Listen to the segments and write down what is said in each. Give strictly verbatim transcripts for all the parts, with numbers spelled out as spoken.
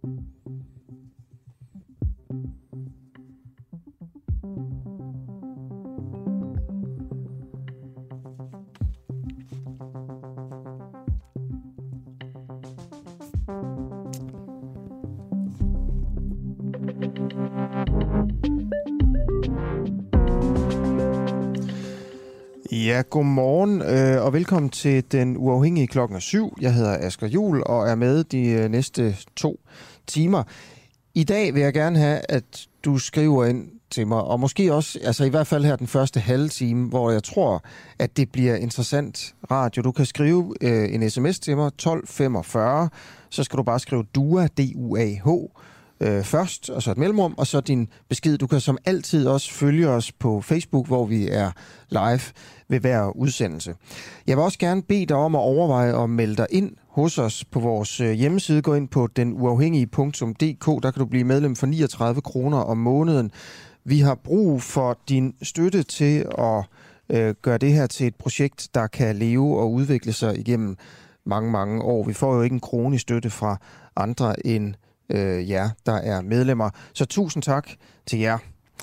Ja, godmorgen øh, og velkommen til Den Uafhængige klokken er syv. Jeg hedder Asger Juhl og er med de øh, næste to timer. I dag vil jeg gerne have, at du skriver ind til mig, og måske også, altså i hvert fald her den første halve time, hvor jeg tror, at det bliver interessant radio. Du kan skrive øh, en sms til mig, tolv femogfyrre, så skal du bare skrive D U A, D U A H, øh, først, og så et mellemrum, og så din besked. Du kan som altid også følge os på Facebook, hvor vi er live ved hver udsendelse. Jeg vil også gerne bede dig om at overveje at melde dig ind hos os på vores hjemmeside. Gå ind på den uafhængige punktum d k, der kan du blive medlem for niogtredive kroner om måneden. Vi har brug for din støtte til at øh, gøre det her til et projekt, der kan leve og udvikle sig igennem mange, mange år. Vi får jo ikke en krone i støtte fra andre end øh, jer, der er medlemmer. Så tusind tak til jer.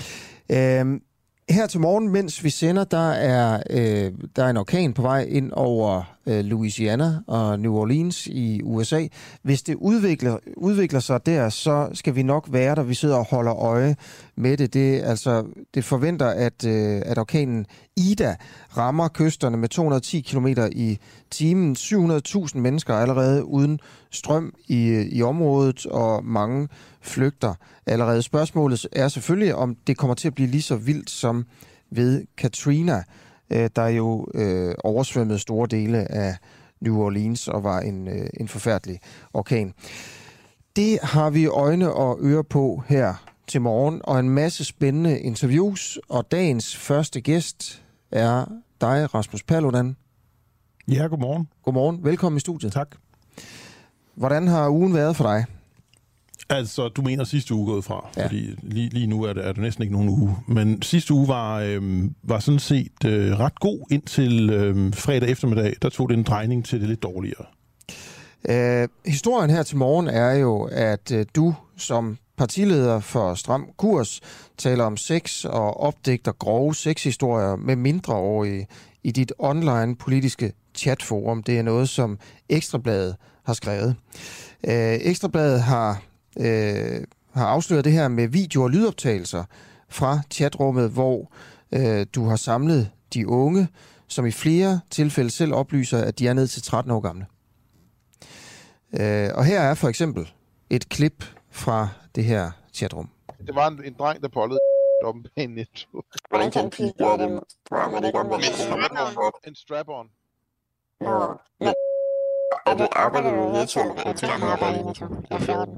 Øh, Her til morgen, mens vi sender, der er, øh, der er en orkan på vej ind over øh, Louisiana og New Orleans i U S A. Hvis det udvikler, udvikler sig der, så skal vi nok være der. Vi sidder og holder øje med det. Det, altså, det forventer, at, øh, at orkanen Ida rammer kysterne med to hundrede og ti kilometer i timen. syv hundrede tusind mennesker er allerede uden strøm i, i området, og mange flygter allerede. Spørgsmålet er selvfølgelig, om det kommer til at blive lige så vildt som ved Katrina, øh, der jo øh, oversvømmede store dele af New Orleans og var en, øh, en forfærdelig orkan. Det har vi øjne og ører på her til morgen, og en masse spændende interviews, og dagens første gæst er dig, Rasmus Paludan. Ja, godmorgen. Godmorgen. Velkommen i studiet. Tak. Hvordan har ugen været for dig? Altså, du mener sidste uge gået fra, ja. Fordi lige, lige nu er det, er det næsten ikke nogen uge. Men sidste uge var, øhm, var sådan set øh, ret god indtil øhm, fredag eftermiddag. Der tog det en drejning til det lidt dårligere. Øh, historien her til morgen er jo, at øh, du som partileder for Stram Kurs taler om sex og opdigter grove sexhistorier med mindreårige i dit online politiske chatforum. Det er noget, som Ekstrabladet har skrevet. Øh, Ekstrabladet har, øh, har afsløret det her med video- og lydoptagelser fra chatrummet, hvor øh, du har samlet de unge, som i flere tilfælde selv oplyser, at de er ned til tretten år gamle. Øh, og her er for eksempel et klip fra det her chatrum. Det var en, en dreng, der pollede op med en netto. Hvordan kan en pige gøre det? Spørger man ikke om, hvad En strap-on. Nå, men er det arbejder du i Netto, eller til at arbejde i Netto? Jeg er fjorten.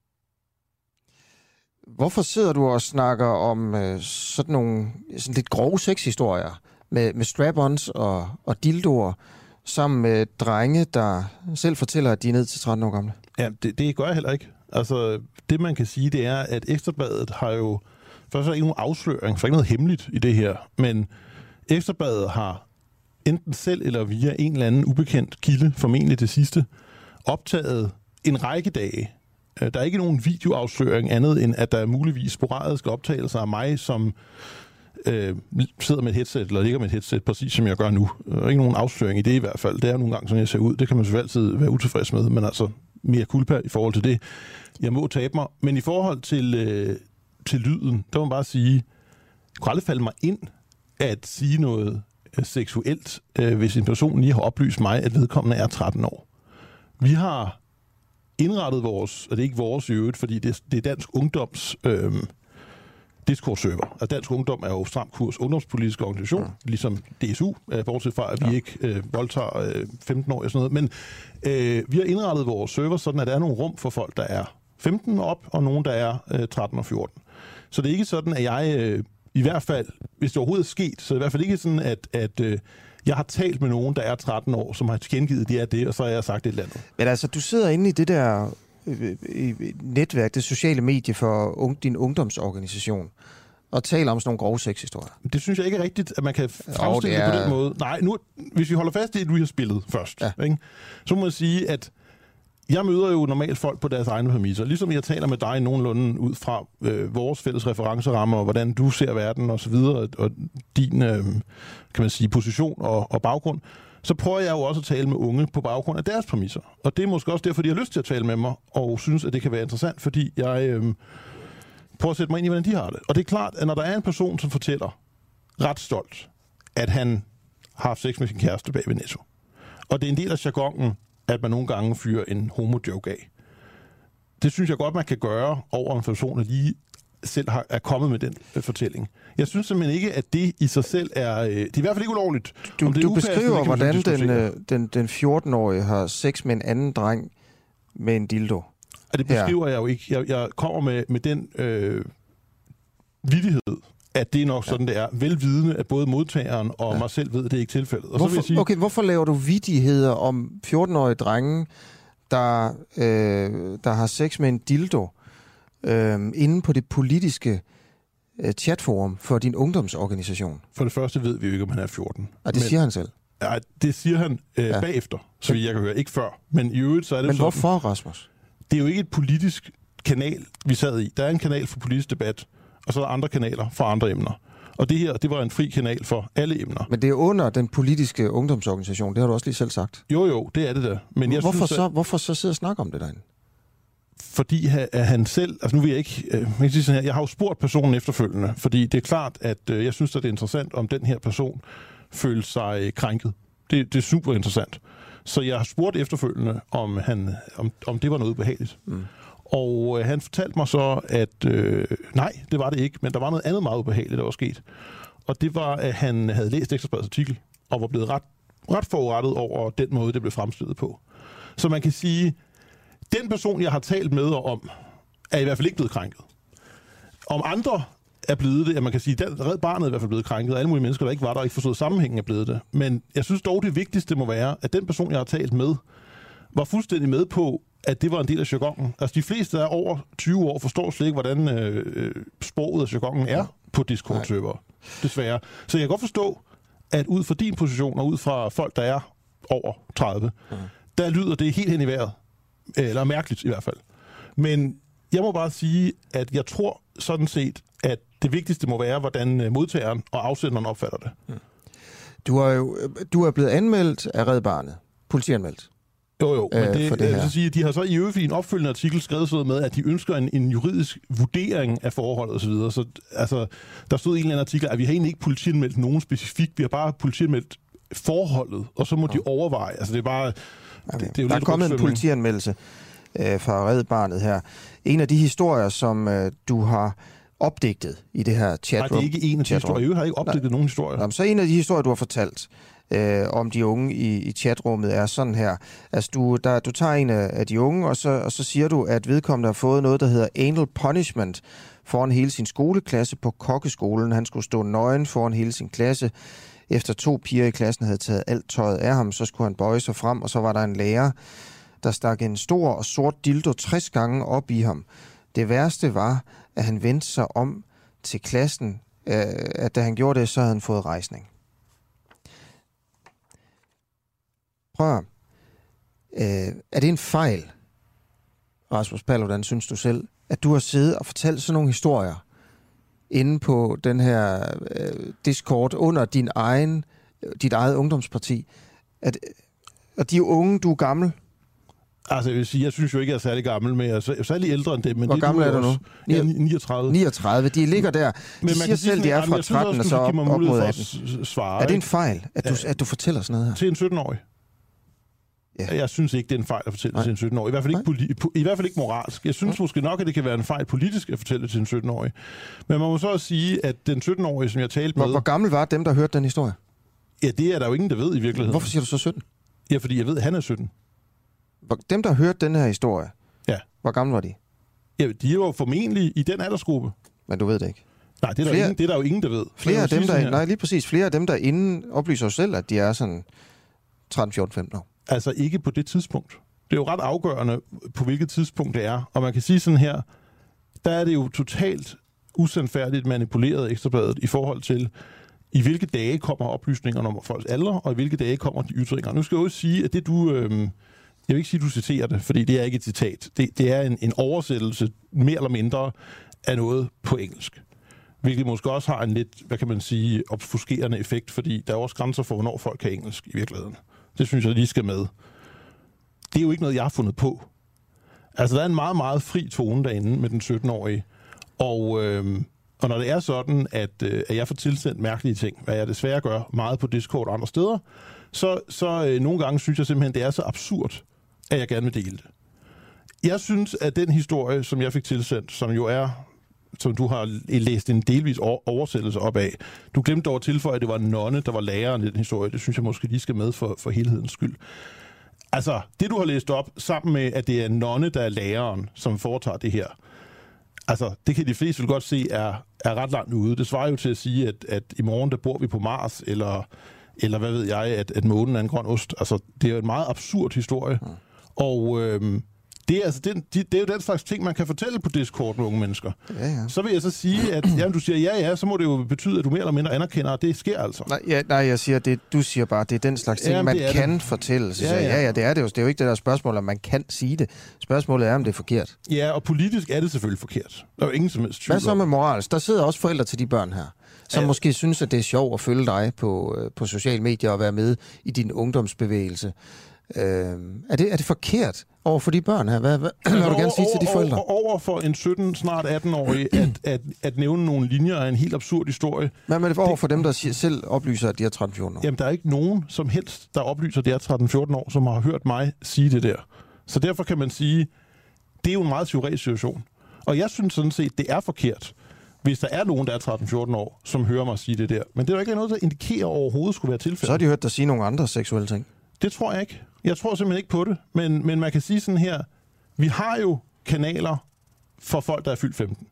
Hvorfor sidder du og snakker om øh, sådan nogle sådan lidt grove sexhistorier med, med strap-ons og, og dildoer, sammen med drenge, der selv fortæller, at de er ned til tretten år gamle? Ja, det, det gør jeg heller ikke. Altså, det man kan sige, det er, at Ekstrabladet har jo... Først er der ikke nogen afsløring, for ikke noget hemmeligt i det her, men Ekstrabladet har enten selv eller via en eller anden ubekendt kilde, formentlig det sidste, optaget en række dage. Der er ikke nogen videoafsløring andet, end at der er muligvis sporadiske optagelser af mig, som øh, sidder med et headset, eller ligger med et headset, præcis som jeg gør nu. Der er ikke nogen afsløring i det i hvert fald. Det er nogle gange, sådan jeg ser ud. Det kan man selvfølgelig altid være utilfreds med, men altså mere culpa i forhold til det. Jeg må tabe mig. Men i forhold til, øh, til lyden, der må man bare sige, det kunne aldrig falde mig ind at sige noget seksuelt, øh, hvis en person lige har oplyst mig, at vedkommende er tretten år. Vi har indrettet vores, og det er ikke vores i øvrigt, fordi det, det er Dansk Ungdoms øh, Discord-server. Altså Dansk Ungdom er jo Stram Kurs ungdomspolitisk organisation, ja. Ligesom D S U, øh, bortset fra, at vi ja. ikke øh, voldtager øh, femten år og sådan noget. Men øh, vi har indrettet vores server sådan, at der er nogle rum for folk, der er femten op, og nogen, der er øh, tretten og fjorten. Så det er ikke sådan, at jeg... Øh, I hvert fald, hvis det overhovedet er sket, så er det i hvert fald ikke sådan, at, at øh, jeg har talt med nogen, der er tretten år, som har tilkendegivet, at det er det, og så har jeg sagt et eller andet. Men altså, du sidder inde i det der øh, netværk, det sociale medie for un, din ungdomsorganisation, og taler om sådan nogle grove sexhistorier. Det synes jeg ikke er rigtigt, at man kan fremstille det, er... det på den måde. Nej, nu, hvis vi holder fast i, at du har spillet først, ja. ikke? Så må jeg sige, at jeg møder jo normalt folk på deres egne præmisser. Ligesom jeg taler med dig nogenlunde ud fra øh, vores fælles referencerammer, og hvordan du ser verden og så videre, og din øh, kan man sige, position og, og baggrund, så prøver jeg jo også at tale med unge på baggrund af deres præmisser. Og det er måske også derfor, de har lyst til at tale med mig, og synes, at det kan være interessant, fordi jeg øh, prøver at sætte mig ind i, hvordan de har det. Og det er klart, at når der er en person, som fortæller ret stolt, at han har haft sex med sin kæreste bag ved Netto, og det er en del af jargonen, at man nogle gange fyrer en homo-joke af. Det synes jeg godt, man kan gøre over en person, der lige selv har, er kommet med den øh, fortælling. Jeg synes simpelthen ikke, at det i sig selv er... Øh, det er i hvert fald ikke ulovligt. Du, det du upassende, beskriver, hvordan den, øh, den, den fjorten-årige har sex med en anden dreng med en dildo. Og det beskriver ja. jeg jo ikke. Jeg, jeg kommer med, med den øh, vittighed, at det er nok sådan, det er. Velvidende, at både modtageren og ja. mig selv ved, at det er ikke tilfældet. Og hvorfor, så vil jeg sige, okay, hvorfor laver du vittigheder om fjorten-årige drenge, der, øh, der har sex med en dildo øh, inde på det politiske øh, chatforum for din ungdomsorganisation? For det første ved vi jo ikke, om han er fjorten. Og det men, siger han selv? Ja, det siger han øh, ja. bagefter, så jeg kan høre. Ikke før. Men i øvrigt, så er det Men sådan, hvorfor, Rasmus? Det er jo ikke et politisk kanal, vi sad i. Der er en kanal for politisk debat, og så er der andre kanaler for andre emner. Og det her, det var en fri kanal for alle emner. Men det er under den politiske ungdomsorganisation, det har du også lige selv sagt. Jo, jo, det er det der. Men jeg hvorfor, synes, så, hvorfor så sidde og snakke om det derinde? Fordi at han selv, altså nu vil jeg ikke, øh, jeg, kan sige sådan her, jeg har jo spurgt personen efterfølgende, fordi det er klart, at øh, jeg synes, at det er interessant, om den her person føler sig øh, krænket. Det, det er super interessant. Så jeg har spurgt efterfølgende, om, han, om, om det var noget ubehageligt. Mm. Og øh, han fortalte mig så, at øh, nej, det var det ikke, men der var noget andet meget ubehageligt, der var sket. Og det var, at han havde læst Ekstra Bladets artikel, og var blevet ret, ret forurettet over den måde, det blev fremstillet på. Så man kan sige, den person, jeg har talt med om, er i hvert fald ikke blevet krænket. Om andre er blevet det, at man kan sige, at Red Barnet er i hvert fald blevet krænket, og alle mulige mennesker, der ikke var der, ikke forstod sammenhængen, er blevet det. Men jeg synes dog, det vigtigste må være, at den person, jeg har talt med, var fuldstændig med på, at det var en del af jargonen. Altså de fleste, der er over tyve år, forstår slet ikke, hvordan øh, sproget af jargonen er på Discord-server. Desværre. Så jeg kan godt forstå, at ud fra din position, og ud fra folk, der er over tredive, mm. der lyder det helt hen i vejret. Eller mærkeligt i hvert fald. Men jeg må bare sige, at jeg tror sådan set, at det vigtigste må være, hvordan modtageren og afsenderen opfatter det. Mm. Du er jo du er blevet anmeldt af Red Barnet. Politianmeldt. Jo, jo, men det, det jeg vil så sige, de har så i øvrigt i en opfølgende artikel skrevet sådan med, at de ønsker en, en juridisk vurdering af forholdet osv. Så, videre. Så altså, der stod i en eller anden artikel, at vi har egentlig ikke politianmeldt nogen specifikt, vi har bare politianmeldt forholdet, og så må ja. de overveje. Altså det er bare... Okay. Det, det er jo der er kommet en politianmeldelse øh, fra Red Barnet her. En af de historier, som øh, du har opdigtet i det her chatroom. Nej, det er ikke en af de historier. Jeg har ikke opdigtet Nej. nogen historier. Jamen, så en af de historier, du har fortalt øh, om de unge i, i chatrummet, er sådan her. Altså, du, der, du tager en af, af de unge, og så, og så siger du, at vedkommende har fået noget, der hedder anal punishment foran hele sin skoleklasse på kokkeskolen. Han skulle stå nøgen foran hele sin klasse. Efter to piger i klassen havde taget alt tøjet af ham, så skulle han bøje sig frem, og så var der en lærer, der stak en stor og sort dildo tres gange op i ham. Det værste var, at han vendte sig om til klassen, øh, at da han gjorde det, så havde han fået rejsning. Prøv øh, er det en fejl, Rasmus Paludan, synes du selv, at du har siddet og fortalt sådan nogle historier inde på den her øh, Discord under din egen, dit eget ungdomsparti? At, at de unge, du er gammel? Altså, jeg vil sige, jeg synes jo ikke, jeg er særlig gammel, men jeg er særlig ældre end det. Men Hvor det gammel er du nu? Ja, niogtredive. niogtredive, de ligger der. De men siger selv, de er fra tretten og så op, op mod atten. Svare, er det en fejl, at du, at du fortæller sådan noget her? Til en sytten-årig. Ja. Jeg synes ikke, det er en fejl at fortælle Nej. til en sytten-årig. I hvert fald ikke, poli- i hvert fald ikke moralsk. Jeg synes Nej. måske nok, at det kan være en fejl politisk at fortælle til en sytten-årig. Men man må så også sige, at den sytten-årige, som jeg talte med... Hvor, hvor gammel var dem, der hørte den historie? Ja, det er der jo ingen, der ved i virkeligheden. Hvorfor siger du så sytten? Ja, fordi jeg ved, at han er sytten. Dem, der hørte den her historie, ja. hvor gamle var de? Ja, de er jo formentlig i den aldersgruppe. Men du ved det ikke? Nej, det er, flere, der, ingen, det er der jo ingen, der ved. Flere af dem, der... Nej, lige præcis. Flere af dem, der inden oplyser jo selv, at de er sådan tretten, fjorten, femten år. Altså ikke på det tidspunkt. Det er jo ret afgørende, på hvilket tidspunkt det er. Og man kan sige sådan her, der er det jo totalt usandfærdigt manipuleret Ekstra Bladet i forhold til, i hvilke dage kommer oplysningerne om folks alder, og i hvilke dage kommer de ytringer. Nu skal jeg også sige, at det du, øh, Jeg vil ikke sige, at du citerer det, fordi det er ikke et citat. Det, det er en, en oversættelse, mere eller mindre, af noget på engelsk. Hvilket måske også har en lidt, hvad kan man sige, obfuskerende effekt, fordi der er også grænser for, hvornår folk kan engelsk i virkeligheden. Det synes jeg lige skal med. Det er jo ikke noget, jeg har fundet på. Altså, der er en meget, meget fri tone derinde med den sytten-årige. Og, øh, og når det er sådan, at, øh, at jeg får tilsendt mærkelige ting, hvad jeg desværre gør meget på Discord og andre steder, så, så øh, nogle gange synes jeg simpelthen, det er så absurd, at jeg gerne vil dele det. Jeg synes, at den historie, som jeg fik tilsendt, som jo er, som du har læst en delvis oversættelse op af, du glemte dog at tilføje, at det var en nonne, der var læreren i den historie. Det synes jeg måske lige skal med for, for helhedens skyld. Altså, det du har læst op, sammen med, at det er en nonne, der er læreren, som foretager det her, altså, det kan de fleste vel godt se, er, er ret langt ude. Det svarer jo til at sige, at, at i morgen, der bor vi på Mars, eller, eller hvad ved jeg, at, at månen er en grøn ost. Altså, det er jo en meget absurd historie. Mm. Og øhm, det, er altså den, de, det er jo den slags ting, man kan fortælle på Discord med unge mennesker. Ja, ja. Så vil jeg så sige, at jamen, du siger ja, ja, så må det jo betyde, at du mere eller mindre anerkender, at det sker altså. Nej, ja, nej jeg siger, det, du siger bare, at det er den slags ting, jamen, man kan det. fortælle. Så ja, ja. ja, ja, det er det jo. Det er jo ikke det der spørgsmål, om man kan sige det. Spørgsmålet er, om det er forkert. Ja, og politisk er det selvfølgelig forkert. Der er jo ingen som helst tvivl. Hvad så med moralsk? Der sidder også forældre til de børn her, som ja. måske synes, at det er sjovt at følge dig på, på sociale medier og være med i din ungdomsbevægelse. Øh, er, det, er det forkert over for de børn her? Hvad, hvad, hvad vil du gerne sige til de forældre? Over, over for en sytten, snart atten-årig, at, at, at nævne nogle linjer af en helt absurd historie. Hvad med det over for dem, der selv oplyser, at de er tretten fjorten år? Jamen, der er ikke nogen som helst, der oplyser, at de er tretten fjorten år, som har hørt mig sige det der. Så derfor kan man sige, det er jo en meget teoretisk situation. Og jeg synes sådan set, det er forkert, hvis der er nogen, der er tretten fjorten år, som hører mig sige det der. Men det er jo ikke noget, der indikerer overhovedet skulle være tilfældet. Så har de hørt dig sige nogle andre seksuelle ting. Det tror jeg ikke. Jeg tror simpelthen ikke på det. Men, men man kan sige sådan her, vi har jo kanaler for folk, der er fyldt femten.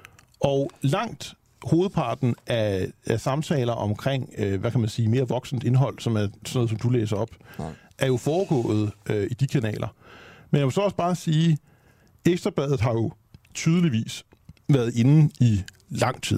Og langt hovedparten af, af samtaler omkring, øh, hvad kan man sige, mere voksent indhold, som er sådan noget, som du læser op, Nej. er jo foregået øh, i de kanaler. Men jeg vil så også bare sige, Ekstra Bladet har jo tydeligvis været inde i lang tid.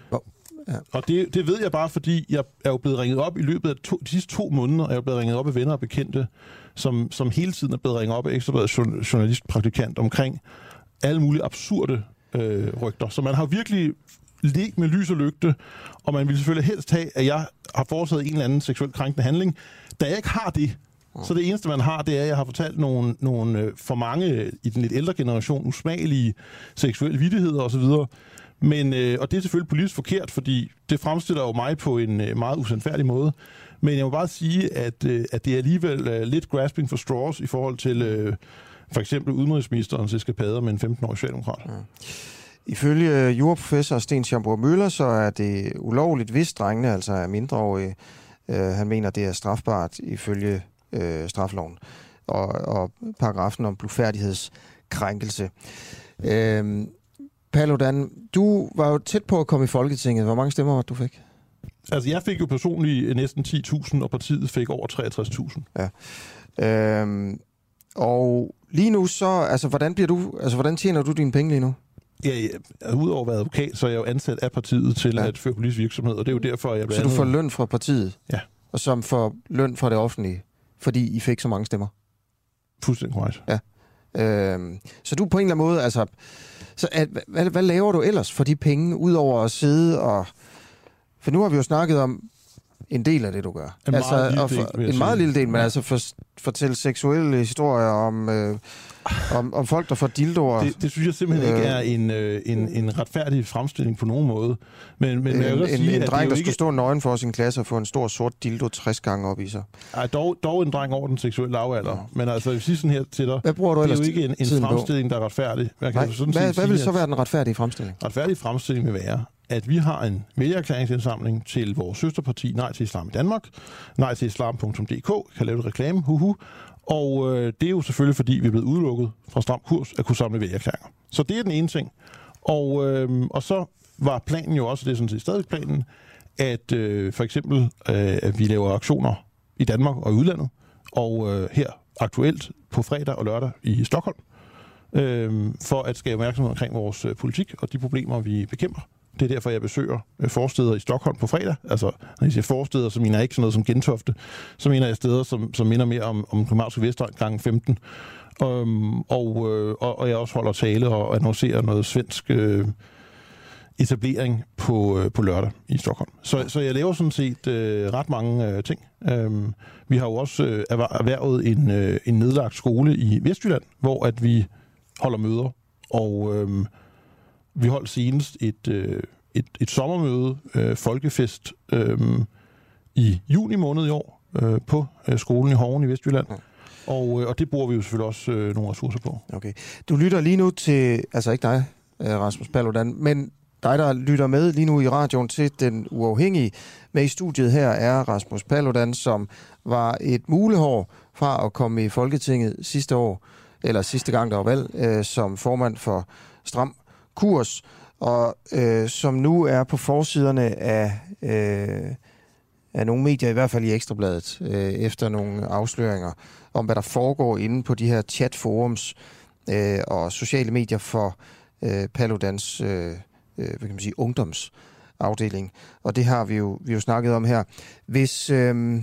Ja. Og det, det ved jeg bare, fordi jeg er jo blevet ringet op i løbet af to, de sidste to måneder, er jeg blevet ringet op af venner og bekendte, som, som hele tiden er blevet ringet op af Ekstra Bladets journalistpraktikant omkring alle mulige absurde øh, rygter. Så man har virkelig legt med lys og lygte, og man vil selvfølgelig helst have, at jeg har foretaget en eller anden seksuelt krænkende handling. Da jeg ikke har det, mm. så det eneste, man har, det er, at jeg har fortalt nogle, nogle øh, for mange i den lidt ældre generation usmagelige seksuelle vittigheder osv., Men, øh, og det er selvfølgelig politisk forkert, fordi det fremstiller jo mig på en øh, meget usandfærdig måde. Men jeg må bare sige, at, øh, at det er alligevel øh, lidt grasping for straws i forhold til øh, for eksempel udenrigsministerens eskapader med en femten-årig socialdemokrat. Ja. Ifølge juraprofessor Sten Schaumburg Møller, så er det ulovligt, hvis drengene altså er mindreårige. Øh, han mener, det er strafbart ifølge øh, strafloven og, og paragrafen om blufærdighedskrænkelse. Øh, Paludan, du var jo tæt på at komme i Folketinget. Hvor mange stemmer var du fik? Altså, jeg fik jo personligt næsten ti tusind, og partiet fik over treogtres tusind. Ja. Øhm, og lige nu så, altså, hvordan bliver du, altså, hvordan tjener du dine penge lige nu? Ja, ja, udover at være advokat, så er jeg jo ansat af partiet til ja. at føre politisk virksomhed, og det er jo derfor, jeg... Så du får løn fra partiet? Ja. Og som får løn fra det offentlige, fordi I fik så mange stemmer? Fuldstændig korrekt. Ja. Øhm, så du på en eller anden måde, altså... Så at, hvad, hvad laver du ellers for de penge, udover at sidde og... For nu har vi jo snakket om en del af det, du gør. En altså, meget lille for, del, En meget lille del, men ja. altså for, fortælle seksuelle historier om, øh, om, om folk, der får dildoer. Det, det synes jeg simpelthen øh, ikke er en, øh, en, en retfærdig fremstilling på nogen måde. Men, men en, jeg vil en, sige, en at dreng, der ikke... skulle stå nøgen for sin klasse og få en stor sort dildo tres gange op i sig. Ej, dog, dog en dreng over den seksuelle lavalder. Ja. Men altså, jeg vil sige sådan her til dig, hvad bruger du det er jo ikke en, en fremstilling, der er retfærdig. Nej, kan sådan hvad hvad vil så være den retfærdige fremstilling? Retfærdig fremstilling vil være, at vi har en vælgererklæringsindsamling til vores søsterparti Nej til Islam i Danmark, nej til islam punktum d k, kan lave et reklame, huhu. Og øh, det er jo selvfølgelig, fordi vi er blevet udelukket fra Stram Kurs at kunne samle vælgererklæringer. Så det er den ene ting. Og, øh, og så var planen jo også, det er sådan set stadig planen, at øh, for eksempel, øh, at vi laver aktioner i Danmark og i udlandet, og øh, her aktuelt på fredag og lørdag i Stockholm, øh, for at skabe opmærksomhed omkring vores øh, politik og de problemer, vi bekæmper Det er derfor, jeg besøger øh, forsteder i Stockholm på fredag. Altså, når jeg siger forsteder, så mener jeg ikke sådan noget som Gentofte. Så mener jeg steder, som, som minder mere om, om Københavnske Vestegn gange femten. Um, og, øh, og, og jeg også holder tale og annoncerer noget svensk øh, etablering på, øh, på lørdag i Stockholm. Så, så jeg laver sådan set øh, ret mange øh, ting. Um, vi har jo også øh, erhvervet en, øh, en nedlagt skole i Vestjylland, hvor at vi holder møder. Og øh, vi holdt senest et, øh, et, et sommermøde, øh, folkefest, øh, i juni måned i år øh, på øh, skolen i Hoven i Vestjylland. Ja. Og, øh, og det bruger vi jo selvfølgelig også øh, nogle ressourcer på. Okay. Du lytter lige nu til, altså ikke dig, Rasmus Paludan, men dig, der lytter med lige nu i radioen til Den Uafhængige. Med i studiet her er Rasmus Paludan, som var et mulehår fra at komme i Folketinget sidste år, eller sidste gang, der var valg, øh, som formand for Stram Kurs, og øh, som nu er på forsiderne af, øh, af nogle medier, i hvert fald i Ekstrabladet, øh, efter nogle afsløringer om, hvad der foregår inde på de her chatforums øh, og sociale medier for øh, Paludans øh, hvad kan man sige, ungdomsafdeling. Og det har vi jo, vi jo snakket om her. Hvis, øh,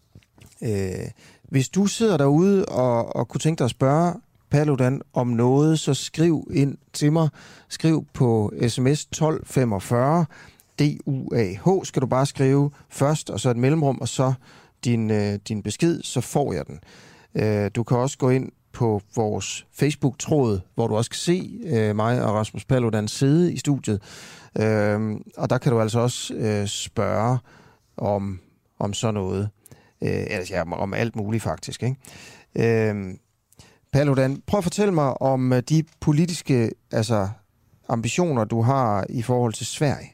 øh, hvis du sidder derude og, og kunne tænke dig at spørge Paludan om noget, så skriv ind til mig. Skriv på sms tolv femogfyrre D U A H. Skal du bare skrive først, og så et mellemrum, og så din, øh, din besked, så får jeg den. Øh, du kan også gå ind på vores Facebook-tråd, hvor du også kan se øh, mig og Rasmus Paludan sidde i studiet. Øh, og der kan du altså også øh, spørge om, om sådan noget. Øh, altså ja, om alt muligt faktisk, ikke? Øh, Paludan, prøv at fortælle mig om de politiske altså, ambitioner, du har i forhold til Sverige.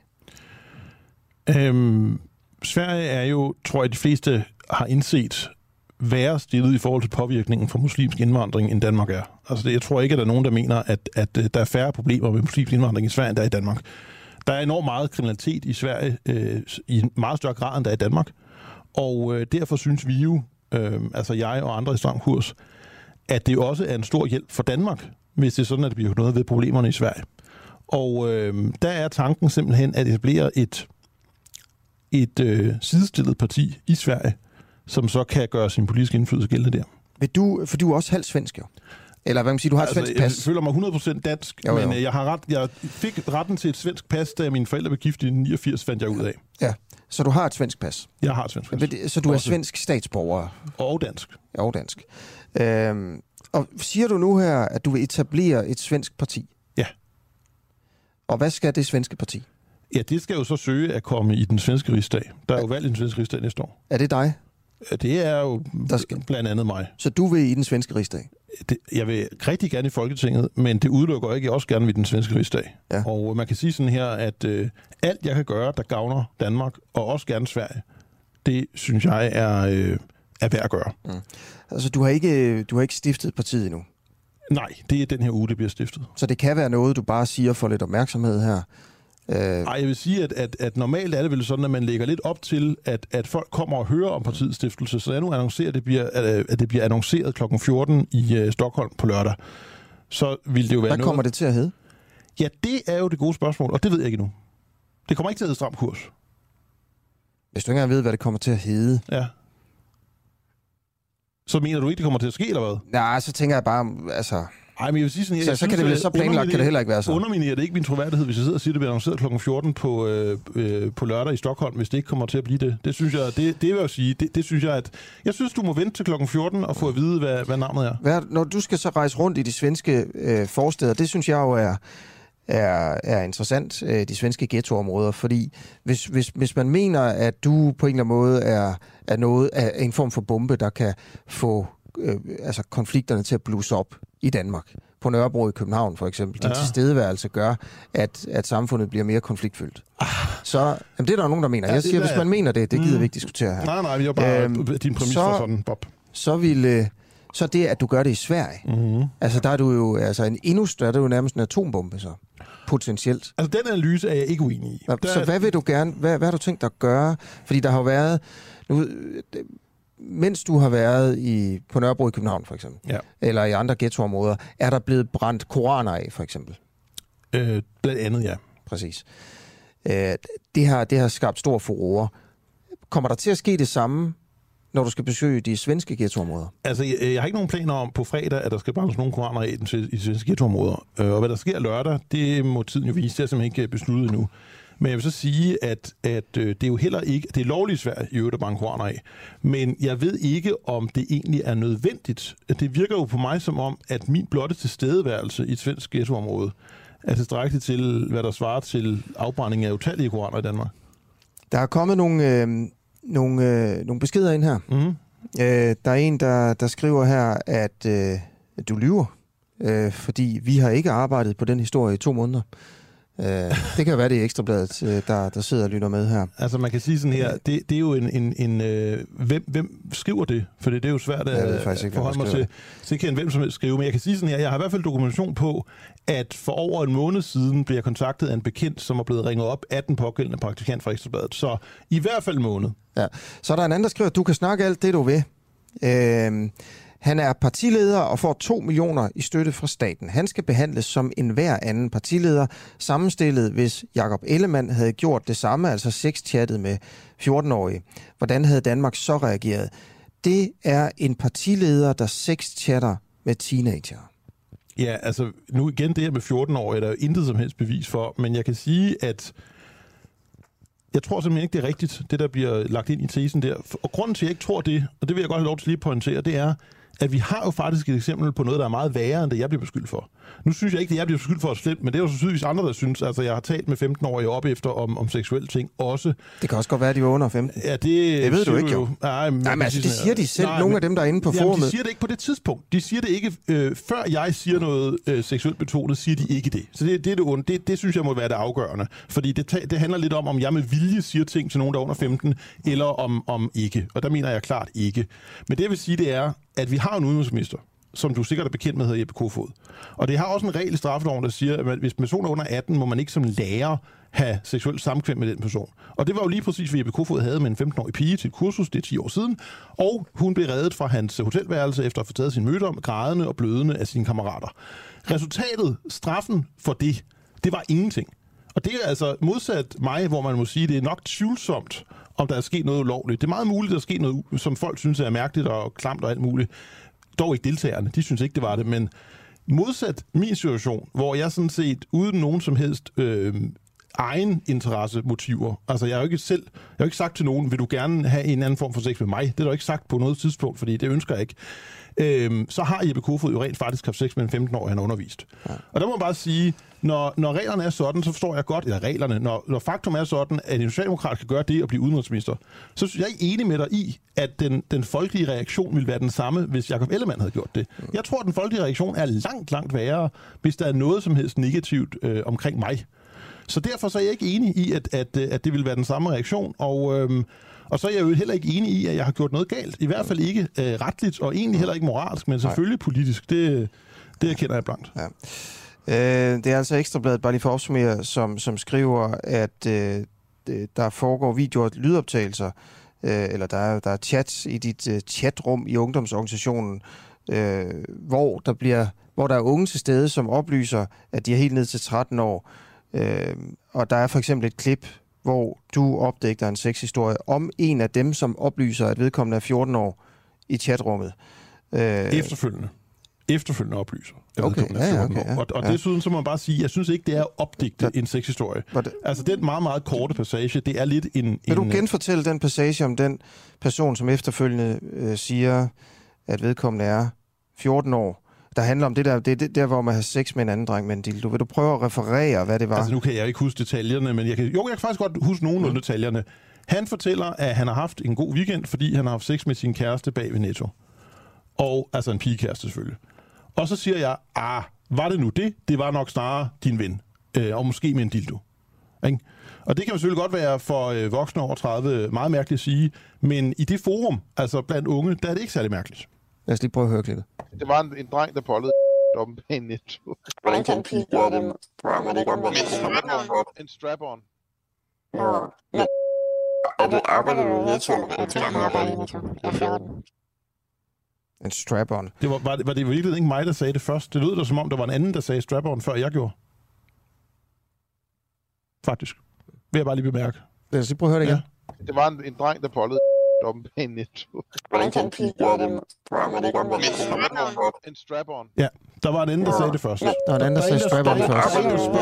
Øhm, Sverige er jo, tror jeg, de fleste har indset, værre stillet i forhold til påvirkningen fra muslimsk indvandring, end Danmark er. Altså, jeg tror ikke, at der er nogen, der mener, at, at der er færre problemer med muslimsk indvandring i Sverige, end der er i Danmark. Der er enormt meget kriminalitet i Sverige, øh, i en meget større grad, end der er i Danmark. Og øh, derfor synes vi jo, øh, altså jeg og andre i Stram Kurs, at det også er en stor hjælp for Danmark, hvis det er sådan, at det bliver noget ved problemerne i Sverige. Og øh, der er tanken simpelthen at etablere et, et øh, sidestillet parti i Sverige, som så kan gøre sin politiske indflydelse gældende der. Vil du, for du er også halvt svensk, jo? Eller hvad man siger, du har et altså, svensk pas? Jeg føler mig hundrede procent dansk, jo, jo. men jeg, har ret, jeg fik retten til et svensk pas, da mine forældre blev gift i niogfirs, fandt jeg ud af. Ja, så du har et svensk pas? Jeg har et svensk pas. Så du er svensk statsborger? Og dansk. Og dansk. Øhm, og siger du nu her, at du vil etablere et svensk parti? Ja. Og hvad skal det svenske parti? Ja, det skal jo så søge at komme i den svenske rigsdag. Der er jo valg i den svenske rigsdag næste år. Er det dig? Det er jo der skal... blandt andet mig. Så du vil i den svenske rigsdag? Det, jeg vil rigtig gerne i Folketinget, men det udelukker ikke, jeg også gerne vil i den svenske rigsdag. Ja. Og man kan sige sådan her, at øh, alt jeg kan gøre, der gavner Danmark, og også gerne Sverige, det synes jeg er, øh, er værd at gøre. Mm. Altså, du har, ikke, du har ikke stiftet partiet endnu? Nej, det er den her uge, det bliver stiftet. Så det kan være noget, du bare siger for lidt opmærksomhed her? Nej, øh... jeg vil sige, at, at, at normalt er det vel sådan, at man lægger lidt op til, at, at folk kommer og hører om partiets stiftelse. Så jeg nu annoncerer, at det bliver, at det bliver annonceret klokken fjorten i uh, Stockholm på lørdag. Så vil det jo være Hvad noget... kommer det til at hedde? Ja, det er jo det gode spørgsmål, og det ved jeg ikke nu. Det kommer ikke til at hedde Stram Kurs. Hvis du ikke engang ved, hvad det kommer til at hedde... Ja. Så mener du ikke, det kommer til at ske, eller hvad? Nej, så tænker jeg bare, altså... Ej, men jeg vil sige sådan, jeg, så, jeg så synes, kan det vel så planlagt, kan det heller ikke være så. Underminerer det ikke min troværdighed, hvis jeg sidder og siger, at det bliver annonceret klokken fjorten på, øh, øh, på lørdag i Stockholm, hvis det ikke kommer til at blive det. Det synes jeg, det, det vil jeg sige, det, det synes jeg, at... Jeg synes, du må vente til klokken fjorten og få at vide, hvad, hvad navnet er. Hvad, når du skal så rejse rundt i de svenske øh, forsteder, det synes jeg jo er... Er, er interessant, øh, de svenske ghettoområder, fordi hvis, hvis, hvis man mener, at du på en eller anden måde er, er noget af en form for bombe, der kan få øh, altså konflikterne til at blusse op i Danmark, på Nørrebro i København for eksempel, din ja. tilstedeværelse gør, at, at samfundet bliver mere konfliktfyldt. Ah. Så jamen, det er der nogen, der mener. Jeg siger, hvis man mener det, det gider vi ikke diskutere her. Nej, nej, vi har bare øhm, din præmis for sådan, Bob. Så vil... Så det, at du gør det i Sverige, mm-hmm. altså der er du jo altså en endnu større, det er jo nærmest en atombombe så, potentielt. Altså den analyse er jeg ikke uenig i. Så der... hvad vil du gerne, hvad, hvad har du tænkt dig at gøre? Fordi der har jo været, nu, mens du har været i, på Nørrebro i København for eksempel, ja. eller i andre ghettoområder, er der blevet brændt koraner af for eksempel? Øh, blandt andet, ja. Præcis. Øh, det, har, det har skabt stor furore. Kommer der til at ske det samme, når du skal besøge de svenske ghettoområder? Altså, jeg, jeg har ikke nogen planer om på fredag, at der skal brændes nogle koraner i, den, i de svenske ghettoområder. Øh, og hvad der sker lørdag, det må tiden jo vise. Det er simpelthen ikke besluttet endnu. Men jeg vil så sige, at, at øh, det er jo heller ikke... Det er lovligt svært i øvrigt at brænde koraner af. Men jeg ved ikke, om det egentlig er nødvendigt. Det virker jo på mig som om, at min blotte tilstedeværelse i et svensk ghettoområde er tilstrækkeligt til, hvad der svarer til afbrænding af utallige koraner i Danmark. Der er kommet nogle, øh, nogle, øh, nogle beskeder ind her. Mm-hmm. Øh, der er en, der, der skriver her, at øh, du lyver, øh, fordi vi har ikke arbejdet på den historie i to måneder. Øh, det kan jo være, det er Ekstrabladet, øh, der, der sidder og lytter med her. Altså man kan sige sådan her, det, det er jo en... en, en øh, hvem, hvem skriver det? For det, det er jo svært at forholde mig til. Så det kan hvem som helst skrive. Men jeg kan sige sådan her, jeg har i hvert fald dokumentation på, at for over en måned siden blev jeg kontaktet af en bekendt, som er blevet ringet op af den pågældende praktikant fra Ekstrabladet. Så i hvert fald en måned. Ja. Så er der en anden, der skriver, at du kan snakke alt det, du vil. Øh, Han er partileder og får to millioner i støtte fra staten. Han skal behandles som enhver anden partileder, sammenstillet hvis Jakob Ellemann havde gjort det samme, altså sexchattet med fjorten-årige. Hvordan havde Danmark så reageret? Det er en partileder, der sexchatter med teenager. Ja, altså nu igen det her med fjorten-årige, der er jo intet som helst bevis for, men jeg kan sige, at jeg tror simpelthen ikke, det er rigtigt, det der bliver lagt ind i tesen der. Og grunden til, at jeg ikke tror det, og det vil jeg godt have lov til lige at pointere, det er, at vi har jo faktisk et eksempel på noget, der er meget værre, end det jeg bliver beskyldt for. Nu synes jeg ikke, det jeg bliver beskyldt for er slemt, men det er jo så tydeligvis andre, der synes. Altså, jeg har talt med femten-årige op efter om, om seksuelle ting også. Det kan også godt være, at de var under femten. Ja, det, det ved du ikke, jo. Nej, men, Nej, men altså, det siger de selv, nej, nogle af dem, der er inde på jamen, forumet. De siger det ikke på det tidspunkt. De siger det ikke, øh, før jeg siger noget øh, seksuelt betonet, siger de ikke det. Så det, det, er det, onde. det, det synes jeg må være det afgørende. Fordi det, det handler lidt om, om jeg med vilje siger ting til nogen, der er under femten, eller om, om ikke. Og der mener jeg klart ikke. Men det jeg vil sige, det er, at vi har en udenrigsminister, som du sikkert er bekendt med, hedder Jeppe Kofod. Og det har også en regel i straffeloven, der siger, at hvis en person er under atten, må man ikke som lærer have seksuelt samkvem med den person. Og det var jo lige præcis, hvad Jeppe Kofod havde med en femten-årig pige til et kursus, det er ti år siden, og hun blev reddet fra hans hotelværelse efter at få taget sin møde om, grædende og blødende af sine kammerater. Resultatet, straffen for det, det var ingenting. Og det er altså modsat mig, hvor man må sige, det er nok tvivlsomt, om der er sket noget ulovligt. Det er meget muligt, at der er sket noget, som folk synes er mærkeligt og klamt og alt muligt. Dog ikke deltagerne, de synes ikke, det var det, men modsat min situation, hvor jeg sådan set uden nogen som helst øh, egen interessemotiver, altså jeg har jo ikke selv, jeg har jo ikke sagt til nogen, vil du gerne have en anden form for sex med mig? Det er der ikke sagt på noget tidspunkt, fordi det ønsker jeg ikke. Øhm, så har Jeppe Kofod jo rent faktisk haft sex med en femten-årig, han har undervist. Ja. Og der må man bare sige, når, når reglerne er sådan, så forstår jeg godt, eller reglerne, når, når faktum er sådan, at en socialdemokrat kan gøre det og blive udenrigsminister, så synes jeg ikke enig med dig i, at den, den folkelige reaktion ville være den samme, hvis Jakob Ellemann havde gjort det. Mm. Jeg tror, at den folkelige reaktion er langt, langt værre, hvis der er noget som helst negativt øh, omkring mig. Så derfor så er jeg ikke enig i, at, at, at det vil være den samme reaktion, og... Øhm, Og så er jeg jo heller ikke enig i, at jeg har gjort noget galt. I hvert fald ikke øh, retligt, og egentlig heller ikke moralsk, men selvfølgelig Nej. politisk. Det, det erkender jeg blankt. Ja. Øh, det er altså Ekstrabladet, bare lige for at opsummere, som, som skriver, at øh, der foregår video- og lydoptagelser, øh, eller der er, der er chats i dit øh, chatrum i ungdomsorganisationen, øh, hvor, der bliver, hvor der er unge til stede, som oplyser, at de er helt ned til tretten år. Øh, og der er for eksempel et klip, hvor du opdægter en sexhistorie om en af dem, som oplyser, at vedkommende er fjorten år i chatrummet. Øh... Efterfølgende. Efterfølgende oplyser. Okay, ja, ja, okay, ja, og, og ja. desuden så må man bare sige, jeg synes ikke, det er at opdigte ja. en sexhistorie. Det... Altså den meget, meget korte passage, det er lidt en... Vil en... du genfortælle den passage om den person, som efterfølgende øh, siger, at vedkommende er fjorten år? Der handler om det der, det er det der, hvor man har sex med en anden dreng med en dildo. Vil du prøve at referere, hvad det var? Altså nu kan jeg ikke huske detaljerne, men jeg kan, jo, jeg kan faktisk godt huske nogle af mm. detaljerne. Han fortæller, at han har haft en god weekend, fordi han har haft sex med sin kæreste bag ved Netto. Og altså en pigekæreste selvfølgelig. Og så siger jeg, ah, var det nu det? Det var nok snarere din ven. Øh, og måske med en dildo. Ikke? Og det kan selvfølgelig godt være for øh, voksne over tredive meget mærkeligt at sige, men i det forum, altså blandt unge, der er det ikke særlig mærkeligt. Lad os lige prøve at høre klippet. Det var en, en dreng, der pollede om bag Netto. Hvordan kan en pige gøre det? Hvor man ikke omvendt en strap-on. Nå, men er det arbejder du i Netto, eller til at arbejde i Netto? Jeg er fjorten. En strap-on. Det var, var, det, var det virkelig ikke mig, der sagde det først? Det lød da som om, der var en anden, der sagde strap-on, før jeg gjorde. Faktisk. vil jeg bare lige bemærke. Lad os lige prøve at høre det igen. Ja. Det var en, en dreng, der pollede om på en netto. Hvordan kan en pige gøre det? Tror man ikke om, hvad det En strap-on. Ja, der var en anden, der sagde det først. Der var en anden, der sagde strap-on først.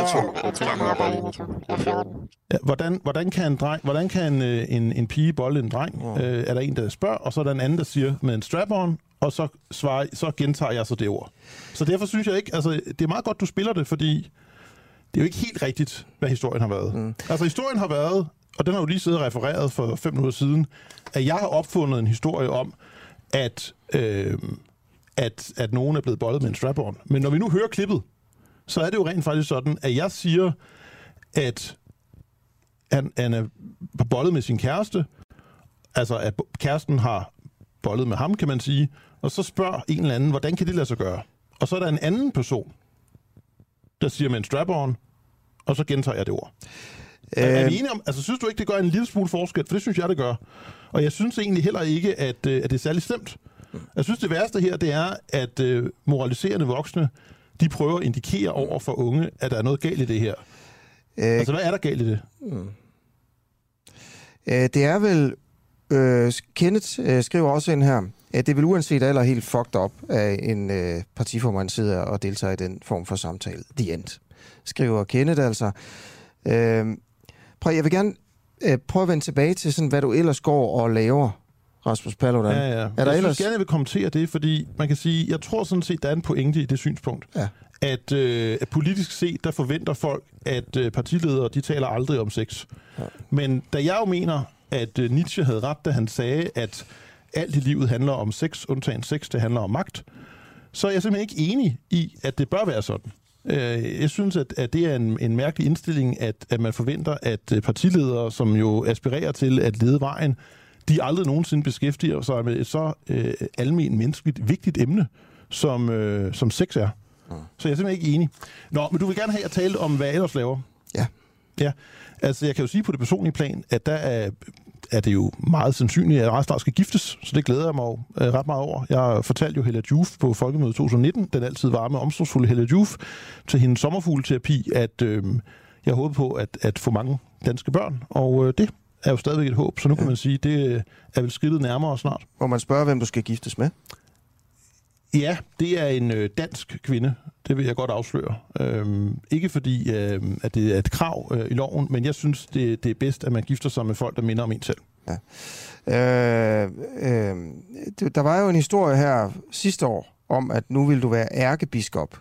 Ja, hvordan, hvordan kan en dreng, hvordan kan en, en, en pige bolle en dreng? Oh. Øh, er der en, der spørger, og så er der en anden, der siger med en strap-on, og så, svarer, så gentager jeg så det ord. Så derfor synes jeg ikke, altså det er meget godt, du spiller det, fordi det er jo ikke helt rigtigt, hvad historien har været. Mm. Altså historien har været, og den har jo lige siddet refereret for fem minutter siden, at jeg har opfundet en historie om, at, øh, at, at nogen er blevet bollet med en strap-on. Men når vi nu hører klippet, så er det jo rent faktisk sådan, at jeg siger, at han, han er bollet med sin kæreste, altså at kæresten har bollet med ham, kan man sige, og så spørger en eller anden, hvordan kan det lade sig gøre? Og så er der en anden person, der siger med en strap-on, og så gentager jeg det ord. Øh... Er vi enige om, altså synes du ikke, det gør en lille smule forskel? For det synes jeg, det gør. Og jeg synes egentlig heller ikke, at, at det er særlig slemt. Jeg synes, det værste her, det er, at uh, moraliserende voksne, de prøver at indikere over for unge, at der er noget galt i det her. Øh... Altså, hvad er der galt i det? Mm. Øh, det er vel... Øh, Kenneth øh, skriver også ind her, at det vil uanset alder helt fucked up, at en øh, partiformand sidder og deltager i den form for samtale. The end. Skriver Kenneth altså. Øh, prøv, jeg vil gerne øh, prøve at vende tilbage til, sådan, hvad du ellers går og laver, Rasmus Paludan. Ja, ja. Er der jeg ellers... synes gerne, jeg vil kommentere det, fordi man kan sige, jeg tror sådan set, der er en pointe i det synspunkt. Ja. At, øh, at politisk set, der forventer folk, at øh, partiledere, de taler aldrig om sex. Ja. Men da jeg jo mener, at øh, Nietzsche havde ret, da han sagde, at alt i livet handler om sex, undtagen sex, det handler om magt, så er jeg simpelthen ikke enig i, at det bør være sådan. Jeg synes, at, at det er en, en mærkelig indstilling, at, at man forventer, at partiledere, som jo aspirerer til at lede vejen, de aldrig nogensinde beskæftiger sig med et så øh, almen menneskeligt vigtigt emne, som, øh, som sex er. Mm. Så jeg er simpelthen ikke enig. Nå, men du vil gerne have at tale om, hvad jeg ellers laver? Ja. Ja, altså jeg kan jo sige på det personlige plan, at der er, er det jo meget sandsynligt, at jeg ret snart skal giftes, så det glæder jeg mig jo øh, ret meget over. Jeg fortalte jo Hella Joof på Folkemødet to tusind nitten, den altid varme og omsorgsfulde Hella Joof, til hendes sommerfugleterapi, at øh, jeg håber på at, at få mange danske børn, og øh, det er jo stadigvæk et håb, så nu kan man sige, det er vel skridtet nærmere snart. Må man spørge, hvem du skal giftes med? Ja, det er en øh, dansk kvinde. Det vil jeg godt afsløre. Øhm, ikke fordi, øh, at det er et krav øh, i loven, men jeg synes, det, det er bedst, at man gifter sig med folk, der minder om en selv. Ja. Øh, øh, der var jo en historie her sidste år om, at nu vil du være ærkebiskop.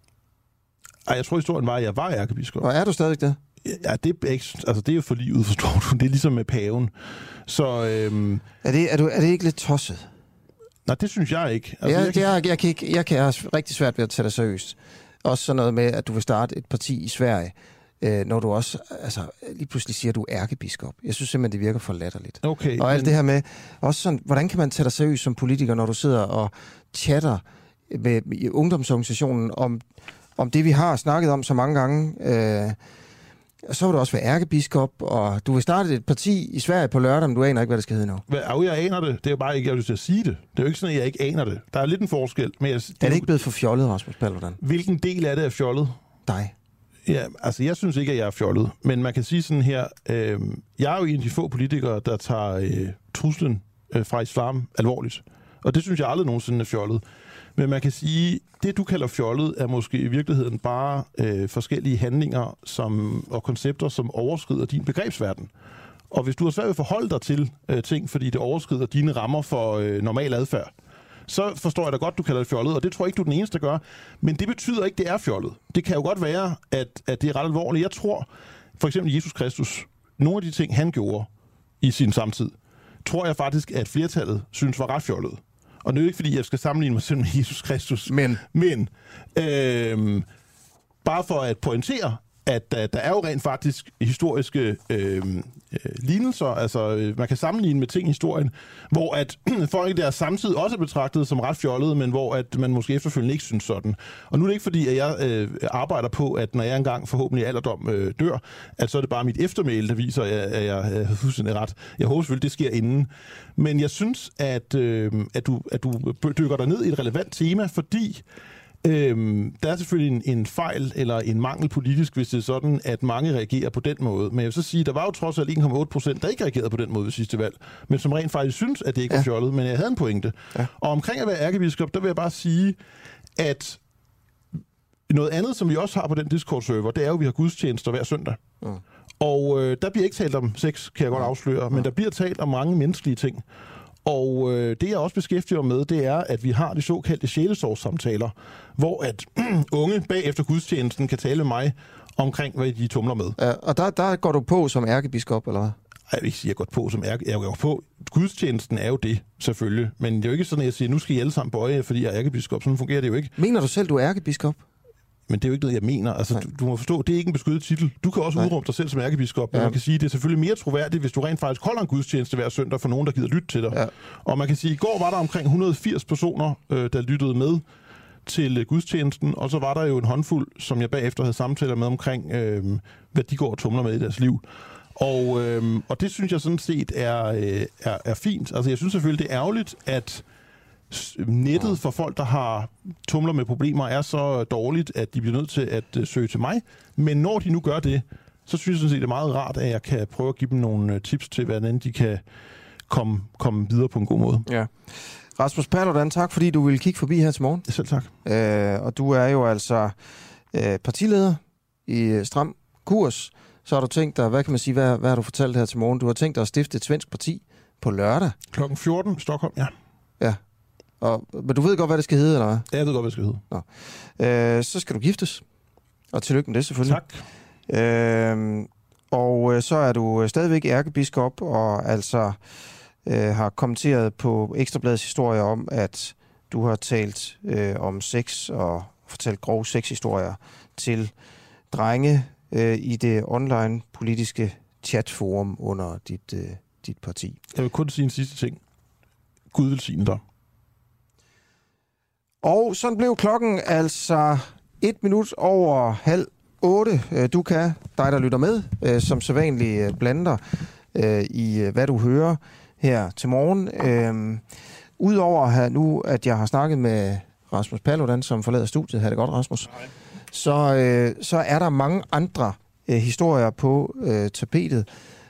Ej, jeg tror, historien var, at jeg var ærkebiskop. Og er du stadig det? Ja, det er, ikke, altså, det er jo for livet, forstår du. Det er ligesom med paven. Så, øhm, er, det, er, du, er det ikke lidt tosset? Nej, det synes jeg ikke. Altså, jeg, jeg, jeg, jeg, kan ikke jeg kan have rigtig svært ved at tage det seriøst. Også sådan noget med, at du vil starte et parti i Sverige, øh, når du også altså, lige pludselig siger, at du er ærkebiskop. Jeg synes simpelthen, det virker for latterligt. Okay, og alt men... det her med, også sådan, hvordan kan man tage dig seriøst som politiker, når du sidder og chatter med, med ungdomsorganisationen om, om det, vi har snakket om så mange gange. Øh, så vil du også være ærkebiskop, og du vil starte et parti i Sverige på lørdag, men du aner ikke, hvad det skal hedde nu. Hvad, jeg aner det. Det er jo bare ikke, jeg vil til at sige det. Det er jo ikke sådan, at jeg ikke aner det. Der er lidt en forskel. Men jeg, det er det ikke blevet for fjollet, Rasmus Paludan? Hvilken del af det er fjollet? Dig. Ja, altså jeg synes ikke, at jeg er fjollet. Men man kan sige sådan her, øh, jeg er jo en af de få politikere, der tager øh, truslen øh, fra islam alvorligt. Og det synes jeg aldrig nogensinde er fjollet. Men man kan sige, det du kalder fjollet, er måske i virkeligheden bare øh, forskellige handlinger som, og koncepter, som overskrider din begrebsverden. Og hvis du har svært ved at forholde dig til øh, ting, fordi det overskrider dine rammer for øh, normal adfærd, så forstår jeg da godt, du kalder det fjollet, og det tror jeg ikke, du er den eneste, der gør. Men det betyder ikke, det er fjollet. Det kan jo godt være, at, at det er ret alvorligt. Jeg tror, for eksempel Jesus Kristus, nogle af de ting, han gjorde i sin samtid, tror jeg faktisk, at flertallet synes var ret fjollet. Og det er jo ikke, fordi jeg skal sammenligne mig selv med Jesus Kristus. Men, Men øh, bare for at pointere, at der, der er jo rent faktisk historiske øh, lignelser, altså man kan sammenligne med ting i historien, hvor at folk der samtidig også er betragtet som ret fjollede, men hvor at man måske efterfølgende ikke synes sådan. Og nu er det ikke fordi, at jeg øh, arbejder på, at når jeg engang forhåbentlig i alderdom øh, dør, at så er det bare mit eftermæle, der viser, at jeg er fuldstændig ret. Jeg håber selvfølgelig, det sker inden. Men jeg synes, at, øh, at, du, at du dykker dig ned i et relevant tema, fordi Øhm, der er selvfølgelig en, en fejl eller en mangel politisk, hvis det er sådan, at mange reagerer på den måde. Men jeg vil så sige, der var jo trods alt en komma otte procent, der ikke reagerede på den måde ved sidste valg, men som rent faktisk synes, at det ikke ja. var fjollet, men jeg havde en pointe. Ja. Og omkring at være ærkebiskop, der vil jeg bare sige, at noget andet, som vi også har på den Discord-server, det er jo, at vi har gudstjenester hver søndag. Mm. Og øh, der bliver ikke talt om sex, kan jeg godt afsløre, men der bliver talt om mange menneskelige ting. Og øh, det, jeg også beskæftiger mig med, det er, at vi har de såkaldte sjælesorgssamtaler, hvor at unge bagefter gudstjenesten kan tale med mig omkring, hvad de tumler med. Ja, og der, der går du på som ærkebiskop, eller hvad? Jeg vil ikke sige, at jeg går på som ærke. Jeg går på. Gudstjenesten er jo det, selvfølgelig. Men det er jo ikke sådan, at jeg siger, at nu skal I alle sammen bøje, fordi jeg er ærkebiskop. Sådan fungerer det jo ikke. Mener du selv, du er ærkebiskop? Men det er jo ikke noget, jeg mener. Altså, du, du må forstå, det er ikke en beskyttet titel. Du kan også Nej. udråbe dig selv som ærkebiskop, men ja. man kan sige, at det er selvfølgelig mere troværdigt, hvis du rent faktisk holder en gudstjeneste hver søndag for nogen, der gider lytte til dig. Ja. Og man kan sige, at i går var der omkring et hundrede og firs personer, øh, der lyttede med til øh, gudstjenesten, og så var der jo en håndfuld, som jeg bagefter havde samtaler med omkring, øh, hvad de går og tumler med i deres liv. Og, øh, og det synes jeg sådan set er, øh, er, er fint. Altså, jeg synes selvfølgelig, det er ærgerligt, at nettet for folk, der har tumler med problemer, er så dårligt, at de bliver nødt til at uh, søge til mig. Men når de nu gør det, så synes jeg sådan set, det er meget rart, at jeg kan prøve at give dem nogle tips til, hvordan de kan komme, komme videre på en god måde. Ja. Rasmus Paludan, tak fordi du ville kigge forbi her til morgen. Selv tak. Øh, og du er jo altså øh, partileder i Stram Kurs. Så har du tænkt dig, hvad kan man sige, hvad, hvad har du fortalt her til morgen? Du har tænkt dig at stifte et svensk parti på lørdag. klokken fjorten, Stockholm, ja. Ja. Og, men du ved godt, hvad det skal hedde, eller hvad? Ja, jeg ved godt, hvad det skal hedde. Nå. Øh, så skal du giftes. Og tillykke med det, selvfølgelig. Tak. Øh, og så er du stadigvæk ærkebiskop, og altså øh, har kommenteret på Ekstrabladets historie om, at du har talt øh, om sex og fortalt grove sexhistorier til drenge øh, i det online politiske chatforum under dit, øh, dit parti. Jeg vil kun sige en sidste ting. Gud velsigne dig. Og sådan blev klokken altså et minut over halv otte. Du kan, dig der lytter med, som sædvanligt blander i, hvad du hører her til morgen. Udover her nu, at jeg har snakket med Rasmus Paludan, som forlader studiet. Ha' det godt, Rasmus. Så, så er der mange andre historier på tapetet.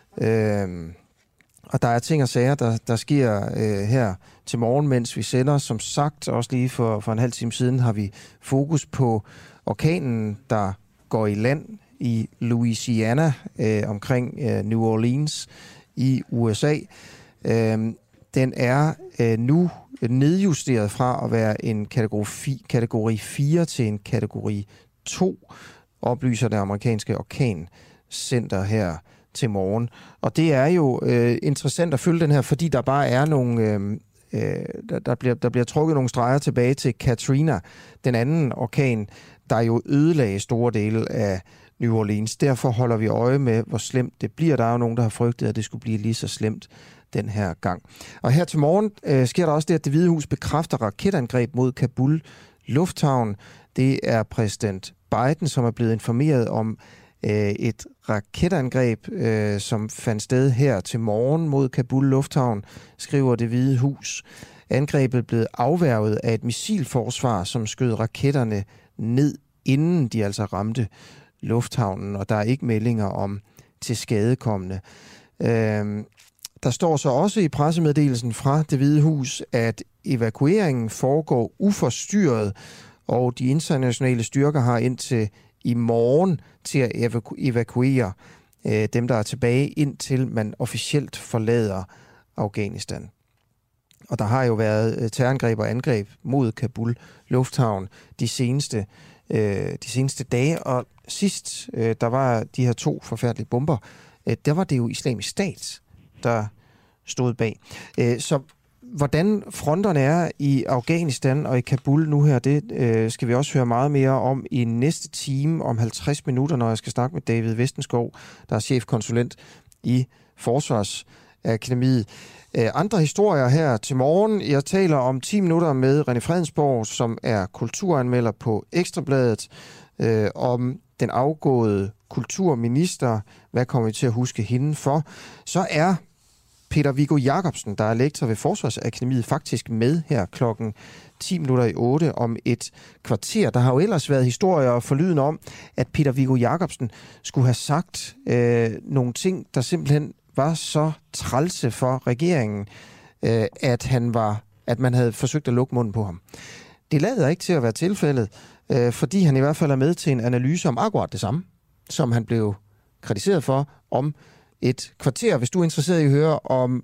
Og der er ting og sager, der, der sker øh, her til morgen, mens vi sender. Som sagt, også lige for, for en halv time siden, har vi fokus på orkanen, der går i land i Louisiana, øh, omkring øh, New Orleans i U S A. Øh, den er øh, nu nedjusteret fra at være en kategori, kategori fire til en kategori to, oplyser det amerikanske orkancenter her til morgen. Og det er jo øh, interessant at følge den her, fordi der bare er nogle, øh, øh, der, der, bliver, der bliver trukket nogle streger tilbage til Katrina, den anden orkan, der jo ødelagde store dele af New Orleans. Derfor holder vi øje med, hvor slemt det bliver. Der er jo nogen, der har frygtet, at det skulle blive lige så slemt den her gang. Og her til morgen øh, sker der også det, at Det Hvide Hus bekræfter raketangreb mod Kabul Lufthavn. Det er præsident Biden, som er blevet informeret om et raketangreb, øh, som fandt sted her til morgen mod Kabul Lufthavn, skriver Det Hvide Hus. Angrebet blev afværget af et missilforsvar, som skød raketterne ned, inden de altså ramte lufthavnen, og der er ikke meldinger om tilskadekommende. Øh, der står så også i pressemeddelelsen fra Det Hvide Hus, at evakueringen foregår uforstyrret, og de internationale styrker har indtil i morgen til at evaku- evakuere øh, dem, der er tilbage, indtil man officielt forlader Afghanistan. Og der har jo været øh, terrorangreb og angreb mod Kabul Lufthavn de seneste, øh, de seneste dage, og sidst øh, der var de her to forfærdelige bomber, øh, der var det jo Islamisk Stat, der stod bag. Øh, så hvordan fronterne er i Afghanistan og i Kabul nu her, det øh, skal vi også høre meget mere om i næste time om halvtreds minutter, når jeg skal snakke med David Vestenskov, der er chefkonsulent i Forsvarsakademiet. Øh, andre historier her til morgen. Jeg taler om ti minutter med René Fredensborg, som er kulturanmelder på Ekstrabladet, øh, om den afgåede kulturminister. Hvad kommer vi til at huske hende for? Så er P Peter Viggo Jacobsen, der er lektor ved Forsvarsakademiet, faktisk med her klokken ti minutter i otte om et kvarter. Der har jo ellers været historier og forlyden om, at Peter Viggo Jacobsen skulle have sagt øh, nogle ting, der simpelthen var så trælse for regeringen, øh, at han var, at man havde forsøgt at lukke munden på ham. Det lader ikke til at være tilfældet, øh, fordi han i hvert fald er med til en analyse om akkurat det samme, som han blev kritiseret for om et kvarter. Hvis du er interesseret i at høre, om,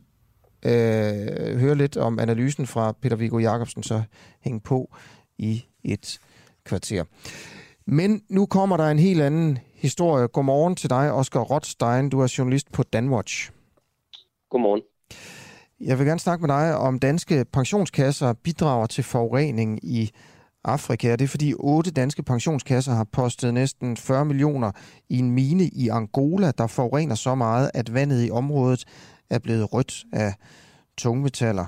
øh, høre lidt om analysen fra Peter Viggo Jacobsen, så hæng på i et kvarter. Men nu kommer der en helt anden historie. Godmorgen til dig, Oscar Rothstein. Du er journalist på Danwatch. Godmorgen. Jeg vil gerne snakke med dig om danske pensionskasser bidrager til forurening i Afrika. Det er fordi otte danske pensionskasser har postet næsten fyrre millioner i en mine i Angola, der forurener så meget, at vandet i området er blevet rødt af tungmetaller.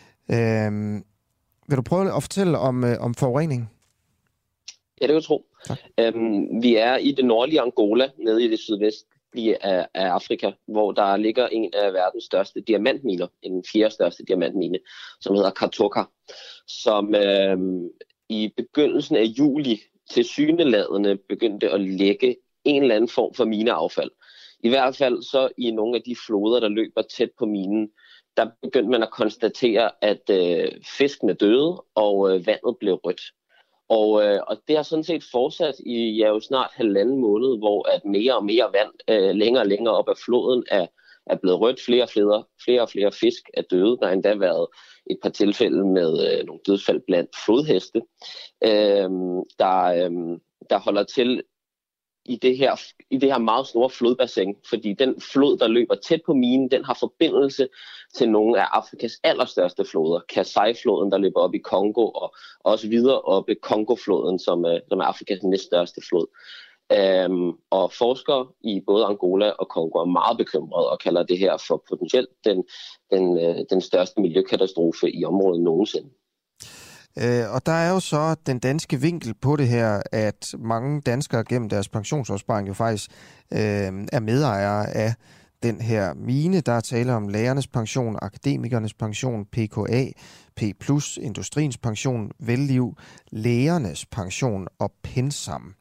Øhm, vil du prøve at fortælle om, øh, om forurening? Ja, det kan jeg tro. Øhm, vi er i det nordlige Angola, nede i det sydvestlige af, af Afrika, hvor der ligger en af verdens største diamantminer, en fjerde største diamantmine, som hedder Kartoka, som øhm, i begyndelsen af juli til syneladende begyndte at lægge en eller anden form for mineaffald. I hvert fald så i nogle af de floder, der løber tæt på minen, der begyndte man at konstatere, at øh, fiskene døde, og øh, vandet blev rødt. Og, øh, og det har sådan set fortsat i ja, jo snart halvanden måned, hvor at mere og mere vand øh, længere og længere op ad floden er, er blevet rødt. Flere og flere, flere og flere fisk er døde. Der har endda været et par tilfælde med øh, nogle dødsfald blandt flodheste, øh, der, øh, der holder til i det her, i det her meget store flodbassin, fordi den flod, der løber tæt på minen, den har forbindelse til nogle af Afrikas allerstørste floder. Kasai-floden, der løber op i Kongo, og også videre oppe Kongo-floden, som, som er Afrikas næststørste flod. Øhm, og forskere i både Angola og Kongo er meget bekymrede og kalder det her for potentielt den, den, den største miljøkatastrofe i området nogensinde. Øh, og der er jo så den danske vinkel på det her, at mange danskere gennem deres pensionsopsparing jo faktisk øh, er medejere af den her mine. Der er tale om lærernes pension, akademikernes pension, P K A, P plus, industriens pension, Velliv, lægernes pension og Pensam.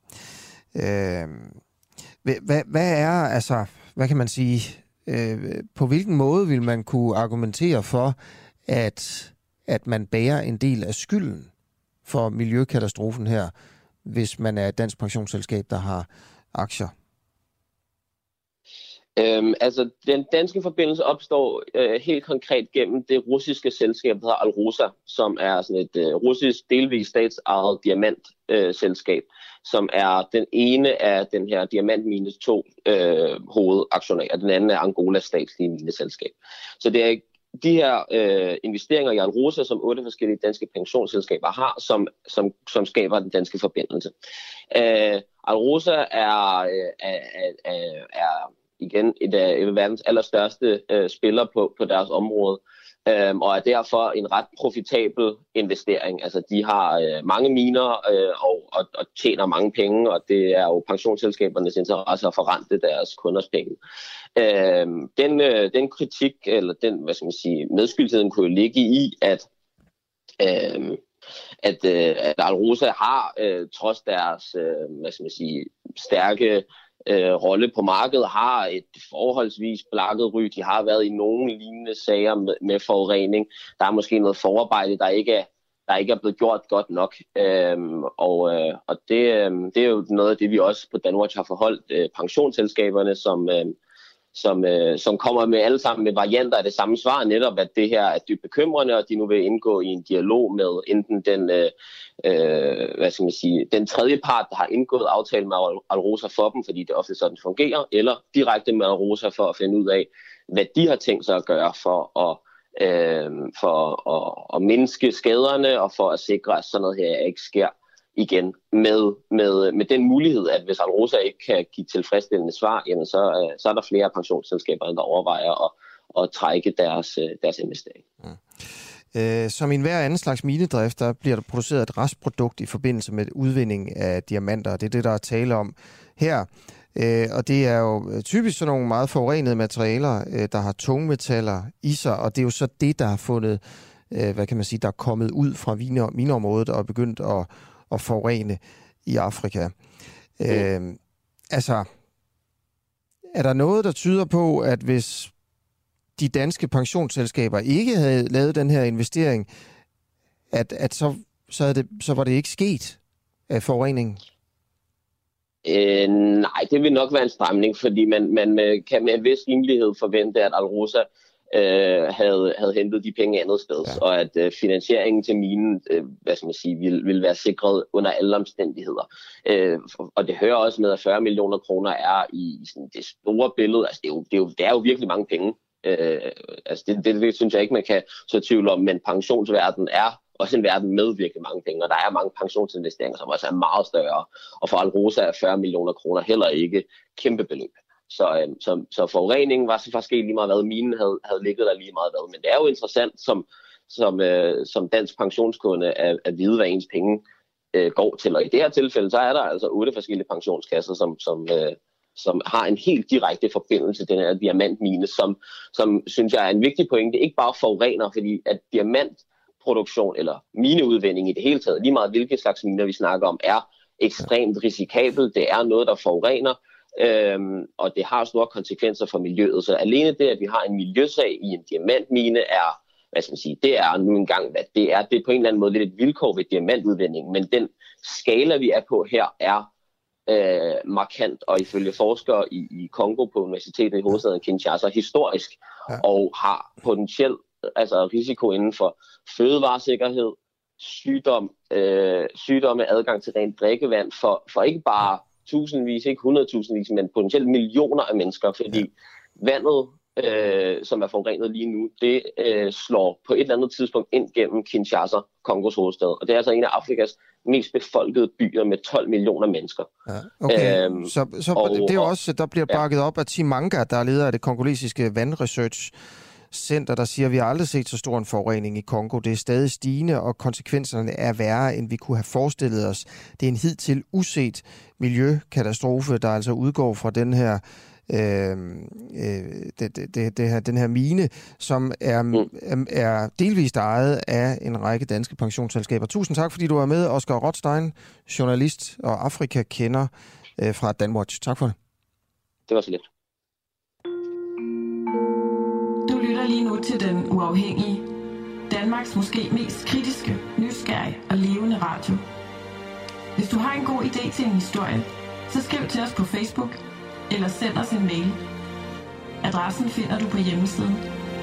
Øh, hvad, hvad er, altså, hvad kan man sige, øh, på hvilken måde vil man kunne argumentere for, at at man bærer en del af skylden for miljøkatastrofen her, hvis man er et dansk pensionsselskab, der har aktier? Øhm, altså, den danske forbindelse opstår øh, helt konkret gennem det russiske selskab, der hedder Alrosa, som er sådan et øh, russisk delvis statsejet diamantselskab, øh, som er den ene af den her diamantmines to øh, hovedaktionærer. Den anden er Angolas statslige mineselskab. Så det er de her øh, investeringer i Alrosa, som otte forskellige danske pensionsselskaber har, som, som, som skaber den danske forbindelse. Øh, Alrosa er, øh, er, er, er igen et af, et af verdens allerstørste øh, spillere på, på deres område, øh, og er derfor en ret profitabel investering. Altså, de har øh, mange miner øh, og, og, og tjener mange penge, og det er jo pensionsselskabernes interesse at forrente deres kunders penge. Øh, den, øh, den kritik, eller den, hvad skal man sige, medskyldtheden kunne jo ligge i, at, øh, at, øh, at Alrosa har, øh, trods deres, øh, hvad skal man sige, stærke øh, rolle på markedet, har et forholdsvis blakket ry. De har været i nogle lignende sager med, med forurening. Der er måske noget forarbejde, der ikke er der ikke er blevet gjort godt nok. Øhm, og øh, og det, øh, det er jo noget af det, vi også på Danwatch har forholdt øh, pensionsselskaberne, som, øh, som, øh, som kommer med alle sammen med varianter af det samme svar, netop at det her er dybt bekymrende, og de nu vil indgå i en dialog med enten den, øh, øh, hvad skal man sige, den tredje part, der har indgået aftale med Alrosa for dem, fordi det ofte sådan fungerer, eller direkte med Alrosa for at finde ud af, hvad de har tænkt sig at gøre for at Øh, for at, at mindske skaderne og for at sikre, at sådan noget her ikke sker igen med, med, med den mulighed, at hvis Alrosa ikke kan give tilfredsstillende svar, jamen så, så er der flere pensionsselskaber, der overvejer at, at trække deres, deres investering. Mm. Øh, som i enhver anden slags minedrift, der bliver der produceret et restprodukt i forbindelse med udvinding af diamanter. Det er det, der er tale om her. Øh, og det er jo typisk sådan nogle meget forurenede materialer, øh, der har tungmetaller i sig, og det er jo så det, der har fundet, øh, hvad kan man sige, der er kommet ud fra mineområdet og er begyndt at, at forurene i Afrika. Mm. Øh, altså, er der noget, der tyder på, at hvis de danske pensionsselskaber ikke havde lavet den her investering, at, at så, så, havde det, så var det ikke sket af forureningen? Øh, nej, det vil nok være en stramning, fordi man, man kan med en vis rimelighed forvente, at Alrosa øh, havde, havde hentet de penge andet sted, ja. Og at øh, finansieringen til minen, øh, hvad skal man sige, ville, ville være sikret under alle omstændigheder. Øh, og det hører også med, at fyrre millioner kroner er i, i sådan det store billede. Altså, det, er jo, det, er jo, det er jo virkelig mange penge. Øh, altså det, det, det synes jeg ikke, man kan så tvivl om, men pensionsverdenen er også en verden med virkelig mange penge, og der er mange pensionsinvesteringer, som også er meget større. Og for Alrosa er fyrre millioner kroner heller ikke kæmpe beløb. Så, øh, så, så forureningen var så faktisk lige meget hvad, minen havde, havde ligget der lige meget hvad. Men det er jo interessant som, som, øh, som dansk pensionskunde at, at vide, hvad ens penge øh, går til. Og i det her tilfælde, så er der altså otte forskellige pensionskasser, som, som, øh, som har en helt direkte forbindelse til den her diamantmine, som, som synes jeg er en vigtig pointe. Ikke bare forurener, fordi at diamantproduktion eller mineudvinding i det hele taget, lige meget hvilke slags miner vi snakker om, er ekstremt risikabelt. Det er noget, der forurener, øhm, og det har store konsekvenser for miljøet. Så alene det, at vi har en miljøsag i en diamantmine, er, hvad skal man sige, det er nu engang, hvad det er. Det er på en eller anden måde lidt et vilkår ved diamantudvinding, men den skala, vi er på her, er øh, markant, og ifølge forskere i, i Kongo på universitetet i hovedstaden Kinshasa historisk, ja. Og har potentielt altså risiko inden for fødevaresikkerhed, sygdom, øh, sygdomme, adgang til rent drikkevand for, for ikke bare tusindvis, ikke hundredtusindvis, men potentielt millioner af mennesker, fordi ja. vandet, øh, som er forurenet lige nu, det øh, slår på et eller andet tidspunkt ind gennem Kinshasa, Kongos hovedstad, og det er altså en af Afrikas mest befolkede byer med tolv millioner mennesker. Ja, okay, øhm, så, så og, det er jo også, der bliver bakket ja. op af Tim Manga, der er leder af det kongolesiske vandresearch center, der siger, at vi har aldrig set så stor en forurening i Kongo. Det er stadig stigende, og konsekvenserne er værre, end vi kunne have forestillet os. Det er en hidtil uset miljøkatastrofe, der altså udgår fra den her, øh, øh, det, det, det her, den her mine, som er, mm. er delvist ejet af en række danske pensionsselskaber. Tusind tak, fordi du var med, Oscar Rothstein, journalist og Afrika-kender øh, fra Danwatch. Tak for det. Det var så lidt. Du lytter lige nu til Den Uafhængige. Danmarks måske mest kritiske, nysgerrige og levende radio. Hvis du har en god idé til en historie, så skriv til os på Facebook eller send os en mail. Adressen finder du på hjemmesiden.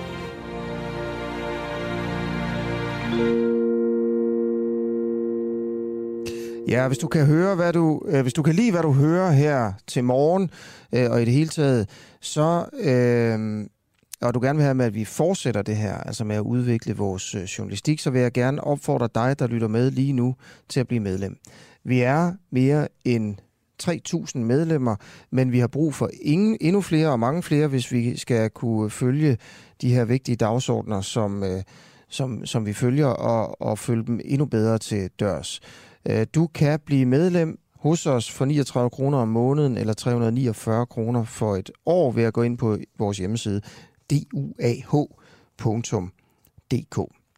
Ja, hvis du kan høre, hvad du, øh, hvis du kan lide, hvad du hører her til morgen, øh, og i det hele taget, så øh, og du gerne vil have med, at vi fortsætter det her, altså med at udvikle vores øh, journalistik, så vil jeg gerne opfordre dig, der lytter med lige nu, til at blive medlem. Vi er mere end tre tusind medlemmer, men vi har brug for ingen, endnu flere og mange flere, hvis vi skal kunne følge de her vigtige dagsordner, som, øh, som, som vi følger, og, og følge dem endnu bedre til dørs. Øh, du kan blive medlem hos os for niogtredive kroner om måneden, eller tre hundrede og niogfyrre kroner for et år, ved at gå ind på vores hjemmeside, d u a h punktum d k.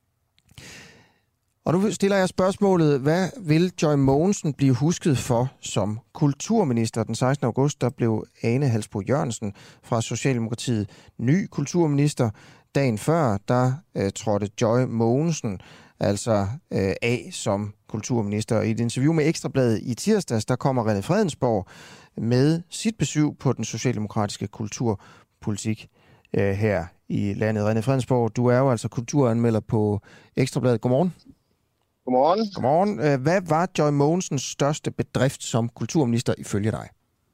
Og nu stiller jeg spørgsmålet, hvad vil Joy Mogensen blive husket for som kulturminister? Den sekstende august, der blev Ane Halsboe Jørgensen fra Socialdemokratiet ny kulturminister. Dagen før, der øh, trådte Joy Mogensen altså øh, af som kulturminister. I et interview med Ekstrabladet i tirsdags, der kommer René Fredensborg med sit besøg på den socialdemokratiske kulturpolitik øh, her i landet. René Fredensborg, du er jo altså kulturanmelder på Ekstrabladet. Godmorgen. Godmorgen. Godmorgen. Hvad var Joy Mogensens største bedrift som kulturminister ifølge dig?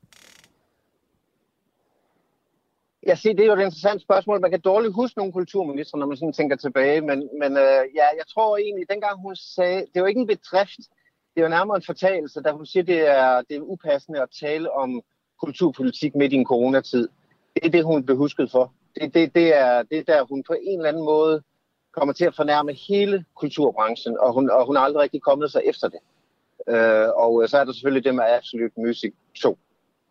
Ja, se, det er jo et interessant spørgsmål. Man kan dårligt huske nogle kulturminister, når man sådan tænker tilbage. Men, men øh, ja, jeg tror egentlig, dengang hun sagde, det er jo ikke en bedrift, det er jo nærmere en fortalelse, da hun siger, det er, det er upassende at tale om kulturpolitik midt i en coronatid. Det er det, hun blev husket for. Det, det, det, er, det er der, hun på en eller anden måde kommer til at fornærme hele kulturbranchen, og hun, og hun er aldrig rigtig kommet sig efter det. Øh, og så er der selvfølgelig det med Absolute Music to.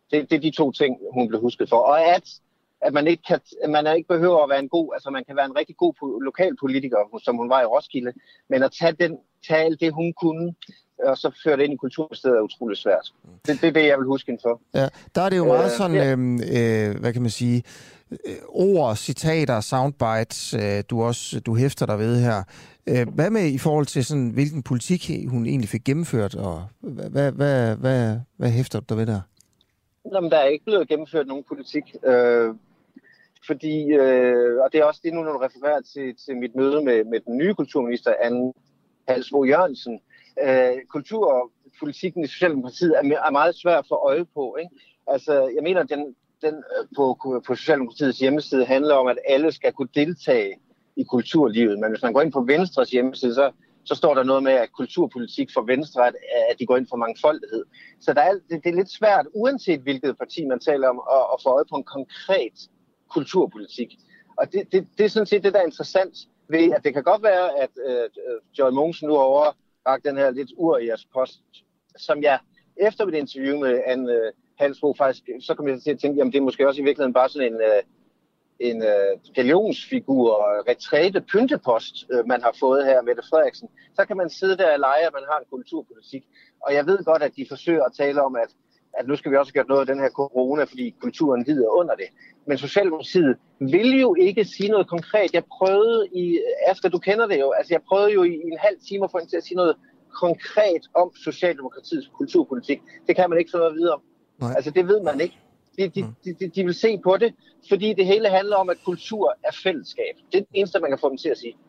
Det, det er de to ting, hun blev husket for. Og at, at man ikke kan, man ikke behøver at være en god, altså man kan være en rigtig god lokalpolitiker, som hun var i Roskilde, men at tage, den, tage alt det, hun kunne, og så føre det ind i Kulturministeriet er utroligt svært. Det, det er det, jeg vil huske hende for. Ja, der er det jo meget øh, sådan, ja. øh, hvad kan man sige, ord, citater, soundbites, øh, du også du hæfter dig ved her. Øh, hvad med i forhold til sådan, hvilken politik hun egentlig fik gennemført, og hvad, hvad, hvad, hvad, hvad hæfter du dig ved der? Jamen, der er ikke blevet gennemført nogen politik, øh, fordi, øh, og det er også det nu, når du refererer til, til mit møde med, med den nye kulturminister, Anne Halsbo Jørgensen. Øh, kulturpolitikken i Socialdemokratiet er, er meget svær at få øje på, ikke? Altså, jeg mener, at den, den på, på Socialdemokratiets hjemmeside handler om, at alle skal kunne deltage i kulturlivet, men hvis man går ind på Venstres hjemmeside, så så står der noget med, at kulturpolitik for Venstre, at, at de går ind for mangfoldighed. Så der er, det, det er lidt svært, uanset hvilket parti man taler om, at, at få øje på en konkret kulturpolitik. Og det, det, det er sådan set det, der er interessant ved, at det kan godt være, at uh, Joy Mogensen nu har overrakt den her lidt urias post, som jeg efter mit interview med Anne uh, Halsbo faktisk, så kom jeg til at tænke, jamen det er måske også i virkeligheden bare sådan en... Uh, en øh, religionsfigur, retræte, pyntepost, øh, man har fået her, Mette Frederiksen, så kan man sidde der og lege, at man har en kulturpolitik. Og jeg ved godt, at de forsøger at tale om, at, at nu skal vi også gøre noget af den her corona, fordi kulturen lider under det. Men Socialdemokratiet vil jo ikke sige noget konkret. Jeg prøvede i, Asger, du kender det jo, altså jeg prøvede jo i, i en halv time at få hende til at sige noget konkret om Socialdemokratiets kulturpolitik. Det kan man ikke få noget videre om. Nej. Altså det ved man ikke. De, de, de, de vil se på det, fordi det hele handler om, at kultur er fællesskab. Det er det eneste, man kan få dem til at sige.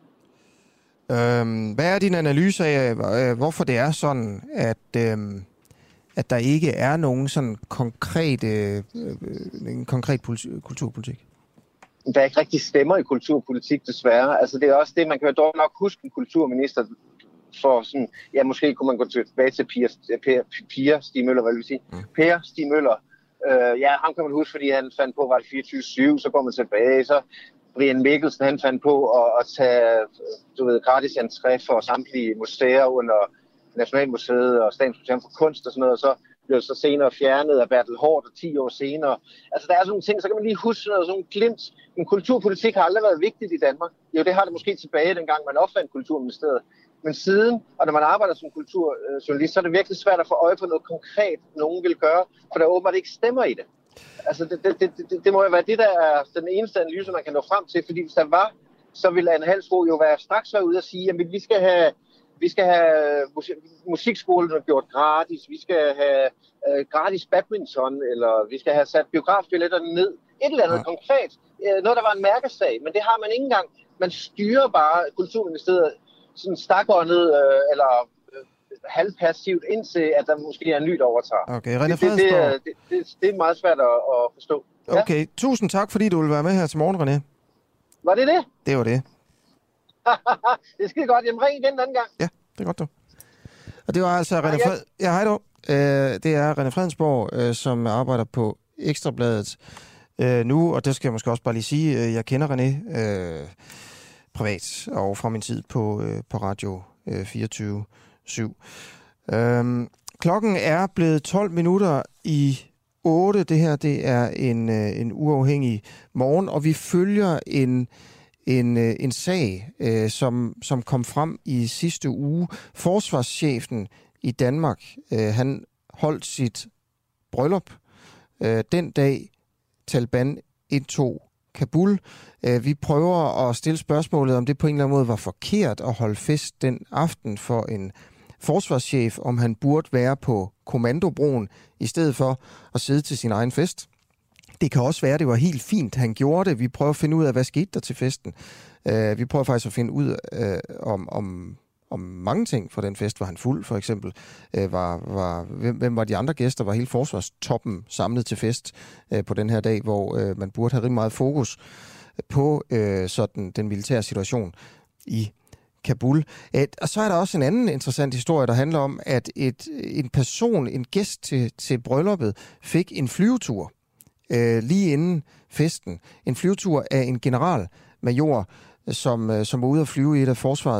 Øhm, hvad er din analyse af, hvorfor det er sådan, at, øhm, at der ikke er nogen sådan konkret, øh, en konkret politi- kulturpolitik? Der er ikke rigtig stemmer i kulturpolitik, desværre. Altså, det er også det, man kan jo dog nok huske en kulturminister for sådan, ja, måske kunne man gå tilbage til Pia, Pia, Pia Stig Møller, hvad vil jeg sige? Mm. Per Stig Møller. Uh, ja, ham kan man huske, fordi han fandt på, var det fireogtyve syv, så går man tilbage, så Brian Mikkelsen, han fandt på at, at tage, du ved, gratis entré for samtlige museer under Nationalmuseet og Statens Museum for Kunst og sådan noget, og så blev det så senere fjernet af Bertel Haardt og ti år senere. Altså, der er sådan nogle ting, så kan man lige huske sådan noget, sådan nogle glimt. Men kulturpolitik har aldrig været vigtigt i Danmark. Jo, det har det måske tilbage, dengang man opfandt Kulturministeriet. Men siden, og når man arbejder som kulturjournalist, så er det virkelig svært at få øje på noget konkret, nogen vil gøre, for der åbenbart ikke stemmer i det. Altså, det, det, det, det, det må jo være det, der er den eneste analyse, man kan nå frem til, fordi hvis der var, så ville Anne Halsbo jo være straks være ude og sige, at vi skal have, vi skal have musikskolen gjort gratis, vi skal have uh, gratis badminton, eller vi skal have sat biografbilletterne ned. Et eller andet ja. konkret. Noget, der var en mærkesag, men det har man ikke engang. Man styrer bare Kulturministeriet sådan stakåndet øh, eller øh, halvpassivt, indtil at der måske er nyt overtager. Okay, René det, det, det, det, det, det er meget svært at, at forstå. Ja? Okay, tusind tak, fordi du ville være med her til morgen, René. Var det det? Det var det. Det er skide godt. Jamen, ring igen en anden gang. Ja, det er godt, du. Og det var altså René Fred... Ja, hej du. Øh, det er René Fredensborg, øh, som arbejder på Ekstrabladet øh, nu, og det skal jeg måske også bare lige sige. Øh, jeg kender René øh, privat og fra min tid på, øh, på Radio øh, fireogtyve syv. Øh, klokken er blevet tolv minutter i otte. Det her, det er en, øh, en uafhængig morgen, og vi følger en... En, en sag, øh, som, som kom frem i sidste uge. Forsvarschefen i Danmark, øh, han holdt sit bryllup øh, den dag Taliban indtog Kabul. Øh, vi prøver at stille spørgsmålet, om det på en eller anden måde var forkert at holde fest den aften for en forsvarschef, om han burde være på kommandobroen i stedet for at sidde til sin egen fest. Det kan også være, at det var helt fint, han gjorde det. Vi prøver at finde ud af, hvad skete der til festen. Uh, vi prøver faktisk at finde ud uh, om, om, om mange ting fra den fest. Var han fuld, for eksempel? Uh, var, var, hvem, hvem var de andre gæster? Var hele forsvarstoppen samlet til fest uh, på den her dag, hvor uh, man burde have rimelig meget fokus på uh, sådan den militære situation i Kabul. Uh, og så er der også en anden interessant historie, der handler om, at et, en person, en gæst til, til brylluppet, fik en flyvetur Øh, lige inden festen. En flyvetur af en generalmajor, som, øh, som var ude at flyve i et af forsvarets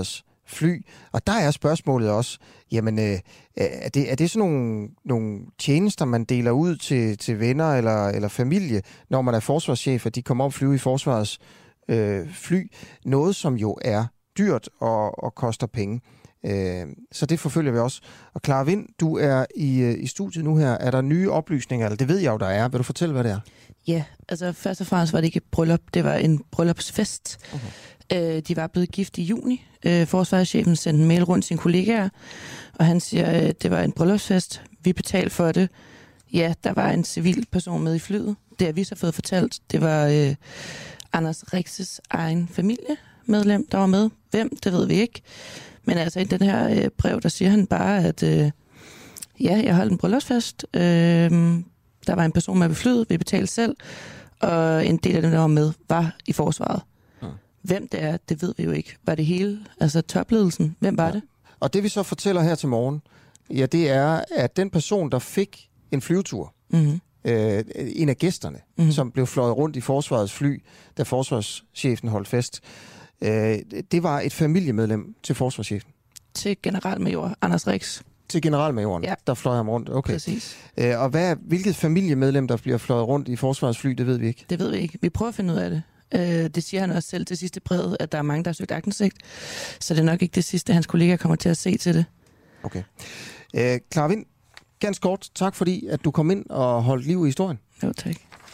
fly. Og der er spørgsmålet også, jamen, øh, er, det, er det sådan nogle, nogle tjenester, man deler ud til, til venner eller, eller familie, når man er forsvarschef, at de kommer op og flyve i forsvarets øh, fly? Noget, som jo er dyrt og, og koster penge. Øh, så det forfølger vi også. Og Clara Vind, du er i, i studiet nu her. Er der nye oplysninger? Eller det ved jeg jo, der er. Vil du fortælle, hvad det er? Ja, altså først og fremmest var det ikke et bryllup, det var en bryllupsfest. Okay. Øh, de var blevet gift i juni. Øh, forsvarschefen sendte en mail rundt sine kollegaer, og han siger, at det var en bryllupsfest. Vi betalte for det. Ja, der var en civil person med i flyet. Det har vi så fået fortalt. Det var øh, Anders Rixes egen familiemedlem, der var med. Hvem, det ved vi ikke. Men altså i den her øh, brev, der siger han bare, at øh, ja, jeg holdt en bryllupsfest. Øh, der var en person med ved flyet, vi betalte selv, og en del af dem, der var med, var i forsvaret. Ja. Hvem det er, det ved vi jo ikke. Var det hele, altså topledelsen? Hvem var ja. det? Og det vi så fortæller her til morgen, ja, det er, at den person, der fik en flyvetur, mm-hmm. øh, en af gæsterne, mm-hmm. som blev fløjet rundt i forsvarets fly, da forsvarschefen holdt fest, øh, det var et familiemedlem til forsvarschefen. Til generalmajor Anders Rix. Til generalmajoren, ja. Der fløj ham rundt. Okay. Præcis. Øh, og hvad, hvilket familiemedlem, der bliver fløjet rundt i forsvarets fly, det ved vi ikke. Det ved vi ikke. Vi prøver at finde ud af det. Øh, det siger han også selv til sidste brevet, at der er mange, der har søgt aktindsigt. Så det er nok ikke det sidste, hans kollegaer kommer til at se til det. Okay. Øh, Clara Vind, ganske kort, tak fordi, at du kom ind og holdt liv i historien. Jo, tak.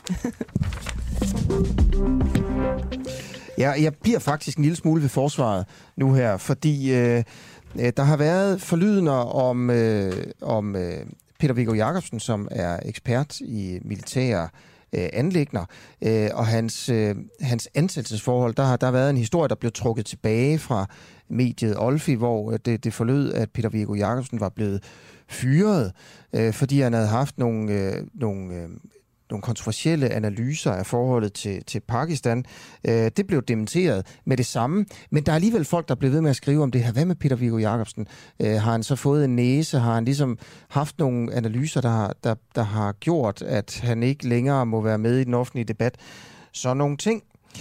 Ja, jeg bliver faktisk en lille smule ved forsvaret nu her, fordi øh, der har været forlydender om, øh, om øh, Peter Viggo Jacobsen, som er ekspert i militære øh, anliggender, øh, og hans, øh, hans ansættelsesforhold. Der har der har været en historie, der blev trukket tilbage fra mediet Olfi, hvor det, det forlød, at Peter Viggo Jacobsen var blevet fyret, øh, fordi han havde haft nogle, øh, nogle øh, nogle kontroversielle analyser af forholdet til, til Pakistan. Øh, det blev dementeret med det samme, men der er alligevel folk, der blev ved med at skrive om det her. Hvad med Peter Viggo Jacobsen? Øh, har han så fået en næse? Har han ligesom haft nogle analyser, der har, der, der har gjort, at han ikke længere må være med i den offentlige debat? Så nogle ting.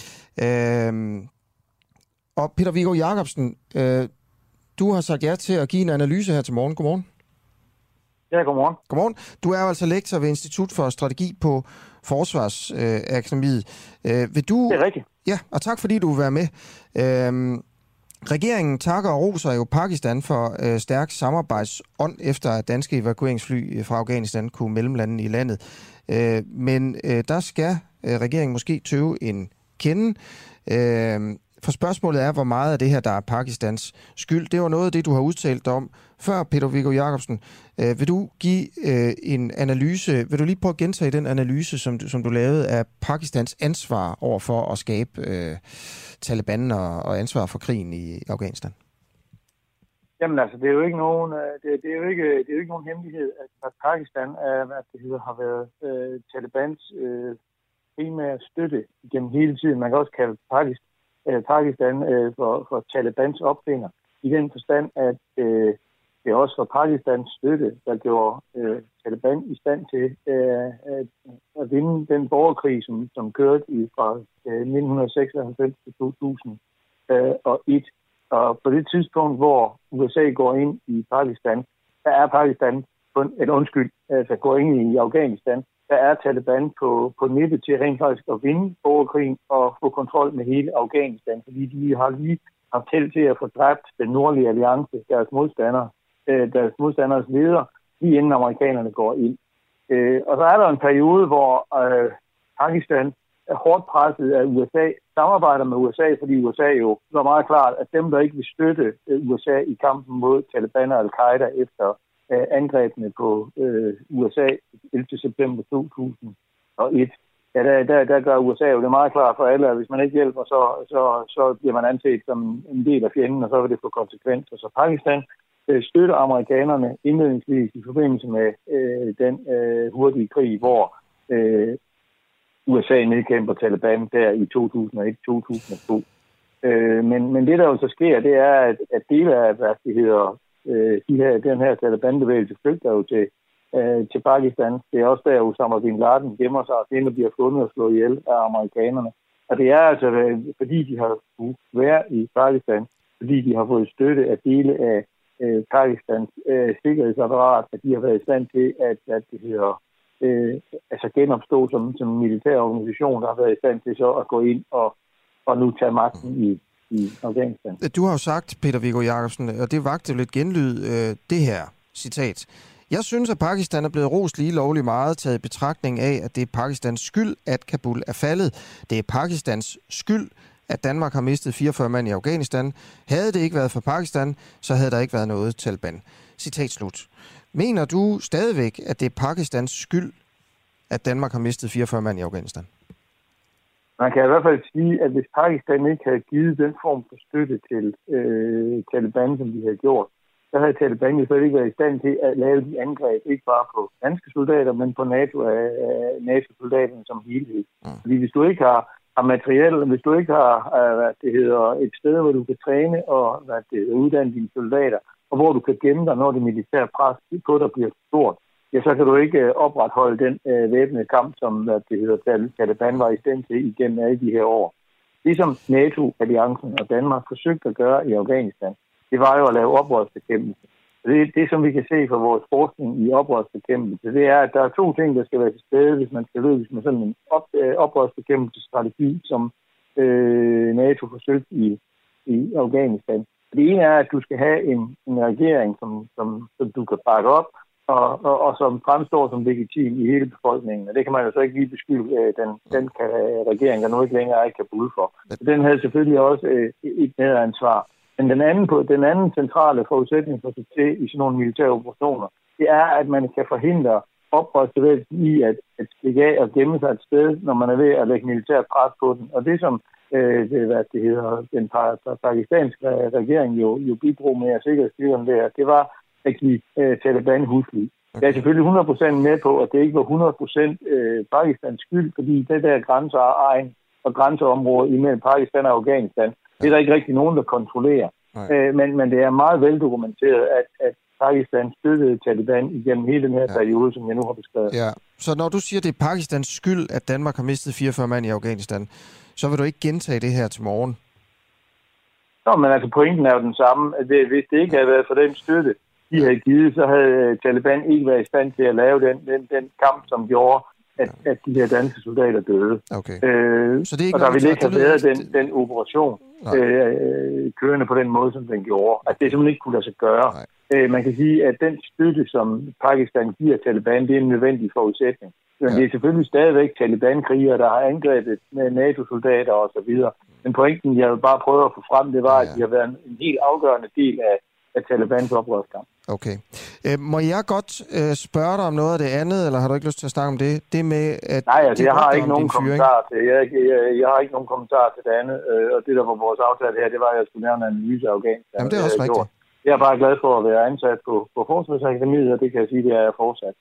Øh, og Peter Viggo Jacobsen, øh, du har sagt ja til at give en analyse her til morgen. Godmorgen. Ja, godmorgen. Godmorgen. Du er jo altså lektor ved Institut for Strategi på Forsvarsakademiet. Øh, vil du... Det er rigtigt. Ja, og tak fordi du vil være med. Øh, regeringen takker og roser jo Pakistan for øh, stærk samarbejdsånd, efter at danske evakueringsfly fra Afghanistan kunne mellemlande i landet. Øh, men øh, der skal øh, regeringen måske tøve en kende. Øh, For spørgsmålet er, hvor meget af det her, der er Pakistans skyld. Det var noget af det, du har udtalt om før, Peter Viggo Jacobsen. Øh, vil du give øh, en analyse, vil du lige prøve at gentage den analyse, som du, som du lavede af Pakistans ansvar over for at skabe øh, Taliban og, og ansvar for krigen i Afghanistan? Jamen altså, det er jo ikke nogen, det, det er jo ikke, det er jo ikke nogen hemmelighed, at Pakistan er, hvad det hedder, har været øh, Talibans øh, primære støtte gennem hele tiden. Man kan også kalde Pakistan Pakistan øh, for, for Talibans opfinder, i den forstand, at øh, det er også for Pakistans støtte, der gjorde øh, Taliban i stand til øh, at, at vinde den borgerkrig, som, som kørte i fra øh, nitten seksoghalvfems til to tusind og et. Og på det tidspunkt, hvor U S A går ind i Pakistan, der er Pakistan, et undskyld, altså går ind i Afghanistan, der er Taliban på, på nippet til rent faktisk at vinde borgerkrigen og få kontrol med hele Afghanistan, fordi de har lige haft held til at få dræbt den nordlige alliance, deres modstandere, øh, deres modstanders leder, lige inden amerikanerne går ind. Øh, og så er der en periode, hvor øh, Pakistan er hårdt presset af U S A, samarbejder med U S A, fordi U S A jo var meget klart, at dem, der ikke vil støtte øh, U S A i kampen mod Taliban og Al-Qaida efter angrebene på øh, U S A ellevte september to tusind og et. Ja, der, der, der gør U S A jo det meget klart for alle, at hvis man ikke hjælper, så, så, så bliver man anset som en del af fjenden, og så vil det få konsekvenser. Så Pakistan øh, støtter amerikanerne indledningsvis i forbindelse med øh, den øh, hurtige krig, hvor øh, U S A nedkæmper Taliban der i to tusind og et til to tusind og to. Øh, men, men det, der jo så sker, det er, at, at dele af, hvad det hedder, De her, den her Taliban-bevægelse flygter jo til, øh, til Pakistan. Det er også der, Osama bin Laden gemmer sig, og det bliver fundet og slået ihjel af amerikanerne. Og det er altså, fordi de har været i Pakistan fordi de har fået støtte af dele af øh, Pakistans øh, sikkerhedsapparat, at de har været i stand til at, at det hedder, øh, altså genopstå som, som en militær organisation, der har været i stand til så at gå ind og, og nu tage magten i, i Afghanistan. Du har jo sagt, Peter Viggo Jacobsen, og det vagte lidt genlyd, øh, det her citat. Jeg synes, at Pakistan er blevet rost lige lovligt meget, taget i betragtning af, at det er Pakistans skyld, at Kabul er faldet. Det er Pakistans skyld, at Danmark har mistet fireogfyrre mand i Afghanistan. Havde det ikke været for Pakistan, så havde der ikke været noget Taliban. Citat slut. Mener du stadigvæk, at det er Pakistans skyld, at Danmark har mistet fireogfyrre mand i Afghanistan? Man kan i hvert fald sige, at hvis Pakistan ikke havde givet den form for støtte til øh, Taliban, som de havde gjort, så havde Taliban jo slet ikke været i stand til at lave de angreb, ikke bare på danske soldater, men på NATO, uh, NATO-soldaterne som helhed. Mm. Fordi hvis du ikke har, har materiel, hvis du ikke har uh, hvad det hedder, et sted, hvor du kan træne og hvad det hedder, uddanne dine soldater, og hvor du kan gemme dig, når det militære pres på dig bliver stort, ja, så kan du ikke uh, opretholde den uh, væbnede kamp, som hvad det hedder, Taliban var i stand til igennem alle de her år. Ligesom NATO-alliancen og Danmark forsøgte at gøre i Afghanistan, det var jo at lave oprørsbekæmpelse. Det, det, som vi kan se fra vores forskning i oprørsbekæmpelse, det er, at der er to ting, der skal være til stede, hvis man skal lykkes med sådan en op, oprørsbekæmpelsesstrategi, som øh, NATO forsøgte i, i Afghanistan. Det ene er, at du skal have en, en regering, som, som, som du kan bakke op, og, og, og som fremstår som legitim i hele befolkningen. Og det kan man jo så ikke lige beskylde øh, den, den kan, regering, der nu ikke længere er i Kabul for. Så den havde selvfølgelig også øh, et medansvar. Men den anden, på, den anden centrale forudsætning for succes i sådan nogle militære operationer, det er, at man kan forhindre oprørsbevægelsen i at, at stikke af og gemme sig et sted, når man er ved at lægge militær pres på den. Og det, som øh, det, hvad det hedder, den pakistanske regering jo, jo bidrog med at sikkerhedsstyrkerne der, det var at give øh, Taliban husly. Jeg er selvfølgelig hundrede procent med på, at det ikke var hundrede procent øh, Pakistans skyld, fordi det der grænseegn og grænseområde imellem Pakistan og Afghanistan, det er der ikke rigtig nogen, der kontrollerer. Øh, men, men det er meget veldokumenteret, at, at Pakistan støttede Taliban igennem hele den her ja. periode, som jeg nu har beskrevet. Ja. Så når du siger, at det er Pakistans skyld, at Danmark har mistet fireogfyrre mand i Afghanistan, så vil du ikke gentage det her til morgen? Nå, men altså pointen er jo den samme. At det, hvis det ikke havde været for den støtte, de havde givet, så havde Taliban ikke været i stand til at lave den, den, den kamp, som gjorde, at, at de her danske soldater døde. Okay. Øh, så det er ikke og der ville ikke have været ikke... den, den operation øh, kørende på den måde, som den gjorde. At det simpelthen ikke kunne lade sig gøre. Øh, man kan sige, at den støtte, som Pakistan giver Taliban, det er en nødvendig forudsætning. Men ja. det er selvfølgelig stadigvæk Taliban-krigere, der har angrebet med NATO-soldater og så videre. Men pointen, jeg vil bare prøve at få frem, det var, ja. at de har været en, en helt afgørende del af af Talibans oprørskamp. Okay. Øh, må jeg godt øh, spørge dig om noget af det andet, eller har du ikke lyst til at snakke om det? Det med, at Nej, altså, jeg har ikke nogen kommentar til jeg, jeg, jeg har ikke nogen kommentar til det andet, øh, og det der var vores aftale her, det var, at jeg skulle lave en analyse af Afghanistan. Jamen, det er også rigtigt. Gjort. Jeg er bare glad for at være ansat på, på Forsvarsakademiet, og det kan jeg sige, det er jeg fortsat.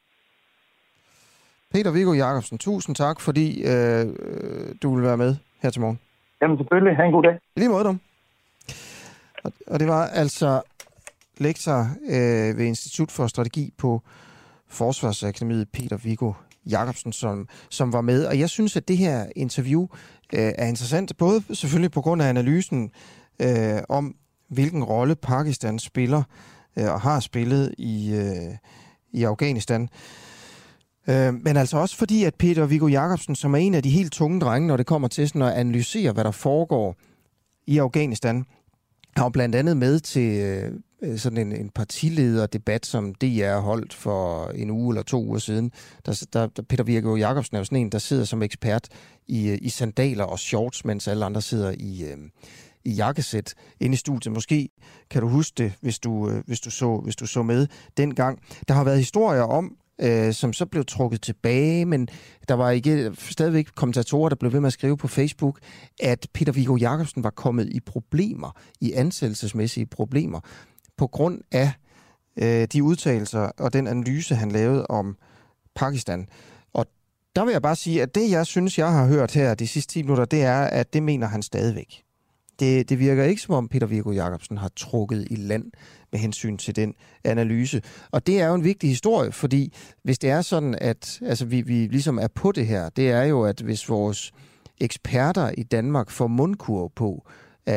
Peter Viggo Jacobsen, tusind tak, fordi øh, du vil være med her til morgen. Jamen selvfølgelig. Ha' en god dag. I lige måde, dum. Og, og det var altså lektor øh, ved Institut for Strategi på Forsvarsakademiet, Peter Viggo Jacobsen, som, som var med. Og jeg synes, at det her interview øh, er interessant, både selvfølgelig på grund af analysen øh, om, hvilken rolle Pakistan spiller øh, og har spillet i, øh, i Afghanistan. Øh, men altså også fordi, at Peter Viggo Jacobsen, som er en af de helt tunge drenge, når det kommer til sådan at analysere, hvad der foregår i Afghanistan, har jo blandt andet med til øh, sådan en, en partilederdebat, som D R holdt for en uge eller to uger siden. Der, der, der Peter Viggo Jacobsen er jo sådan en, der sidder som ekspert i, i sandaler og shorts, mens alle andre sidder i, øh, i jakkesæt inde i studiet. Måske kan du huske det, hvis du, øh, hvis du, så, hvis du så med dengang. Der har været historier om, Øh, som så blev trukket tilbage, men der var ikke stadigvæk kommentatorer, der blev ved med at skrive på Facebook, at Peter Viggo Jacobsen var kommet i problemer, i ansættelsesmæssige problemer, på grund af øh, de udtalelser og den analyse, han lavede om Pakistan. Og der vil jeg bare sige, at det, jeg synes, jeg har hørt her de sidste ti minutter, det er, at det mener han stadigvæk. Det, det virker ikke, som om Peter Viggo Jacobsen har trukket i land med hensyn til den analyse. Og det er jo en vigtig historie, fordi hvis det er sådan, at altså, vi, vi ligesom er på det her, det er jo, at hvis vores eksperter i Danmark får mundkurv på af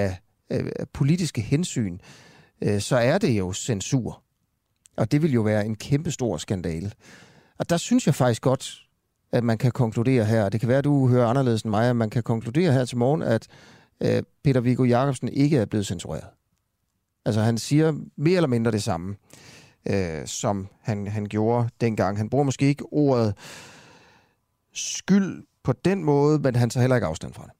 øh, politiske hensyn, øh, så er det jo censur. Og det vil jo være en kæmpe stor skandale. Og der synes jeg faktisk godt, at man kan konkludere her, det kan være, at du hører anderledes end mig, at man kan konkludere her til morgen, at øh, Peter Viggo Jacobsen ikke er blevet censureret. Altså han siger mere eller mindre det samme, øh, som han, han gjorde dengang. Han bruger måske ikke ordet skyld på den måde, men han tager heller ikke afstand fra det.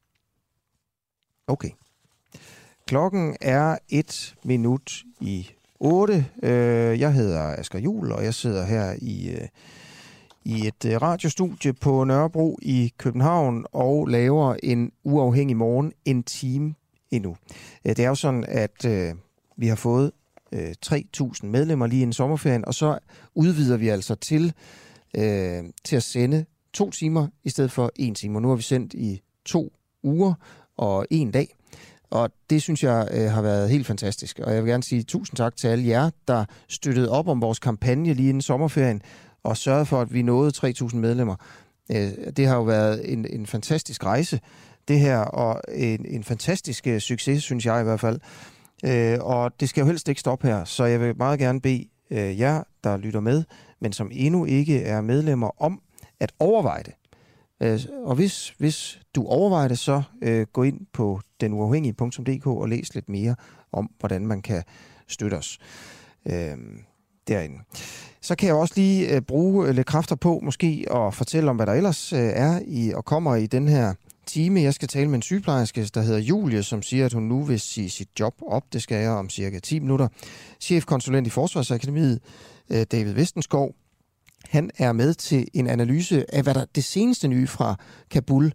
Okay. Klokken er et minut i otte. Jeg hedder Asger Juhl, og jeg sidder her i, i et radiostudie på Nørrebro i København og laver en uafhængig morgen en time endnu. Det er jo sådan, at vi har fået tre tusind medlemmer lige inden sommerferien, og så udvider vi altså til, til at sende to timer i stedet for en time. Og nu har vi sendt i to uger og en dag. Og det synes jeg øh, har været helt fantastisk. Og jeg vil gerne sige tusind tak til alle jer, der støttede op om vores kampagne lige inden sommerferien og sørgede for, at vi nåede tre tusind medlemmer. Øh, det har jo været en, en fantastisk rejse, det her, og en, en fantastisk uh, succes, synes jeg i hvert fald. Øh, og det skal jo helst ikke stoppe her, så jeg vil meget gerne bede øh, jer, der lytter med, men som endnu ikke er medlemmer, om at overveje det. Og hvis, hvis du overvejer det, så øh, gå ind på den uafhængige punktum d k og læs lidt mere om, hvordan man kan støtte os øh, derinde. Så kan jeg også lige øh, bruge øh, lidt kræfter på måske at fortælle om, hvad der ellers øh, er i og kommer i den her time. Jeg skal tale med en sygeplejerske, der hedder Julie, som siger, at hun nu vil sige sit job op. Det skal jeg om cirka ti minutter. Chefkonsulent i Forsvarsakademiet, øh, David Vestenskov, han er med til en analyse af, hvad der det seneste nye fra Kabul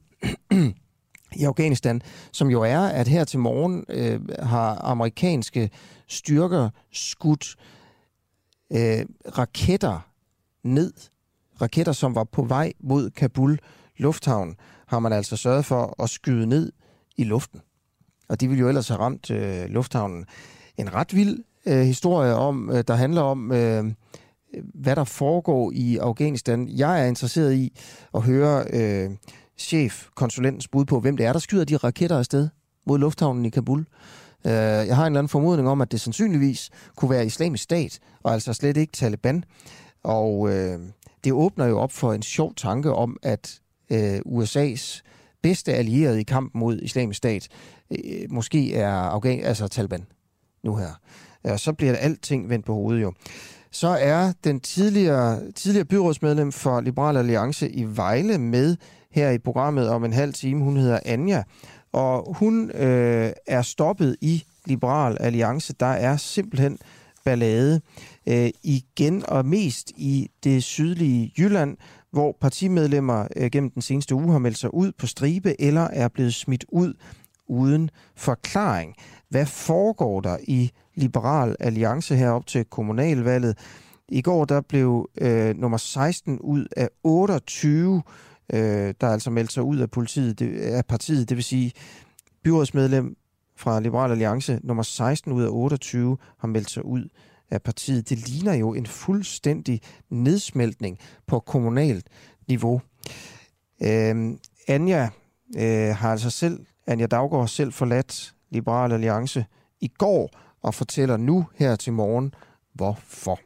i Afghanistan, som jo er, at her til morgen øh, har amerikanske styrker skudt øh, raketter ned. Raketter, som var på vej mod Kabul lufthavn, har man altså sørget for at skyde ned i luften. Og de ville jo ellers have ramt øh, lufthavnen. En ret vild øh, historie, om, øh, der handler om Øh, hvad der foregår i Afghanistan. Jeg er interesseret i at høre øh, chefkonsulentens bud på, hvem det er, der skyder de raketter afsted mod lufthavnen i Kabul. Øh, jeg har en eller anden formodning om, at det sandsynligvis kunne være Islamisk Stat, og altså slet ikke Taliban. Og øh, det åbner jo op for en sjov tanke om, at øh, U S A's bedste allierede i kampen mod Islamisk Stat øh, måske er Afghan- altså Taliban nu her. Og så bliver det alting vendt på hovedet jo. Så er den tidligere, tidligere byrådsmedlem for Liberal Alliance i Vejle med her i programmet om en halv time. Hun hedder Anja, og hun øh, er stoppet i Liberal Alliance. Der er simpelthen ballade øh, igen og mest i det sydlige Jylland, hvor partimedlemmer øh, gennem den seneste uge har meldt sig ud på stribe eller er blevet smidt ud uden forklaring. Hvad foregår der i Liberal Alliance herop til kommunalvalget? I går der blev øh, nummer seksten ud af otteogtyve, øh, der altså meldte sig ud af, politiet, det, af partiet, det vil sige byrådsmedlem fra Liberal Alliance, nummer seksten ud af otteogtyve, har meldt sig ud af partiet. Det ligner jo en fuldstændig nedsmeltning på kommunalt niveau. Øh, Anja øh, har altså selv, Anja Daugaard selv forladt Liberal Alliance i går, og fortæller nu her til morgen, hvorfor.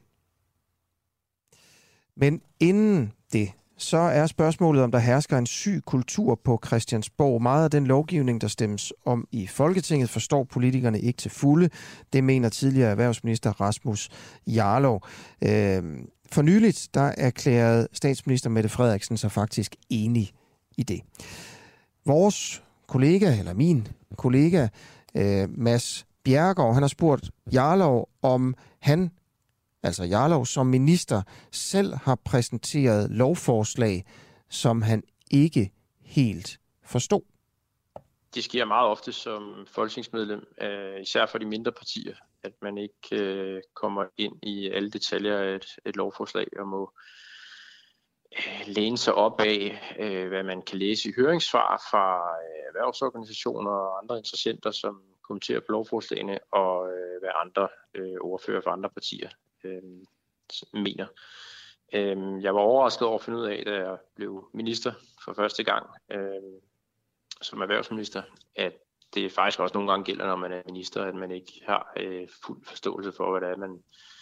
Men inden det, så er spørgsmålet, om der hersker en syg kultur på Christiansborg. Meget af den lovgivning, der stemmes om i Folketinget, forstår politikerne ikke til fulde. Det mener tidligere erhvervsminister Rasmus Jarlov. For nyligt, der erklærede statsminister Mette Frederiksen sig faktisk enig i det. Vores kollega, eller min kollega, Mads Bjerregaard, han har spurgt Jarlov, om han, altså Jarlov som minister, selv har præsenteret lovforslag, som han ikke helt forstod. Det sker meget ofte som folketingsmedlem, især for de mindre partier, at man ikke kommer ind i alle detaljer af et, et lovforslag og må læne sig op af, hvad man kan læse i høringssvar fra erhvervsorganisationer og andre interessenter, som kommenterer på lovforslagene, og øh, hvad andre øh, ordfører for andre partier øh, mener. Øh, jeg var overrasket over at finde ud af, da jeg blev minister for første gang øh, som erhvervsminister, at det er faktisk også nogle gange gælder, når man er minister, at man ikke har øh, fuld forståelse for, hvad det er, man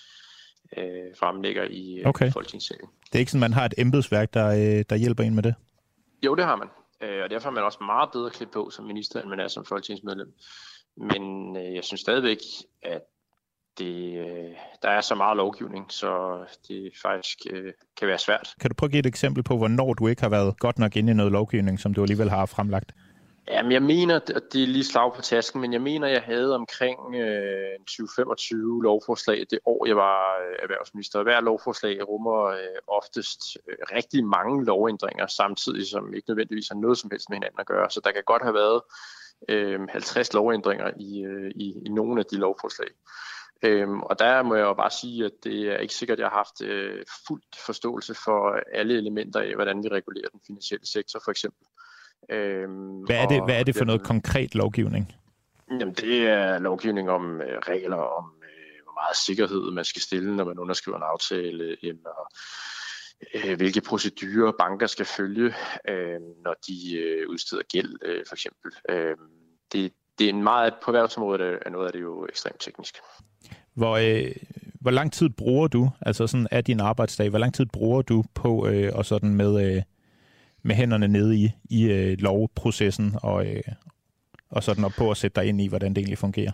øh, fremlægger i øh, okay. Folketingssalen. Det er ikke sådan, man har et embedsværk, der, øh, der hjælper en med det? Jo, det har man. Øh, og derfor er man også meget bedre klædt på som minister, end man er som folketingsmedlem. Men øh, jeg synes stadigvæk, at det, øh, der er så meget lovgivning, så det faktisk øh, kan være svært. Kan du prøve at give et eksempel på, hvornår du ikke har været godt nok inde i noget lovgivning, som du alligevel har fremlagt? Jamen, jeg mener, at det er lige slag på tasken, men jeg mener, at jeg havde omkring øh, tyve til femogtyve lovforslag det år, jeg var øh, erhvervsminister. Hver lovforslag rummer øh, oftest øh, rigtig mange lovændringer, samtidig som ikke nødvendigvis har noget som helst med hinanden at gøre. Så der kan godt have været øh, halvtreds lovændringer i, øh, i, i nogle af de lovforslag. Øhm, og der må jeg jo bare sige, at det er ikke sikkert, at jeg har haft øh, fuld forståelse for alle elementer af, hvordan vi regulerer den finansielle sektor, for eksempel. Øhm, hvad, er det, og, hvad er det for jamen, noget konkret lovgivning? Jamen, det er lovgivning om øh, regler om, øh, hvor meget sikkerhed man skal stille, når man underskriver en aftale, eller øh, hvilke procedurer banker skal følge, øh, når de øh, udsteder gæld, øh, for eksempel. Øh, det, det er en meget, på erhvervsområdet er noget af det jo ekstremt teknisk. Hvor, øh, hvor lang tid bruger du, altså sådan af din arbejdsdag, hvor lang tid bruger du på øh, og sådan med, øh, med hænderne nede i, i øh, lovprocessen og, øh, og sådan op på at sætte dig ind i, hvordan det egentlig fungerer?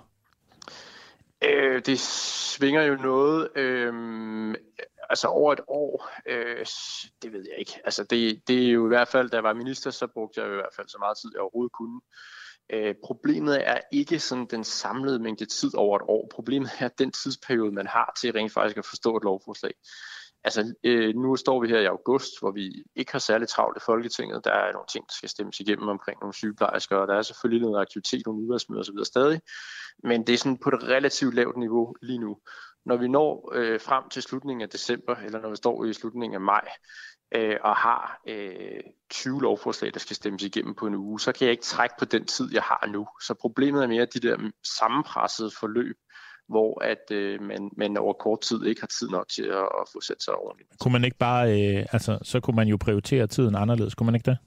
Øh, det svinger jo noget. Øh, altså over et år, øh, det ved jeg ikke. Altså det, det er jo i hvert fald, da jeg var minister, så brugte jeg jo i hvert fald så meget tid, jeg overhovedet kunne. Øh, problemet er ikke sådan den samlede mængde tid over et år. Problemet er den tidsperiode, man har til rent faktisk at forstå et lovforslag. Altså, øh, nu står vi her i august, hvor vi ikke har særligt travlt i Folketinget. Der er nogle ting, der skal stemmes igennem omkring nogle sygeplejersker, og der er selvfølgelig noget aktivitet, nogle udvalgsmøder osv. stadig. Men det er sådan på et relativt lavt niveau lige nu. Når vi når øh, frem til slutningen af december, eller når vi står i slutningen af maj, øh, og har øh, tyve lovforslag, der skal stemmes igennem på en uge, så kan jeg ikke trække på den tid, jeg har nu. Så problemet er mere de der sammenpressede forløb, hvor at øh, man, man over kort tid ikke har tid nok til at, at få sat sig ordentligt. Kunne man ikke bare, øh, altså så kunne man jo prioritere tiden anderledes, kunne man ikke det?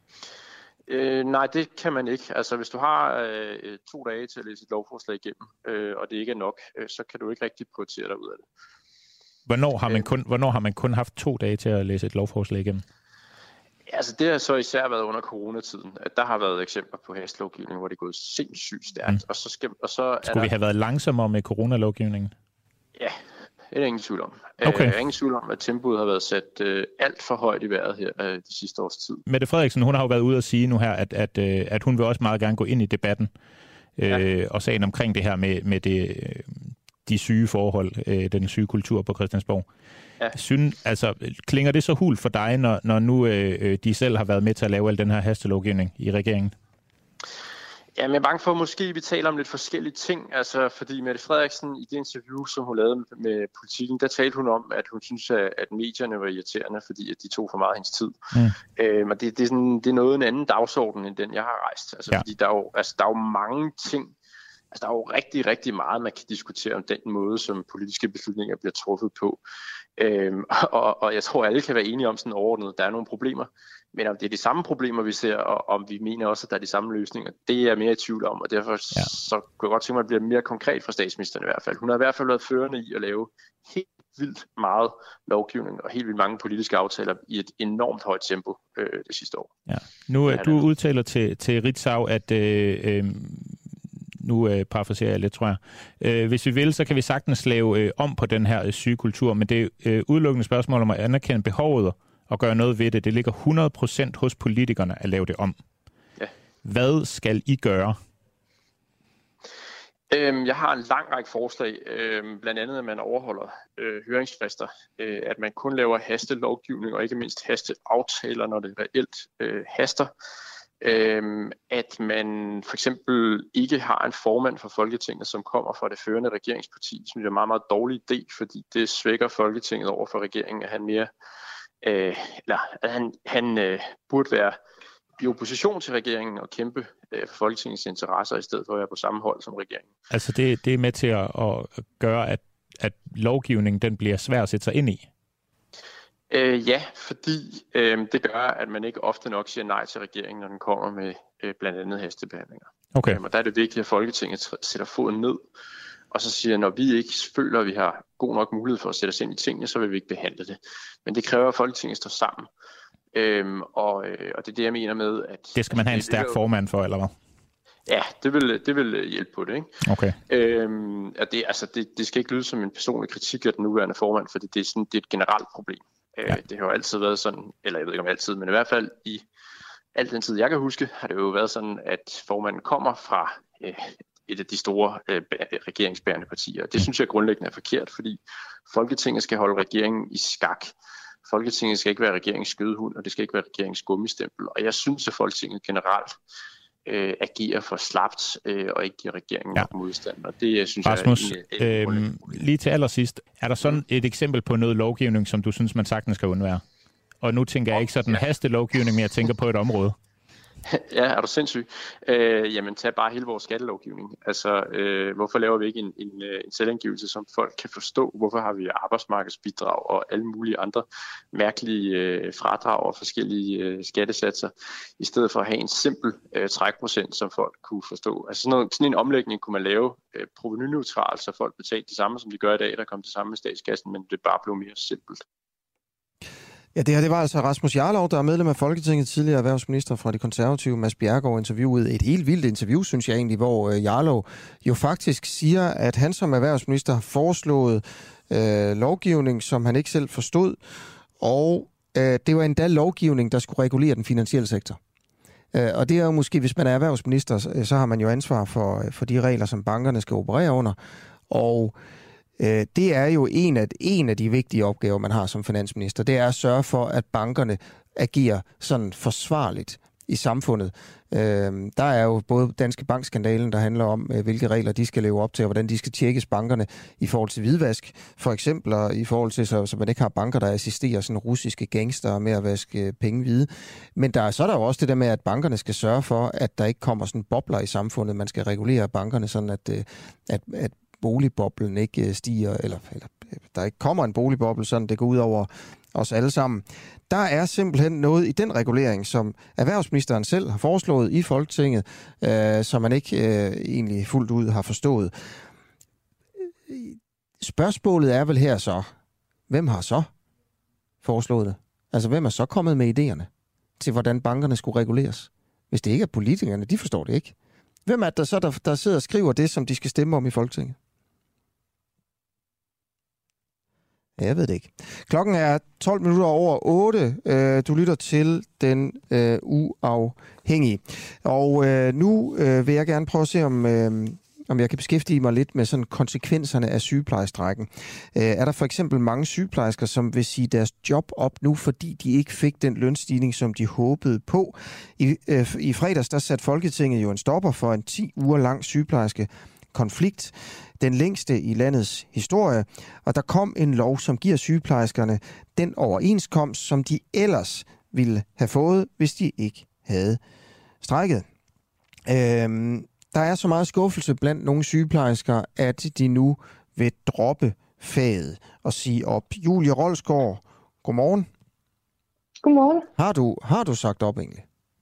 Øh, nej, det kan man ikke. Altså hvis du har øh, to dage til at læse et lovforslag igennem, øh, og det ikke er nok, øh, så kan du ikke rigtig prioritere dig ud af det. Hvornår har man kun, hvornår har man kun haft to dage til at læse et lovforslag igennem? Altså det har så især været under coronatiden, at der har været eksempler på hastelovgivning, hvor det er gået sindssygt stærkt. Mm. Og så skal, og så Skulle er vi der... have været langsommere med coronalovgivningen? Ja, det er ingen tvivl om. Okay. Øh, ingen tvivl om, at tempoet har været sat øh, alt for højt i vejret her øh, de sidste års tid. Mette Frederiksen, hun har jo været ude at sige nu her, at, at, øh, at hun vil også meget gerne gå ind i debatten øh, ja. og sagen omkring det her med, med det, de syge forhold, øh, den syge kultur på Christiansborg. Ja. Synes, altså, klinger det så hult for dig, når, når nu øh, de selv har været med til at lave al den her hastelovgivning i regeringen? Ja, men jeg er bange for, at måske vi taler om lidt forskellige ting. Altså, fordi Mette Frederiksen i det interview, som hun lavede med Politikken, der talte hun om, at hun synes, at medierne var irriterende, fordi at de tog for meget hendes tid. Mm. Øhm, og det, det, er sådan, det er noget en anden dagsorden, end den, jeg har rejst. Altså, ja. Fordi der er, jo, altså, der er jo mange ting. Altså, der er jo rigtig, rigtig meget, man kan diskutere om den måde, som politiske beslutninger bliver truffet på. Øhm, og, og jeg tror, alle kan være enige om sådan overordnet, der er nogle problemer. Men om det er de samme problemer, vi ser, og om vi mener også, at der er de samme løsninger, det er jeg mere i tvivl om. Og derfor ja. så kunne jeg godt tænke mig, at det bliver mere konkret fra statsministeren i hvert fald. Hun har i hvert fald været førende i at lave helt vildt meget lovgivning og helt vildt mange politiske aftaler i et enormt højt tempo øh, det sidste år. Ja. Nu du udtaler til, til Ritzau, at øh, øh, nu øh, parafraserer jeg lidt, tror jeg. Øh, hvis vi vil, så kan vi sagtens lave øh, om på den her øh, syge kultur, men det er øh, udelukkende spørgsmål om at anerkende behovet og gøre noget ved det. Det ligger hundrede procent hos politikerne at lave det om. Ja. Hvad skal I gøre? Øhm, jeg har en lang række forslag, øhm, blandt andet at man overholder øh, høringsfrister, øh, at man kun laver hastelovgivning og ikke mindst hasteaftaler, når det reelt øh, haster. Øhm, at man for eksempel ikke har en formand for Folketinget, som kommer fra det førende regeringsparti, som er en meget, meget dårlig idé, fordi det svækker Folketinget over for regeringen, at han mere øh, eller, at han, han øh, burde være i opposition til regeringen og kæmpe øh, for Folketingets interesser, i stedet for at være på samme hold som regeringen. Altså det, det er med til at, at gøre, at, at lovgivningen den bliver svær at sætte sig ind i? Øh, ja, fordi øh, det gør, at man ikke ofte nok siger nej til regeringen, når den kommer med øh, blandt andet hastebehandlinger. Okay. Øhm, og der er det vigtigt, at Folketinget sætter foden ned, og så siger, når vi ikke føler, at vi har god nok mulighed for at sætte os ind i tingene, så vil vi ikke behandle det. Men det kræver, at Folketinget står sammen. Øhm, og, øh, og det er det, jeg mener med, at... Det skal man have en stærk formand for, eller hvad? Ja, det vil, det vil hjælpe på det, ikke? Okay. Øhm, at det, altså, det, det skal ikke lyde som en personlig kritik af den nuværende formand, for det er, sådan, det er et generelt problem. Ja. Øh, det har jo altid været sådan, eller jeg ved ikke om altid, men i hvert fald i al den tid, jeg kan huske, har det jo været sådan, at formanden kommer fra øh, et af de store øh, regeringsbærende partier. Det synes jeg grundlæggende er forkert, fordi Folketinget skal holde regeringen i skak. Folketinget skal ikke være regeringens skødehund, og det skal ikke være regeringens gummistempel. Og jeg synes, at Folketinget generelt øh, agerer for slapt øh, og ikke giver regeringen ja. nok modstand. Og det synes Rasmus, jeg er en, en øh, lige til allersidst, er der sådan et eksempel på noget lovgivning, som du synes, man sagtens skal undvære? Og nu tænker jeg ikke sådan en hastelovgivning, men jeg tænker på et område. Ja, er du sindssyg? Øh, jamen, tag bare hele vores skattelovgivning. Altså, øh, hvorfor laver vi ikke en, en, en selvangivelse, som folk kan forstå? Hvorfor har vi arbejdsmarkedsbidrag og alle mulige andre mærkelige øh, fradrag og forskellige øh, skattesatser, i stedet for at have en simpel øh, trækprocent, som folk kunne forstå? Altså, sådan, noget, sådan en omlægning kunne man lave øh, provenuneutralt, så folk betaler det samme, som de gør i dag, der kommer det samme med statskassen, men det bare blev mere simpelt. Ja, det her det var altså Rasmus Jarlov, der er medlem af Folketinget, tidligere erhvervsminister fra De Konservative, Mads Bjerregaard, interviewet et helt vildt interview, synes jeg egentlig, hvor øh, Jarlov jo faktisk siger, at han som erhvervsminister har foreslået øh, lovgivning, som han ikke selv forstod, og øh, det var endda lovgivning, der skulle regulere den finansielle sektor. Øh, og det er jo måske, hvis man er erhvervsminister, så, så har man jo ansvar for, for de regler, som bankerne skal operere under, og det er jo en af, en af de vigtige opgaver, man har som finansminister. Det er at sørge for, at bankerne agerer sådan forsvarligt i samfundet. Der er jo både Danske Bank-skandalen, der handler om, hvilke regler de skal leve op til, og hvordan de skal tjekkes bankerne i forhold til hvidvask, for eksempel, og i forhold til, så, så man ikke har banker, der assisterer sådan russiske gangster med at vaske penge hvide. Men der, så er der jo også det der med, at bankerne skal sørge for, at der ikke kommer sådan bobler i samfundet. Man skal regulere bankerne sådan, at, at, at boligboblen ikke stiger, eller, eller der ikke kommer en boligboble, sådan det går ud over os alle sammen. Der er simpelthen noget i den regulering, som erhvervsministeren selv har foreslået i Folketinget, øh, som man ikke øh, egentlig fuldt ud har forstået. Spørgsmålet er vel her så, hvem har så foreslået det? Altså, hvem er så kommet med idéerne til, hvordan bankerne skulle reguleres? Hvis det ikke er politikerne, de forstår det ikke. Hvem er der så, der, der sidder og skriver det, som de skal stemme om i Folketinget? Jeg ved det ikke. Klokken er tolv minutter over otte. Du lytter til Den øh, Uafhængige. Og øh, nu øh, vil jeg gerne prøve at se, om, øh, om jeg kan beskæftige mig lidt med sådan konsekvenserne af sygeplejerstrækken. Øh, er der for eksempel mange sygeplejersker, som vil sige deres job op nu, fordi de ikke fik den lønstigning, som de håbede på? I, øh, i fredags der satte Folketinget jo en stopper for en ti uger lang sygeplejerske konflikt, den længste i landets historie, og der kom en lov, som giver sygeplejerskerne den overenskomst, som de ellers ville have fået, hvis de ikke havde strejket. Øhm, der er så meget skuffelse blandt nogle sygeplejersker, at de nu vil droppe faget og sige op. Julie Rolsgaard, godmorgen. Godmorgen. Har du, har du sagt op egentlig?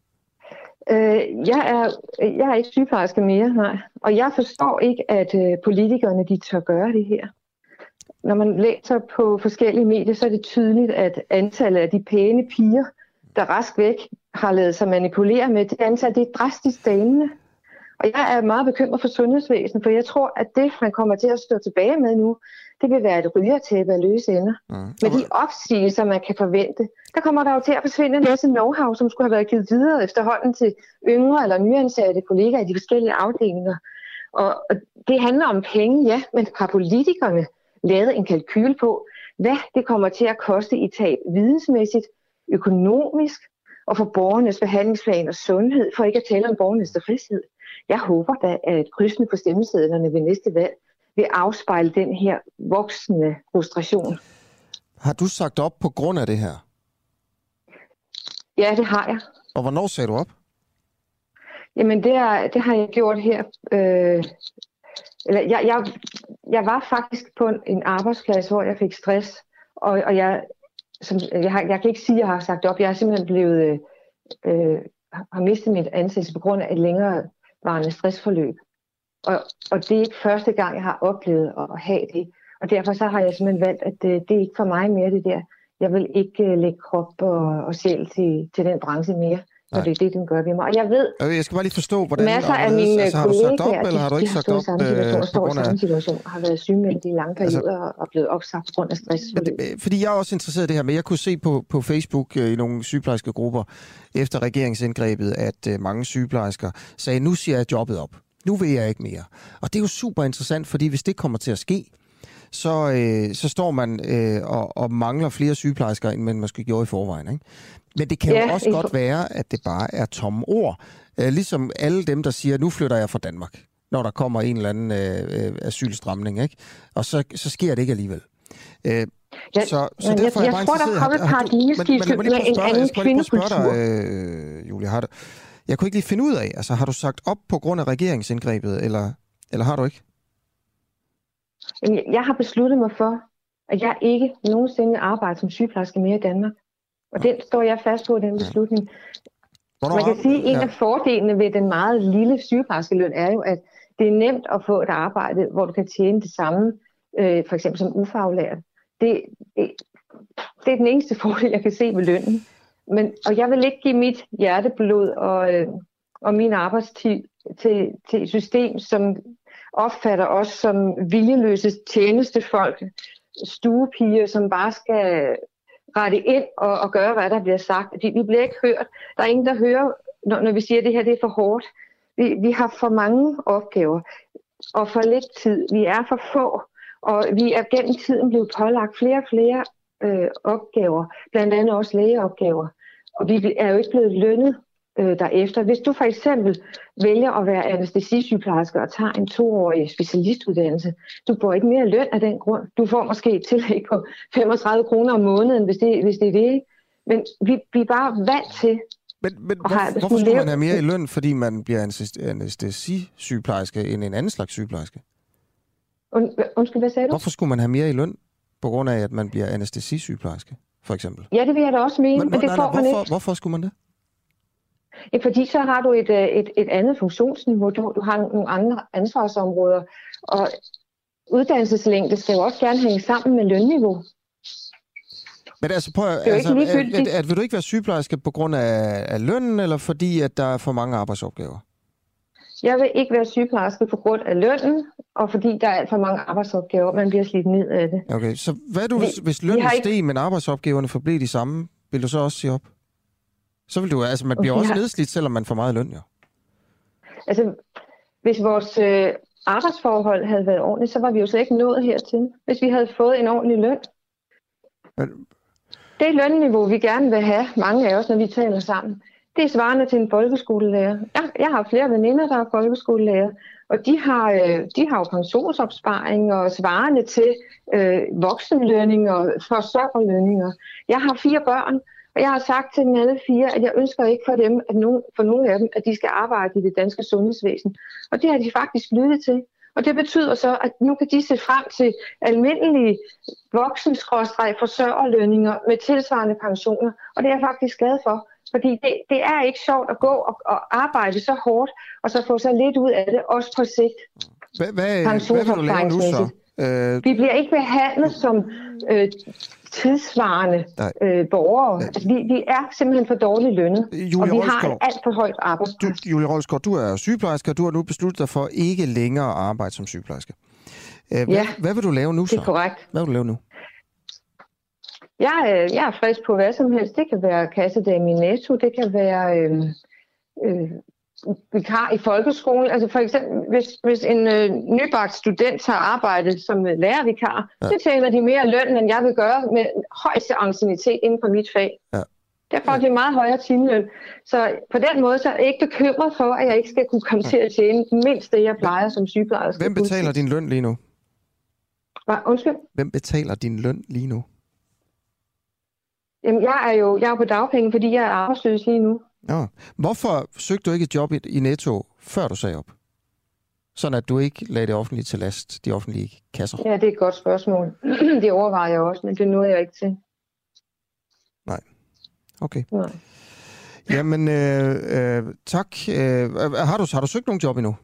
Øh, jeg, er, jeg er ikke sygeplejerske mere, nej. Og jeg forstår ikke, at øh, politikerne de tør gøre det her. Når man læser på forskellige medier, så er det tydeligt, at antallet af de pæne piger, der rask væk har lavet sig manipulere med, det antal det er drastisk dalende. Og jeg er meget bekymret for sundhedsvæsenet, for jeg tror, at det, man kommer til at stå tilbage med nu, det vil være et rygertæppe af løse ender. Mm. Med de opsigelser, man kan forvente, der kommer der jo til at forsvinde en masse know-how, som skulle have været givet videre efterhånden til yngre eller nyansatte kollegaer i de forskellige afdelinger. Og, og det handler om penge, ja, men har politikerne lavet en kalkyl på, hvad det kommer til at koste i tab vidensmæssigt, økonomisk og for borgernes behandlingsplan og sundhed, for ikke at tale om borgernes tilfredshed. Jeg håber da, at krydsene på stemmesedlerne ved næste valg vil afspejle den her voksende frustration. Har du sagt op på grund af det her? Ja, det har jeg. Og hvornår sagde du op? Jamen, det, er, det har jeg gjort her. Øh, eller jeg, jeg, jeg var faktisk på en, en arbejdsplads, hvor jeg fik stress, og, og jeg, som, jeg, har, jeg kan ikke sige, at jeg har sagt op. Jeg er simpelthen blevet, øh, har mistet mit ansættelse på grund af et længere vedvarende stressforløb. Og, og det er ikke første gang, jeg har oplevet at have det. Og derfor så har jeg simpelthen valgt, at det, det er ikke for mig mere det der. Jeg vil ikke uh, lægge krop og, og sjæl til, til den branche mere. Og det er det, den gør ved mig. Og jeg ved... Jeg skal bare lige forstå, hvordan... Masser af mine altså, har du sagt op, eller har du ikke sagt op? De har stået i samme situation, har været sygemeldt i lange perioder altså, og blevet opsagt på grund af stress. Fordi jeg er også interesseret i det her, men jeg kunne se på, på Facebook i nogle sygeplejerske grupper efter regeringsindgrebet, at mange sygeplejersker sagde, nu siger jeg jobbet op. Nu vil jeg ikke mere. Og det er jo super interessant, fordi hvis det kommer til at ske, så, øh, så står man øh, og, og mangler flere sygeplejersker, end man måske gjorde i forvejen, ikke? Men det kan ja, jo også godt være, at det bare er tomme ord. Øh, ligesom alle dem, der siger, nu flytter jeg fra Danmark, når der kommer en eller anden øh, asylstramning, ikke? Og så, så sker det ikke alligevel. Øh, ja, så, så derfor jeg, er jeg jeg bare tror, der kommer et paradigmeskifte med en anden kvindekultur. Øh, Julie, har du, jeg kunne ikke lige finde ud af, altså har du sagt op på grund af regeringsindgrebet, eller, eller har du ikke? Jeg har besluttet mig for, at jeg ikke nogensinde arbejder som sygeplejerske mere i Danmark. Og den står jeg fast på, den beslutning. Man kan sige, at en af fordelene ved den meget lille sygeplejerskeløn er jo, at det er nemt at få et arbejde, hvor du kan tjene det samme, øh, for eksempel som ufaglært. Det, det, det er den eneste fordel, jeg kan se ved lønnen. Men, og jeg vil ikke give mit hjerteblod og, øh, og min arbejdstid til, til et system, som opfatter os som viljeløse tjenestefolk, stuepiger, som bare skal rette ind og, og gøre, hvad der bliver sagt. Vi, vi bliver ikke hørt. Der er ingen, der hører, når, når vi siger, at det her det er for hårdt. Vi, vi har for mange opgaver og for lidt tid. Vi er for få, og vi er gennem tiden blevet pålagt flere og flere øh, opgaver, blandt andet også lægeopgaver. Og vi er jo ikke blevet lønnet øh, derefter. Hvis du for eksempel vælger at være anæstesisygeplejerske og tager en toårig specialistuddannelse, du får ikke mere løn af den grund. Du får måske et tillæg på femogtredive kroner om måneden, hvis det, hvis det er det. Men vi, vi er bare vant til... Men, men hvor, have, hvorfor skulle man have mere i løn, fordi man bliver anæstesisygeplejerske end en anden slags sygeplejerske? Und, undskyld, hvad sagde du? Hvorfor skulle man have mere i løn, på grund af, at man bliver anæstesisygeplejerske, for eksempel? Ja, det vil jeg da også mene, men, men det nej, får nej, man hvorfor, ikke. Hvorfor skulle man det? Ja, fordi så har du et, et, et andet funktionsniveau, du, du har nogle andre ansvarsområder, og uddannelseslængde skal jo også gerne hænge sammen med lønniveau. Men altså, prøv, det er altså, ikke at, at, at, vil du ikke være sygeplejerske på grund af, af lønnen, eller fordi at der er for mange arbejdsopgaver? Jeg vil ikke være sygeplejerske på grund af lønnen, og fordi der er alt for mange arbejdsopgaver, man bliver slidt ned af det. Okay, så hvad du, vi, hvis lønnen ikke... steg, men arbejdsopgaverne forblev de samme, vil du så også sige op? Så vil du, altså man bliver okay, også har... nedslidt, selvom man får meget løn, jo. Altså, hvis vores øh, arbejdsforhold havde været ordentligt, så var vi jo så ikke nået hertil. Hvis vi havde fået en ordentlig løn. Men... Det lønniveau, vi gerne vil have, mange af os, når vi taler sammen, det er svarende til en folkeskolelærer. Jeg, jeg har flere veninder, der er folkeskolelærer, og de har, øh, de har jo pensionsopsparing og svarende til øh, voksenlønninger og forsørgerlønninger. Jeg har fire børn, og jeg har sagt til dem alle fire, at jeg ønsker ikke for dem, at nogen, for nogle af dem, at de skal arbejde i det danske sundhedsvæsen. Og det har de faktisk lyttet til. Og det betyder så, at nu kan de se frem til almindelige voksen-forsørgerlønninger med tilsvarende pensioner. Og det er jeg faktisk glad for. Fordi det, det er ikke sjovt at gå og, og arbejde så hårdt, og så få så lidt ud af det, også på sigt. Hvad, hvad, hvad vil du lave nu så? Øh... Vi bliver ikke behandlet som øh, tidsvarende øh, borgere. Altså, vi, vi er simpelthen for dårligt lønnet, Julie og vi Rolskov, har et alt for højt arbejdspres. Du, Julie Rolskov, du er sygeplejerske, og du har nu besluttet dig for ikke længere at arbejde som sygeplejerske. Øh, hvad, ja, hvad vil du lave nu så? Det er korrekt. Hvad vil du lave nu? Jeg, jeg er frisk på hvad som helst. Det kan være kassedame i Netto, det kan være øh, øh, vikar i folkeskolen. Altså for eksempel, hvis, hvis en øh, nybagt student tager arbejde som lærervikar, ja. Så tjener de mere løn, end jeg vil gøre med højeste anciennitet inden for mit fag. Ja. Det er faktisk ja. meget højere timeløn. Så på den måde så er jeg ikke bekymret for, at jeg ikke skal kunne komme til at tjene mindst det, jeg plejer som sygeplejerske. Hvem betaler din løn lige nu? Hva? Undskyld? Hvem betaler din løn lige nu? Jamen, jeg er jo jeg er på dagpenge, fordi jeg er arbejdsløs lige nu. Ja. Hvorfor søgte du ikke et job i, i Netto, før du sagde op? Sådan at du ikke lagde det offentlige til last, de offentlige kasser. Ja, det er et godt spørgsmål. Det overvejer jeg også, men det nåede jeg ikke til. Nej. Okay. Nej. Jamen, øh, øh, tak. Øh, har, du, har du søgt nogen job endnu?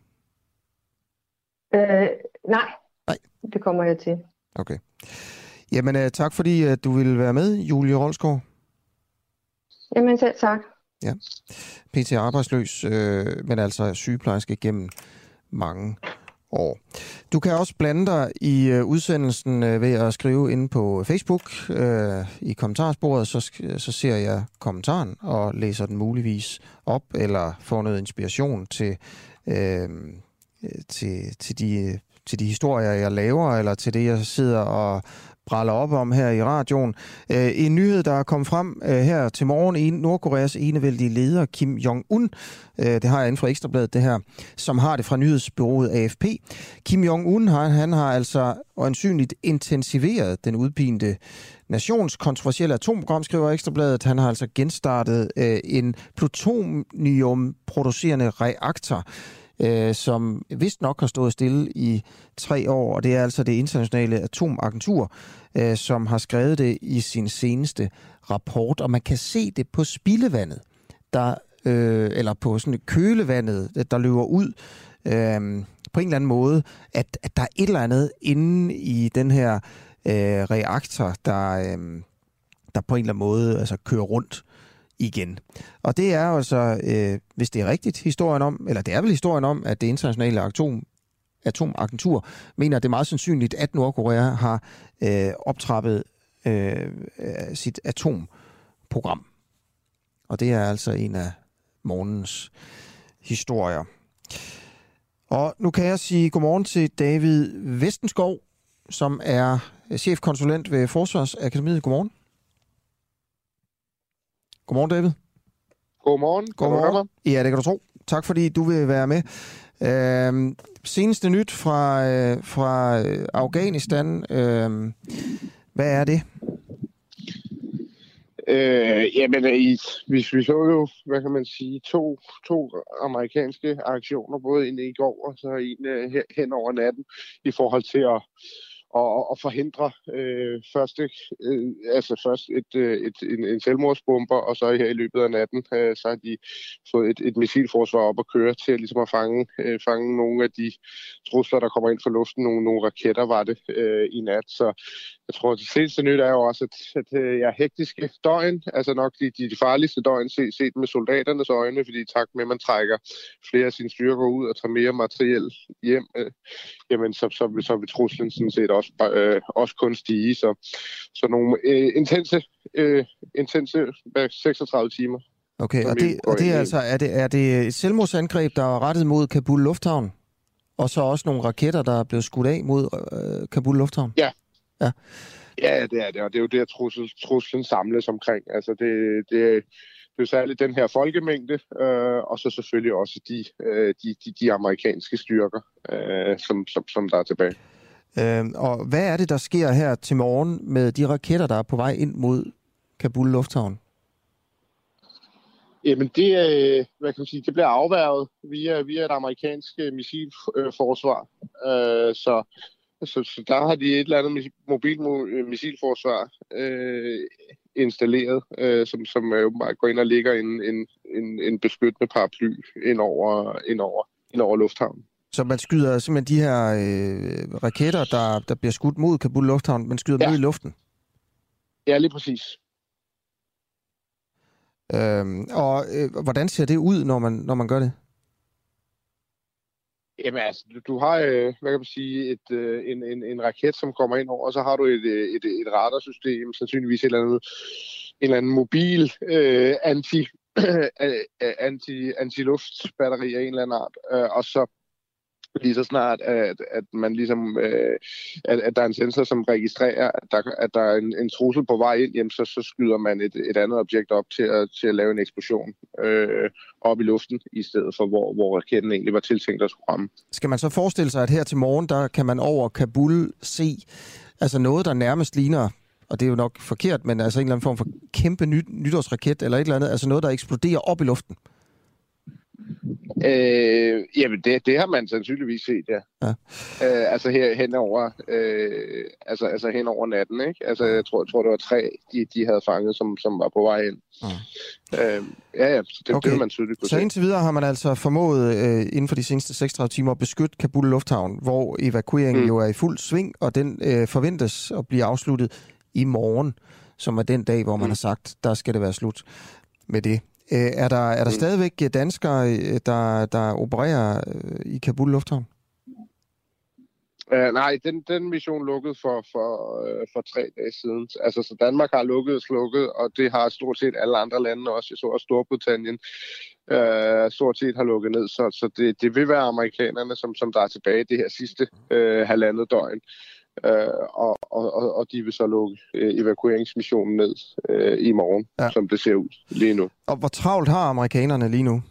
Øh, nej. Nej, det kommer jeg til. Okay. Jamen, øh, tak fordi øh, du ville være med, Julie Rolsgaard. Jamen, selv tak. Ja. P T arbejdsløs, øh, men altså sygeplejerske gennem mange år. Du kan også blande dig i øh, udsendelsen øh, ved at skrive inde på Facebook øh, i kommentarsporet, så, så ser jeg kommentaren og læser den muligvis op, eller får noget inspiration til, øh, til, til, de, til de historier, jeg laver, eller til det, jeg sidder og braller op om her i radioen. Øh, en nyhed, der er kommet frem øh, her til morgen, en Nordkoreas enevældige leder, Kim Jong-un, øh, det har jeg inden for Ekstrabladet det her, som har det fra nyhedsbureauet A F P. Kim Jong-un, han, han har altså øjensynligt intensiveret den udpinte nations kontroversielle atomprogram, skriver Ekstrabladet. Han har altså genstartet øh, en plutonium-producerende reaktor, Øh, som vist nok har stået stille i tre år, og det er altså det internationale atomagentur, øh, som har skrevet det i sin seneste rapport, og man kan se det på spildevandet, der, øh, eller på sådan et kølevandet, der løber ud øh, på en eller anden måde, at, at der er et eller andet inde i den her øh, reaktor, der, øh, der på en eller anden måde altså, kører rundt igen. Og det er altså, øh, hvis det er rigtigt, historien om, eller det er vel historien om, at det internationale atom, atomagentur mener, at det er meget sandsynligt, at Nordkorea har øh, optrappet øh, sit atomprogram. Og det er altså en af morgens historier. Og nu kan jeg sige godmorgen til David Vestenskov, som er chefkonsulent ved Forsvarsakademiet. Godmorgen. Godmorgen, David. Godmorgen. Godmorgen. Ja, det kan du tro. Tak fordi du vil være med. Øh, seneste nyt fra, øh, fra Afghanistan. Øh, hvad er det? Øh, jamen, i, vi, vi så jo, hvad kan man sige, to, to amerikanske aktioner, både en i går og så en uh, hen over natten, i forhold til at og, og forhindre øh, første, øh, altså først et, øh, et, en, en selvmordsbomber, og så her i løbet af natten, øh, så har de fået et, et missilforsvar op at køre til ligesom at fange, øh, fange nogle af de trusler, der kommer ind fra luften. Nogle, nogle raketter var det øh, i nat, så jeg tror, det seneste nyt er jo også, at, at øh, ja, hektiske døgn, altså nok de, de, de farligste døgn, set, set med soldaternes øjne, fordi i takt med, at man trækker flere af sine styrker ud og tager mere materiel hjem, øh, jamen så, så, så vil truslen sådan set også Øh, også kun stige, så, så nogle øh, intense, øh, intense seksogtredive timer. Okay, og det, og det er altså, er det, er det et selvmordsangreb, der er rettet mod Kabul Lufthavn, og så også nogle raketter, der er blevet skudt af mod øh, Kabul Lufthavn? Ja. Ja. Ja, det er det, og det er jo det, at trussel, truslen samles omkring. Altså, det, det, det er jo særligt den her folkemængde, øh, og så selvfølgelig også de, øh, de, de, de amerikanske styrker, øh, som, som, som der er tilbage. Øh, og hvad er det, der sker her til morgen med de raketter, der er på vej ind mod Kabul Lufthavn? Jamen, det, øh, hvad kan man sige, det bliver afværget via, via et amerikansk missilforsvar. Øh, så, så, så der har de et eller andet mobilt missilforsvar øh, installeret, øh, som, som jo bare går ind og ligger en, en, en, en beskyttende paraply ind over, ind over, ind over lufthavnen. Så man skyder simpelthen de her øh, raketter, der, der bliver skudt mod Kabul Lufthavn, man skyder dem ja. ud i luften? Ja, lige præcis. Øhm, og øh, hvordan ser det ud, når man, når man gør det? Jamen altså, du, du har, øh, hvad kan man sige, et, øh, en, en, en raket, som kommer ind over, og så har du et, et, et radarsystem, sandsynligvis et eller andet, en eller anden mobil øh, anti, anti, anti-luftbatteri af en eller anden art, øh, og så lige så snart, at, at man ligesom, øh, at, at der er en sensor, som registrerer, at der, at der er en, en trussel på vej ind, jamen, så, så skyder man et, et andet objekt op til at, til at lave en eksplosion øh, op i luften, i stedet for, hvor, hvor raketten egentlig var tiltænkt at skulle ramme. Skal man så forestille sig, at her til morgen, der kan man over Kabul se altså noget, der nærmest ligner, og det er jo nok forkert, men altså en eller anden form for kæmpe nyt, nytårsraket, eller et eller andet, altså noget, der eksploderer op i luften? Øh, jamen, det, det har man sandsynligvis set, ja. ja. Øh, altså her hen over, øh, altså, altså hen over natten, ikke? Altså, jeg tror, jeg tror det var tre, de, de havde fanget, som, som var på vej ind. Mm. Øh, ja, ja, så det, okay. det man tydeligt kunne Så se. indtil videre har man altså formået øh, inden for de seneste seksogtredive timer at beskytte Kabul Lufthavn, hvor evakueringen mm. jo er i fuld sving, og den øh, forventes at blive afsluttet i morgen, som er den dag, hvor man mm. har sagt, der skal det være slut med det. Øh, er der, er der mm. stadigvæk danskere, der, der opererer øh, i Kabul Lufthavn? Uh, nej, den, den mission lukkede for, for, uh, for tre dage siden. Altså, så Danmark har lukket og slukket, og det har stort set alle andre lande også. Jeg så også Storbritannien uh, stort set har lukket ned, så, så det, det vil være amerikanerne, som, som der er tilbage det her sidste uh, halvandet døgn. Uh, og, og, og de vil så lukke uh, evakueringsmissionen ned uh, i morgen, ja. Som det ser ud lige nu. Og hvor travlt har amerikanerne lige nu?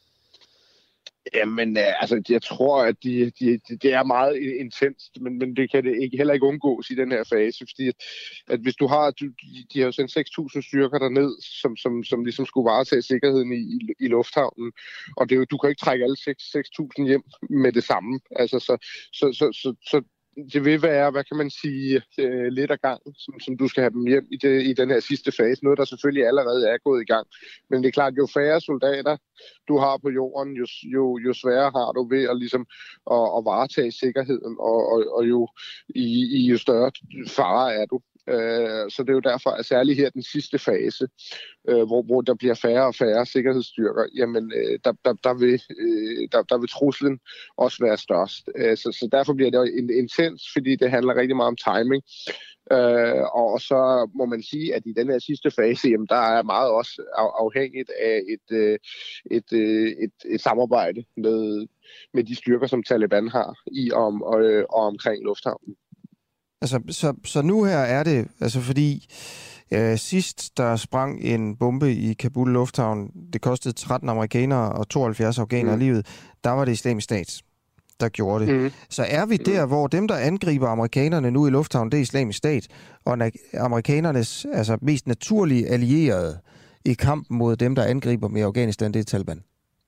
Jamen, altså, jeg tror, at de, de, de, det er meget intenst, men, men det kan det ikke, heller ikke undgås i den her fase, fordi at, at hvis du har, du, de har jo sendt seks tusind styrker derned, som, som, som ligesom skulle varetage sikkerheden i, i, i lufthavnen, og det er jo, du kan ikke trække alle seks tusind hjem med det samme, altså, så, så, så, så, så det vil være, hvad kan man sige, øh, lidt af gang, som, som du skal have dem hjem i, det, i den her sidste fase. Noget, der selvfølgelig allerede er gået i gang. Men det er klart, jo færre soldater du har på jorden, jo, jo, jo sværere har du ved at, ligesom, at, at varetage sikkerheden, og, og, og jo, i, i jo større fare er du. Så det er jo derfor, at særligt her den sidste fase, hvor, hvor der bliver færre og færre sikkerhedsstyrker, jamen der, der, der, vil, der, der vil truslen også være størst. Så, så derfor bliver det intens, fordi det handler rigtig meget om timing. Uh, og så må man sige, at i den her sidste fase, jamen, der er meget også afhængigt af et, et, et, et, et samarbejde med, med de styrker, som Taliban har i om, og, og omkring lufthavnen. Altså, så, så nu her er det, altså fordi øh, sidst der sprang en bombe i Kabul Lufthavn, det kostede tretten amerikanere og tooghalvfjerds afghanere mm. livet, der var det Islamisk Stat, der gjorde det. Mm. Så er vi der, hvor dem, der angriber amerikanerne nu i lufthavnen, det er Islamisk Stat, og amerikanernes altså, mest naturlige allierede i kampen mod dem, der angriber med Afghanistan, det er Taliban?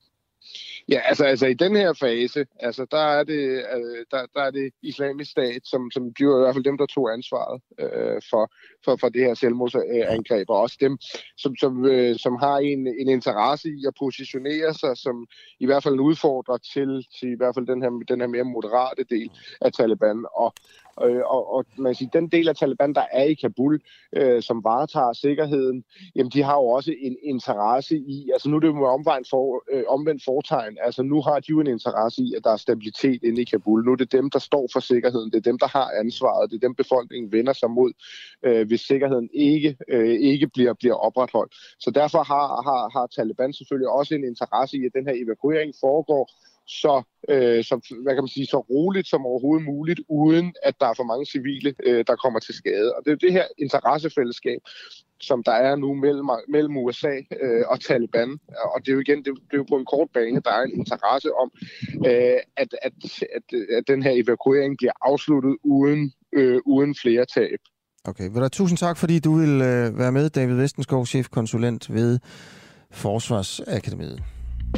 Ja, altså, altså i den her fase, altså der er det, øh, der, der er det Islamisk Stat, som, som de var i hvert fald dem, der tog ansvaret øh, for, for, for det her selvmordsangreb, og også dem, som, som, øh, som har en, en interesse i at positionere sig, som i hvert fald udfordrer til, til i hvert fald den her, den her mere moderate del af Taliban. Og Øh, og, og man siger, den del af Taliban, der er i Kabul, øh, som varetager sikkerheden, jamen de har jo også en interesse i, altså nu er det jo omvendt, for, øh, omvendt fortegn, altså nu har de jo en interesse i, at der er stabilitet inde i Kabul. Nu er det dem, der står for sikkerheden, det er dem, der har ansvaret, det er dem, befolkningen vender sig mod, øh, hvis sikkerheden ikke, øh, ikke bliver, bliver opretholdt. Så derfor har, har, har Taliban selvfølgelig også en interesse i, at den her evakuering foregår så, øh, så, hvad kan man sige, så roligt som overhovedet muligt, uden at der er for mange civile, øh, der kommer til skade. Og det er det her interessefællesskab, som der er nu mellem, mellem U S A øh, og Taliban. Og det er jo igen, det, det er jo på en kort bane, der er en interesse om, øh, at, at, at, at den her evakuering bliver afsluttet uden, øh, uden flere tab. Okay, vel, tusind tak, fordi du vil øh, være med, David Vestenskov, chefkonsulent ved Forsvarsakademiet.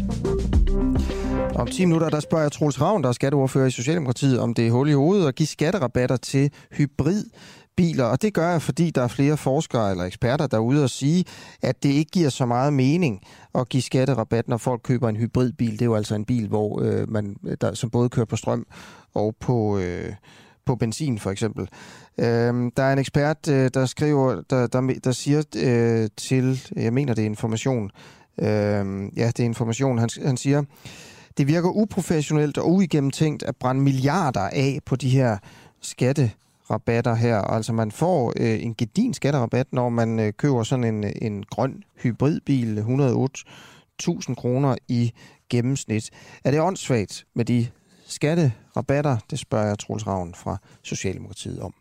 Om ti minutter, der spørger jeg Troels Ravn, der er skatteordfører i Socialdemokratiet, om det er hul i hovedet at give skatterabatter til hybridbiler. Og det gør jeg, fordi der er flere forskere eller eksperter, der er ude og sige, at det ikke giver så meget mening at give skatterabat, når folk køber en hybridbil. Det er jo altså en bil, hvor øh, man, der, som både kører på strøm og på... Øh, på benzin for eksempel. Øhm, der er en ekspert, øh, der skriver, der, der, der siger øh, til, jeg mener det er Information, øh, ja det er Information, han, han siger, det virker uprofessionelt og uigennemtænkt at brænde milliarder af på de her skatterabatter her. Altså man får øh, en gedin skatterabat, når man øh, køber sådan en, en grøn hybridbil, et hundrede og otte tusind kroner i gennemsnit. Er det åndssvagt med de skatterabatter? Det spørger jeg Troels Ravn fra Socialdemokratiet om.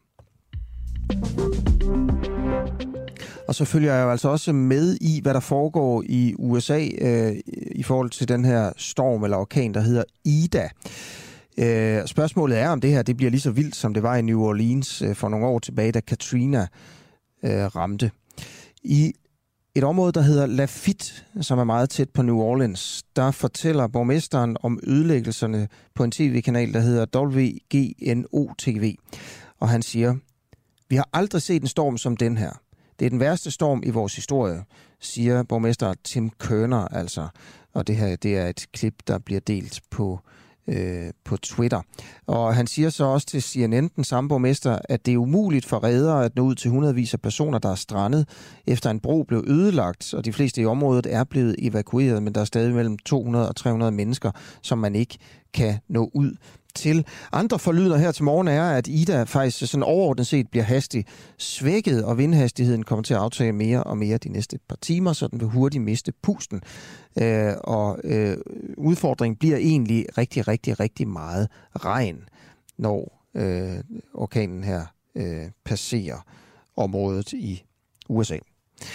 Og så følger jeg jo altså også med i, hvad der foregår i U S A øh, i forhold til den her storm eller orkan, der hedder Ida. Øh, spørgsmålet er, om det her det bliver lige så vildt, som det var i New Orleans øh, for nogle år tilbage, da Katrina øh, ramte. I et område, der hedder Lafitte, som er meget tæt på New Orleans, der fortæller borgmesteren om ødelæggelserne på en tv-kanal, der hedder W G N O T V. Og han siger, vi har aldrig set en storm som den her. Det er den værste storm i vores historie, siger borgmester Tim Kerner altså. Og det her, det er et klip, der bliver delt på, øh, på Twitter. Og han siger så også til C N N, den samme borgmester, at det er umuligt for reddere at nå ud til hundredvis af personer, der er strandet, efter en bro blev ødelagt, og de fleste i området er blevet evakueret, men der er stadig mellem to hundrede og tre hundrede mennesker, som man ikke kan nå ud til. Andre forlyder her til morgen er, at Ida faktisk sådan overordnet set bliver hastigt svækket, og vindhastigheden kommer til at aftage mere og mere de næste par timer, så den vil hurtigt miste pusten. Øh, og øh, udfordringen bliver egentlig rigtig, rigtig, rigtig meget regn, når øh, orkanen her øh, passerer området i U S A.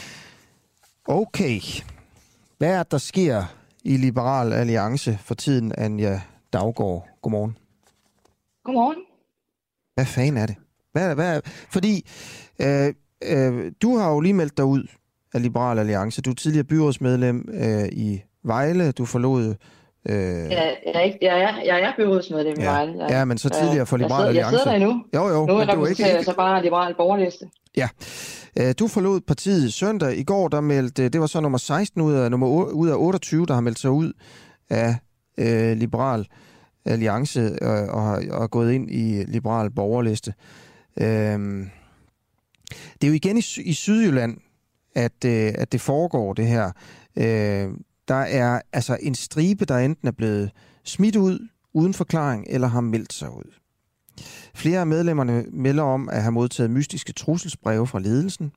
Okay. Hvad er der sker i Liberal Alliance for tiden, Anja Daugaard? Godmorgen. Godmorgen. Hvad fanden er det? Hvad, hvad, fordi øh, øh, du har jo lige meldt dig ud af Liberal Alliance. Du er tidligere byrådsmedlem øh, i Vejle. Du forlod... Øh... Ja, jeg, er ikke, jeg, er, jeg er byrådsmedlem i ja. Vejle. Jeg, ja, men så tidligere for Liberal jeg sidder, Alliance. Jeg sidder der endnu. Jo, jo. Nu men er ikke, jeg ikke... så bare Liberal Borgerliste. Ja. Øh, du forlod partiet søndag. I går, der meldte... Det var så nummer seksten ud af, nummer ud af otteogtyve, der har meldt sig ud af øh, Liberal Alliance øh, og, har, og er gået ind i Liberal Borgerliste. Øhm, det er jo igen i, i Sydjylland, at, øh, at det foregår, det her. Øh, der er altså en stribe, der enten er blevet smidt ud uden forklaring, eller har meldt sig ud. Flere af medlemmerne melder om at have modtaget mystiske trusselsbreve fra ledelsen.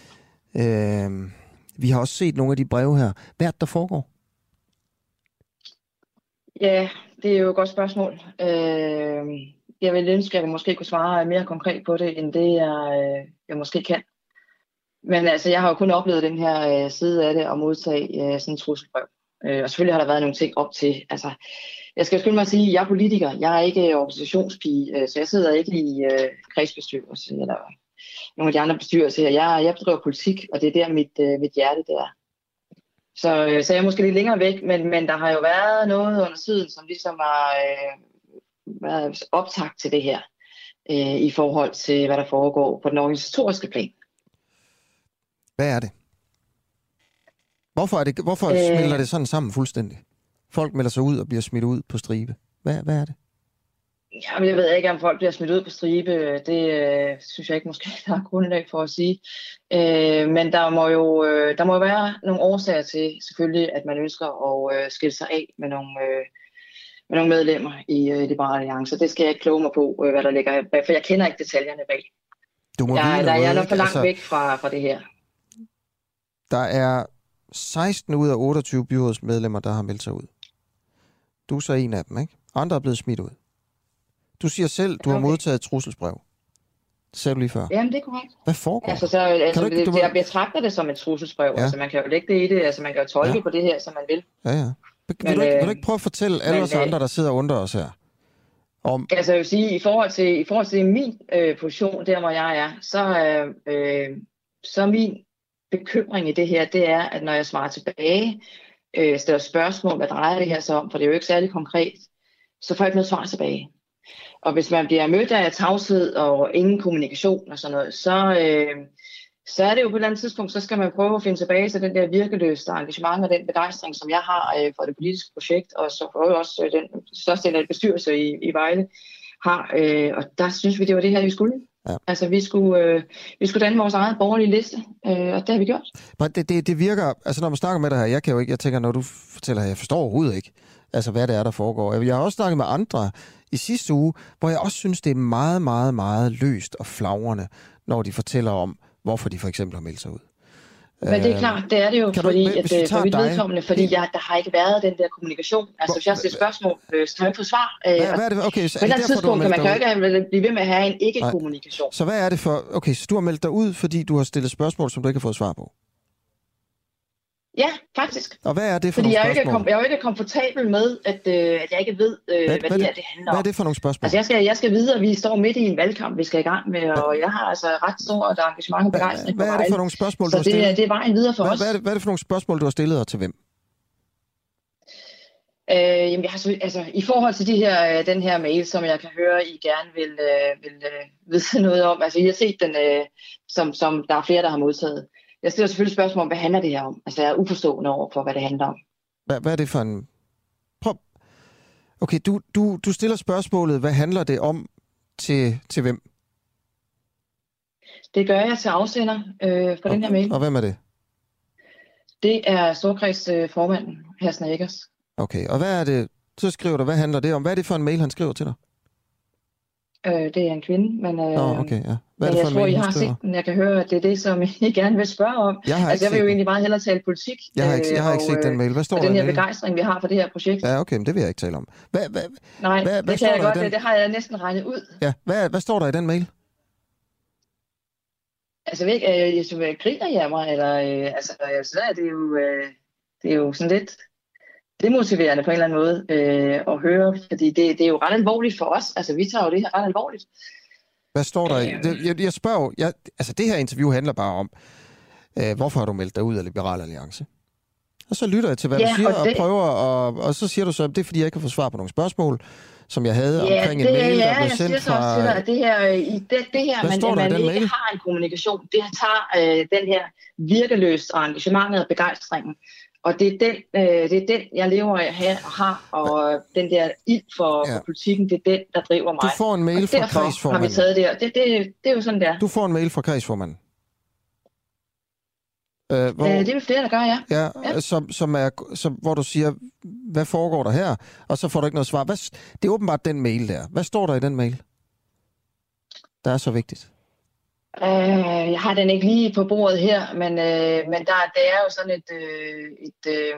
Øh, vi har også set nogle af de breve her. Hvad er det, der foregår? Ja, det er jo et godt spørgsmål. Øh, jeg vil ønske, at jeg måske kunne svare mere konkret på det, end det jeg, jeg måske kan. Men altså, jeg har jo kun oplevet den her øh, side af det og modtage øh, sådan en trusselbrev. Øh, og selvfølgelig har der været nogle ting op til. Altså, jeg skal skynde mig at sige, at jeg er politiker. Jeg er ikke organisationspige, øh, så jeg sidder ikke i øh, kredsbestyrelse eller nogle af de andre bestyrelser. Jeg, jeg bedriver politik, og det er der mit, øh, mit hjerte der. Så, øh, så jeg er måske lidt længere væk, men, men der har jo været noget under siden, som ligesom har øh, været optakt til det her, øh, i forhold til, hvad der foregår på den organisatoriske plan. Hvad er det? Hvorfor, er det, hvorfor øh, smelter det sådan sammen fuldstændig? Folk melder sig ud og bliver smidt ud på stribe. Hvad, hvad er det? Jamen, jeg ved ikke, om folk bliver smidt ud på stribe. Det øh, synes jeg ikke måske, der er grundlag for at sige. Øh, men der må jo øh, der må jo være nogle årsager til, selvfølgelig, at man ønsker at øh, skille sig af med nogle, øh, med nogle medlemmer i øh, Liberal Alliance. Det skal jeg ikke kloge mig på, øh, hvad der ligger bag, for jeg kender ikke detaljerne bag. Du må jeg, vide der, noget, jeg er nok for langt altså, væk fra, fra det her. Der er seksten ud af otteogtyve byrådsmedlemmer, der har meldt sig ud. Du er så en af dem, ikke? Andre er blevet smidt ud. Du siger selv, du okay. har modtaget trusselsbrev. Det sagde du lige før. Jamen, det er korrekt. Hvad foregår? Altså, så, altså, ikke, det, må... jeg betragter det som et trusselsbrev. Ja. Altså, man kan jo lægge det i det. Altså, man kan jo tolke ja. på det her, som man vil. Ja, ja. Vil, men, du, ikke, øh, vil du ikke prøve at fortælle alle men, os andre, der sidder og undrer os her? Om... Altså, jeg vil sige, i forhold til, i forhold til min øh, position, der hvor jeg er, så, øh, så min bekymring i det her, det er, at når jeg svarer tilbage, øh, stiller spørgsmål, hvad drejer det her så om, for det er jo ikke særlig konkret, så får jeg ikke noget svar tilbage. Og hvis man bliver mødt af tavshed og ingen kommunikation og sådan noget, så, øh, så er det jo på et eller andet tidspunkt, så skal man prøve at finde tilbage til den der virkeløse engagement og den begejstring, som jeg har øh, for det politiske projekt, og så for også øh, den største del af bestyrelse i, i Vejle har. Øh, og der synes vi, det var det her, vi skulle. Ja. Altså, vi skulle, øh, vi skulle danne vores eget borgerlige liste, øh, og det har vi gjort. Men det, det, det virker, altså når man snakker med dig her, jeg kan jo ikke, jeg tænker, når du fortæller her, jeg forstår overhovedet ikke, altså hvad det er, der foregår. Jeg har også snakket med andre i sidste uge, hvor jeg også synes, det er meget, meget, meget løst og flagrende, når de fortæller om, hvorfor de for eksempel har meldt sig ud. Men det er klart, det er det jo, fordi, du, at, for mit vedkommende, fordi jeg, der har ikke været den der kommunikation. Altså, hvis jeg stiller spørgsmål, øh, så har jeg ikke fået svar. Øh, hvad, hvad er det? Okay, så på et eller andet tidspunkt kan man kan jo ikke blive ved med at have en ikke-kommunikation. Så hvad er det for... Okay, så du har meldt dig ud, fordi du har stillet spørgsmål, som du ikke har fået svar på? Ja, faktisk. Og hvad er det for Fordi nogle jeg er, spørgsmål? ikke, jeg er jo ikke komfortabel med, at, øh, at jeg ikke ved, øh, hvad, hvad det her det handler om. Hvad er det for nogle spørgsmål? Altså, jeg skal, jeg skal vide, at vi står midt i en valgkamp, vi skal i gang med, og jeg har altså ret stort engagement og begejstring. Hvad er det for nogle spørgsmål, du har stillet? Så stillet? det, det er vejen videre for hvad, os. Hvad er, det, hvad er det for nogle spørgsmål, du har stillet, og til hvem? Øh, jamen, jeg har, altså, i forhold til de her, den her mail, som jeg kan høre, I gerne vil, øh, vil øh, vide noget om. Altså, I har set den, øh, som, som der er flere, der har modtaget. Jeg stiller selvfølgelig spørgsmål om, hvad handler det her om? Altså, jeg er uforstående over for, hvad det handler om. Hvad, hvad er det for en... Prøv... Okay, du, du, du stiller spørgsmålet, hvad handler det om til, til hvem? Det gør jeg til afsender øh, for og, den her mail. Og hvem er det? Det er Storkreds-formanden, øh, Hassan Eggers. Okay, og hvad er det... Så skriver du, hvad handler det om? Hvad er det for en mail, han skriver til dig? Øh, det er en kvinde, men, øh, Nå, okay, ja. Hvad er men det jeg for en tror, mail, I hun har skriver? set den. Jeg kan høre, at det er det, som I gerne vil spørge om. Jeg har altså, jeg vil ikke jo set egentlig meget hellere tale politik. Jeg har ikke, jeg har øh, ikke set og, den mail. Hvad står og der den i her mailen? begejstring, vi har for det her projekt. Ja, okay, men det vil jeg ikke tale om. Hvad, hvad, Nej, hvad, det hvad kan jeg står godt. der i den? Det, det har jeg næsten regnet ud. Ja, hvad, hvad står der i den mail? Altså, jeg, ved ikke, øh, jeg, jeg griner jeg mig, eller øh, altså, så er det jo, øh, det er jo sådan lidt demotiverende på en eller anden måde øh, at høre, fordi det, det er jo ret alvorligt for os. Altså, vi tager jo det her ret alvorligt. Hvad står der i? Det, jeg, jeg spørger jo, jeg, altså det her interview handler bare om, øh, hvorfor har du meldt dig ud af Liberal Alliance? Og så lytter jeg til, hvad ja, du siger, og, og, det... og prøver, og, og så siger du så, at det er, fordi jeg ikke kan få svar på nogle spørgsmål, som jeg havde ja, omkring det, en mail, ja, der blev jeg sendt siger fra... Så også til dig, at det her, i det, det her Hvad man, står der at i man den ikke mail? har en kommunikation, det tager øh, den her virkeløst og engagementet og begejstringen. Og det er, den, øh, det er den, jeg lever af her og har, og øh, den der ild for, ja. for politikken, det er den, der driver mig. Du får en mail og fra derfor kredsformanden. har vi taget det, og det, det, det er jo sådan, der. Du får en mail fra kredsformanden. Øh, hvor, øh, det er vel flere, der gør, ja. Ja, ja. Som, som er, som, hvor du siger, hvad foregår der her? Og så får du ikke noget svar. Hvad, det er åbenbart den mail der. Hvad står der i den mail, der er så vigtigt? Øh, jeg har den ikke lige på bordet her, men, øh, men der, det er jo sådan et... Øh, et øh,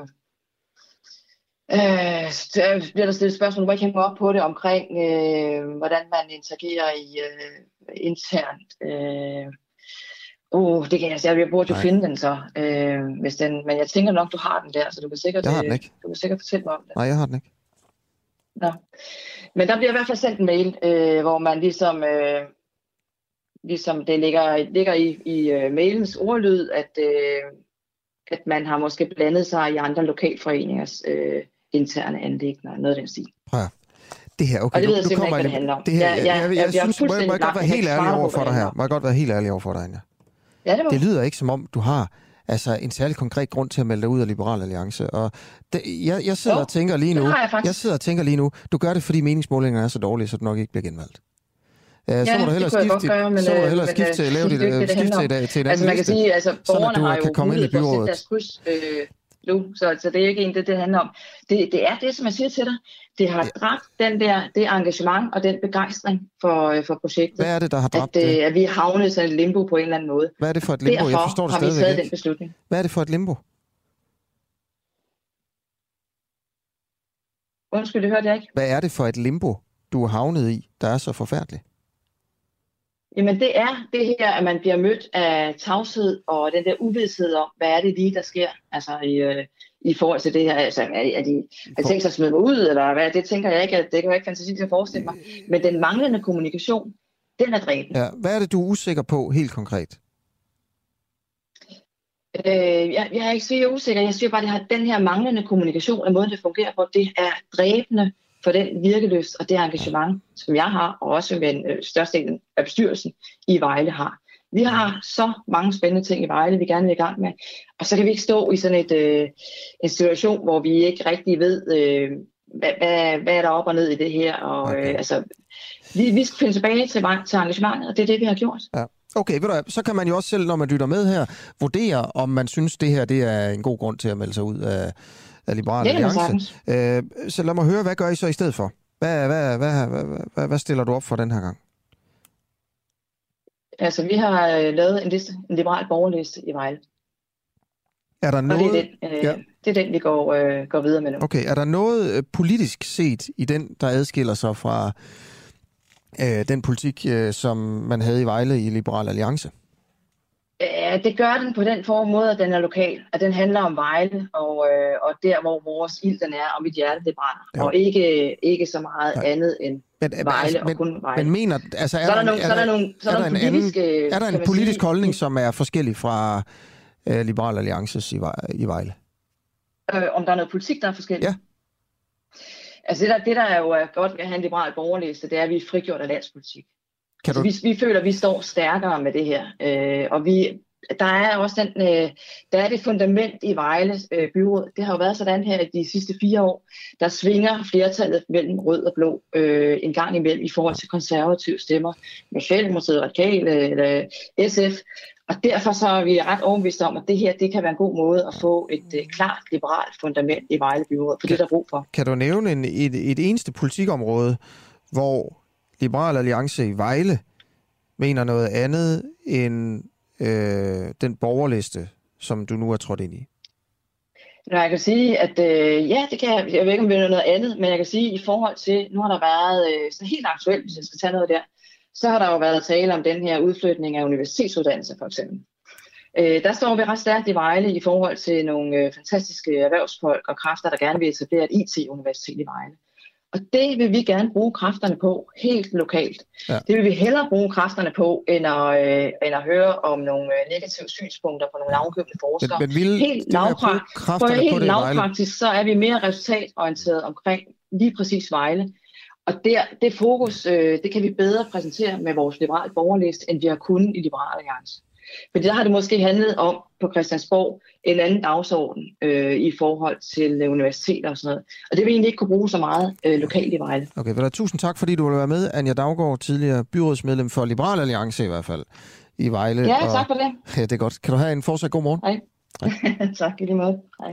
øh, der bliver der stillet spørgsmål, hvor jeg kan op på det, omkring øh, hvordan man interagerer i øh, internt. Øh, uh, det kan jeg sige, jeg burde jo Nej. finde den så, øh, hvis den, men jeg tænker nok, du har den der, så du kan sikkert, jeg har den ikke. Du kan sikkert fortælle mig om det. Nej, jeg har den ikke. Nå. Men der bliver i hvert fald sendt en mail, øh, hvor man ligesom... Øh, ligesom det ligger, ligger i, i uh, mailens ordlyd, at, uh, at man har måske blandet sig i andre lokalforeningers uh, interne anliggender, noget af den stil. Prøv det her, okay, og det ved nu, jeg nu simpelthen kommer ikke, hvad det handler om. Det her, jeg, jeg, jeg, jeg, jeg, jeg synes, må jeg, må jeg godt være helt ærlig over for dig her. Må jeg godt være helt ærlig over for dig, Anja? Ja, det, det lyder ikke som om, du har altså en særlig konkret grund til at melde dig ud af Liberal Alliance. Og det, jeg, jeg sidder jo, og tænker lige nu, jeg, jeg sidder og tænker lige nu, du gør det, fordi meningsmålingerne er så dårlige, så du nok ikke bliver genvalgt. Ja, så må du hellere skifte, gøre, men, så må du hellere men, skifte til at lave dit det, skifte til, til, til en altså, anden man kan liste, sige, altså borgerne du har kan jo komme ind i mulighed for at byrådet. sætte deres kryds øh, nu, så, så det er ikke en det, det handler om. Det, det er det, som jeg siger til dig. Det har dræbt den der, det engagement og den begejstring for, for projektet. Hvad er det, der har dræbt at, det? At vi er havnet i et limbo på en eller anden måde. Hvad er det for et limbo? Derfor Jeg forstår det har vi stadigvæk taget ikke. Den beslutning. Hvad er det for et limbo? Undskyld, det hørte jeg ikke. Hvad er det for et limbo, du er havnet i, der er så forfærdeligt? Jamen det er det her, at man bliver mødt af tavshed og den der uvidshed om, hvad er det lige, der sker altså i, øh, i forhold til det her. Altså, er de, er de er tænkt sig at smide mig ud, eller hvad? Det tænker jeg ikke, at det kan jeg ikke fantasi til at forestille mig. Men den manglende kommunikation, den er dræbende. Ja, hvad er det, du er usikker på helt konkret? Øh, jeg, jeg er ikke så usikker. Jeg siger bare, at det har, den her manglende kommunikation og måden, det fungerer på, det er dræbende for den virkelyst og det engagement, som jeg har, og også med den øh, størstedelen af bestyrelsen i Vejle har. Vi har så mange spændende ting i Vejle, vi gerne vil i gang med, og så kan vi ikke stå i sådan et, øh, en situation, hvor vi ikke rigtig ved, øh, hvad, hvad, hvad er der op og ned i det her. Og, okay. øh, altså, vi, vi skal finde tilbage til, til engagementet, og det er det, vi har gjort. Ja. Okay, ved du hvad, så kan man jo også selv, når man lytter med her, vurdere, om man synes, det her det er en god grund til at melde sig ud af af Liberal Alliance. Øh, så lad mig høre, hvad gør I så i stedet for? Hvad, hvad, hvad, hvad, hvad, hvad stiller du op for den her gang? Altså, vi har øh, lavet en liste, en liberal borgerliste i Vejle. Er der noget... Og det er den, øh, ja. det er den vi går, øh, går videre med nu. Okay, er der noget øh, politisk set i den, der adskiller sig fra øh, den politik, øh, som man havde i Vejle i Liberal Alliance? Ja, det gør den på den form måde, at den er lokal. At den handler om Vejle, og, øh, og der, hvor vores ild den er, og mit hjerte det brænder. Jo. Og ikke, ikke så meget Nej. andet end men, Vejle altså, men, og kun Vejle. Men mener, altså er så er der, der, nogle, er så er der, der, nogle, så er der, der nogle politiske... Anden, er der en politisk sige, holdning, som er forskellig fra øh, Liberal Alliances i, i Vejle? Øh, om der er noget politik, der er forskelligt? Ja. Altså det der, det, der er jo godt ved at have en liberal borgerliste, det er, at vi er frigjort af landspolitik. Kan du... altså, vi, vi føler, at vi står stærkere med det her. Øh, og vi... Der er også den, øh, der er det fundament i Vejle øh, byråd. Det har jo været sådan her i de sidste fire år. Der svinger flertallet mellem rød og blå øh, en gang imellem i forhold til konservative stemmer. Socialdemokratiet, Radikale eller S F. Og derfor så er vi ret overbeviste om, at det her det kan være en god måde at få et øh, klart liberalt fundament i Vejle byråd. For det der er brug for. Kan du nævne en, et, et eneste politikområde, hvor Liberal Alliance i Vejle mener noget andet end Øh, den borgerliste, som du nu er trådt ind i? Nå, jeg kan sige, at øh, ja, det kan jeg. Jeg ved ikke, om det er noget andet, men jeg kan sige, at i forhold til, nu har der været øh, så helt aktuelt, hvis jeg skal tage noget der, så har der jo været tale om den her udflytning af universitetsuddannelser, for eksempel. Øh, der står vi ret stærkt i Vejle i forhold til nogle øh, fantastiske erhvervsfolk og kræfter, der gerne vil etablere et I T-universitet i Vejle. Og det vil vi gerne bruge kræfterne på helt lokalt. Ja. Det vil vi hellere bruge kræfterne på, end at, øh, end at høre om nogle øh, negative synspunkter fra nogle navngivne forskere. Men, men vil helt lavpraktisk, helt lavpraktisk, så er vi mere resultatorienteret omkring lige præcis Vejle. Og der, det fokus, øh, det kan vi bedre præsentere med vores liberale borgerliste, end vi har kunnet i Liberal Alliance. For der har det måske handlet om på Christiansborg en anden dagsorden øh, i forhold til øh, universiteter og sådan noget. Og det vil egentlig ikke kunne bruge så meget øh, lokalt i Vejle. Okay, vel, tusind tak, fordi du ville være med. Anja Daugaard, tidligere byrådsmedlem for Liberal Alliance i hvert fald i Vejle. Ja, og... tak for det. Ja, det er godt. Kan du have en fortsat god morgen? Hej. Hej. Tak i lige måde. Hej.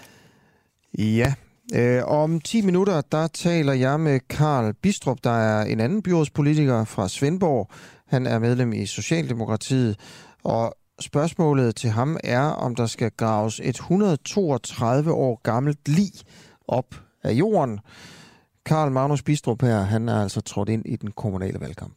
Ja. Øh, om ti minutter, der taler jeg med Karl Bidstrup, der er en anden byrådspolitiker fra Svendborg. Han er medlem i Socialdemokratiet, og spørgsmålet til ham er, om der skal graves et et hundrede og toogtredive år gammelt lig op af jorden. Karl Magnus Bidstrup her, han er altså trådt ind i den kommunale valgkamp.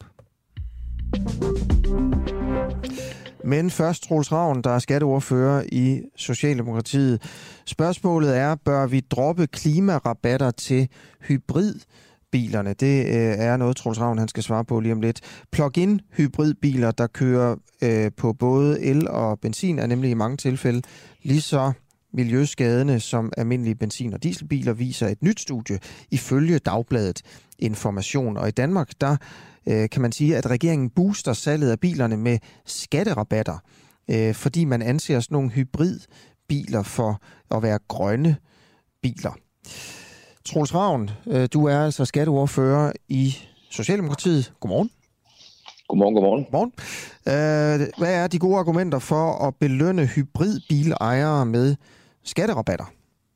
Men først Troels Ravn, der er skatteordfører i Socialdemokratiet. Spørgsmålet er, bør vi droppe klimarabatter til hybridbilerne? Det øh, er noget, Troels Ravn han skal svare på lige om lidt. Plug-in hybridbiler, der kører øh, på både el og benzin, er nemlig i mange tilfælde lige så miljøskadende som almindelige benzin- og dieselbiler, viser et nyt studie ifølge Dagbladet Information. Og i Danmark, der øh, kan man sige, at regeringen booster salget af bilerne med skatterabatter, øh, fordi man anser sådan nogle hybridbiler for at være grønne biler. Troels Ravn, øh, du er altså skatteordfører i Socialdemokratiet. Godmorgen. Godmorgen, godmorgen. Godmorgen. Øh, hvad er de gode argumenter for at belønne hybridbilejere med skatterabatter?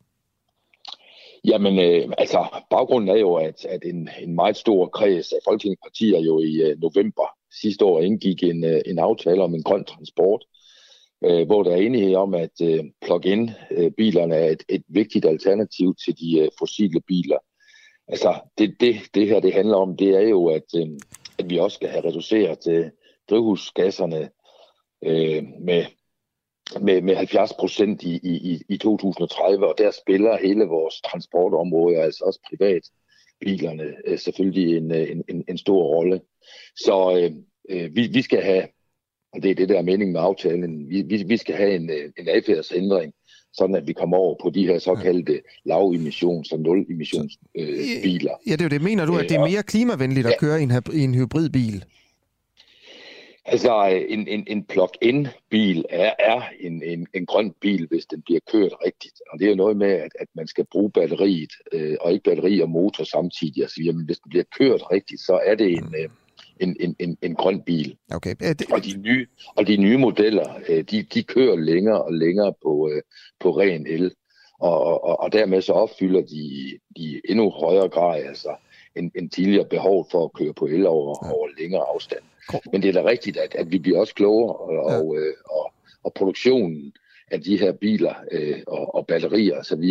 Jamen, øh, altså, baggrunden er jo, at, at en, en meget stor kreds af folketingspartier jo i øh, november sidste år indgik en, øh, en aftale om en grøn transport, øh, hvor der er enighed om, at øh, plug-in-bilerne er et, et vigtigt alternativ til de øh, fossile biler. Altså, det, det, det her det handler om, det er jo, at, øh, at vi også skal have reduceret øh, drivhusgasserne øh, med med, med halvfjerds procent i, i, i to tusind og tredive, og der spiller hele vores transportområde, altså også privatbilerne, øh, selvfølgelig en, en, en, en stor rolle. Så øh, vi, vi skal have, og det er det der mening med aftalen, vi, vi, vi skal have en, en adfærdsændring, sådan at vi kommer over på de her såkaldte lavemissions- og nul-emissionsbiler. Øh, ja, det er jo det. Mener du, at det er mere klimavenligt at køre i en, i en hybridbil? Altså, en, en, en plug-in-bil er, er en, en, en grøn bil, hvis den bliver kørt rigtigt. Og det er jo noget med, at, at man skal bruge batteriet, øh, og ikke batteri og motor samtidig. Altså, jamen, hvis den bliver kørt rigtigt, så er det en, øh, en, en, en, en grøn bil. Okay. Det... Og, de nye, og de nye modeller, øh, de, de kører længere og længere på, øh, på ren el. Og, og, og dermed så opfylder de, de endnu højere grad, altså, en, en tidligere behov for at køre på el over, ja. over længere afstand. Men det er da rigtigt, at, at vi bliver også klogere, og, ja. og, og, og produktionen af de her biler øh, og, og batterier og så videre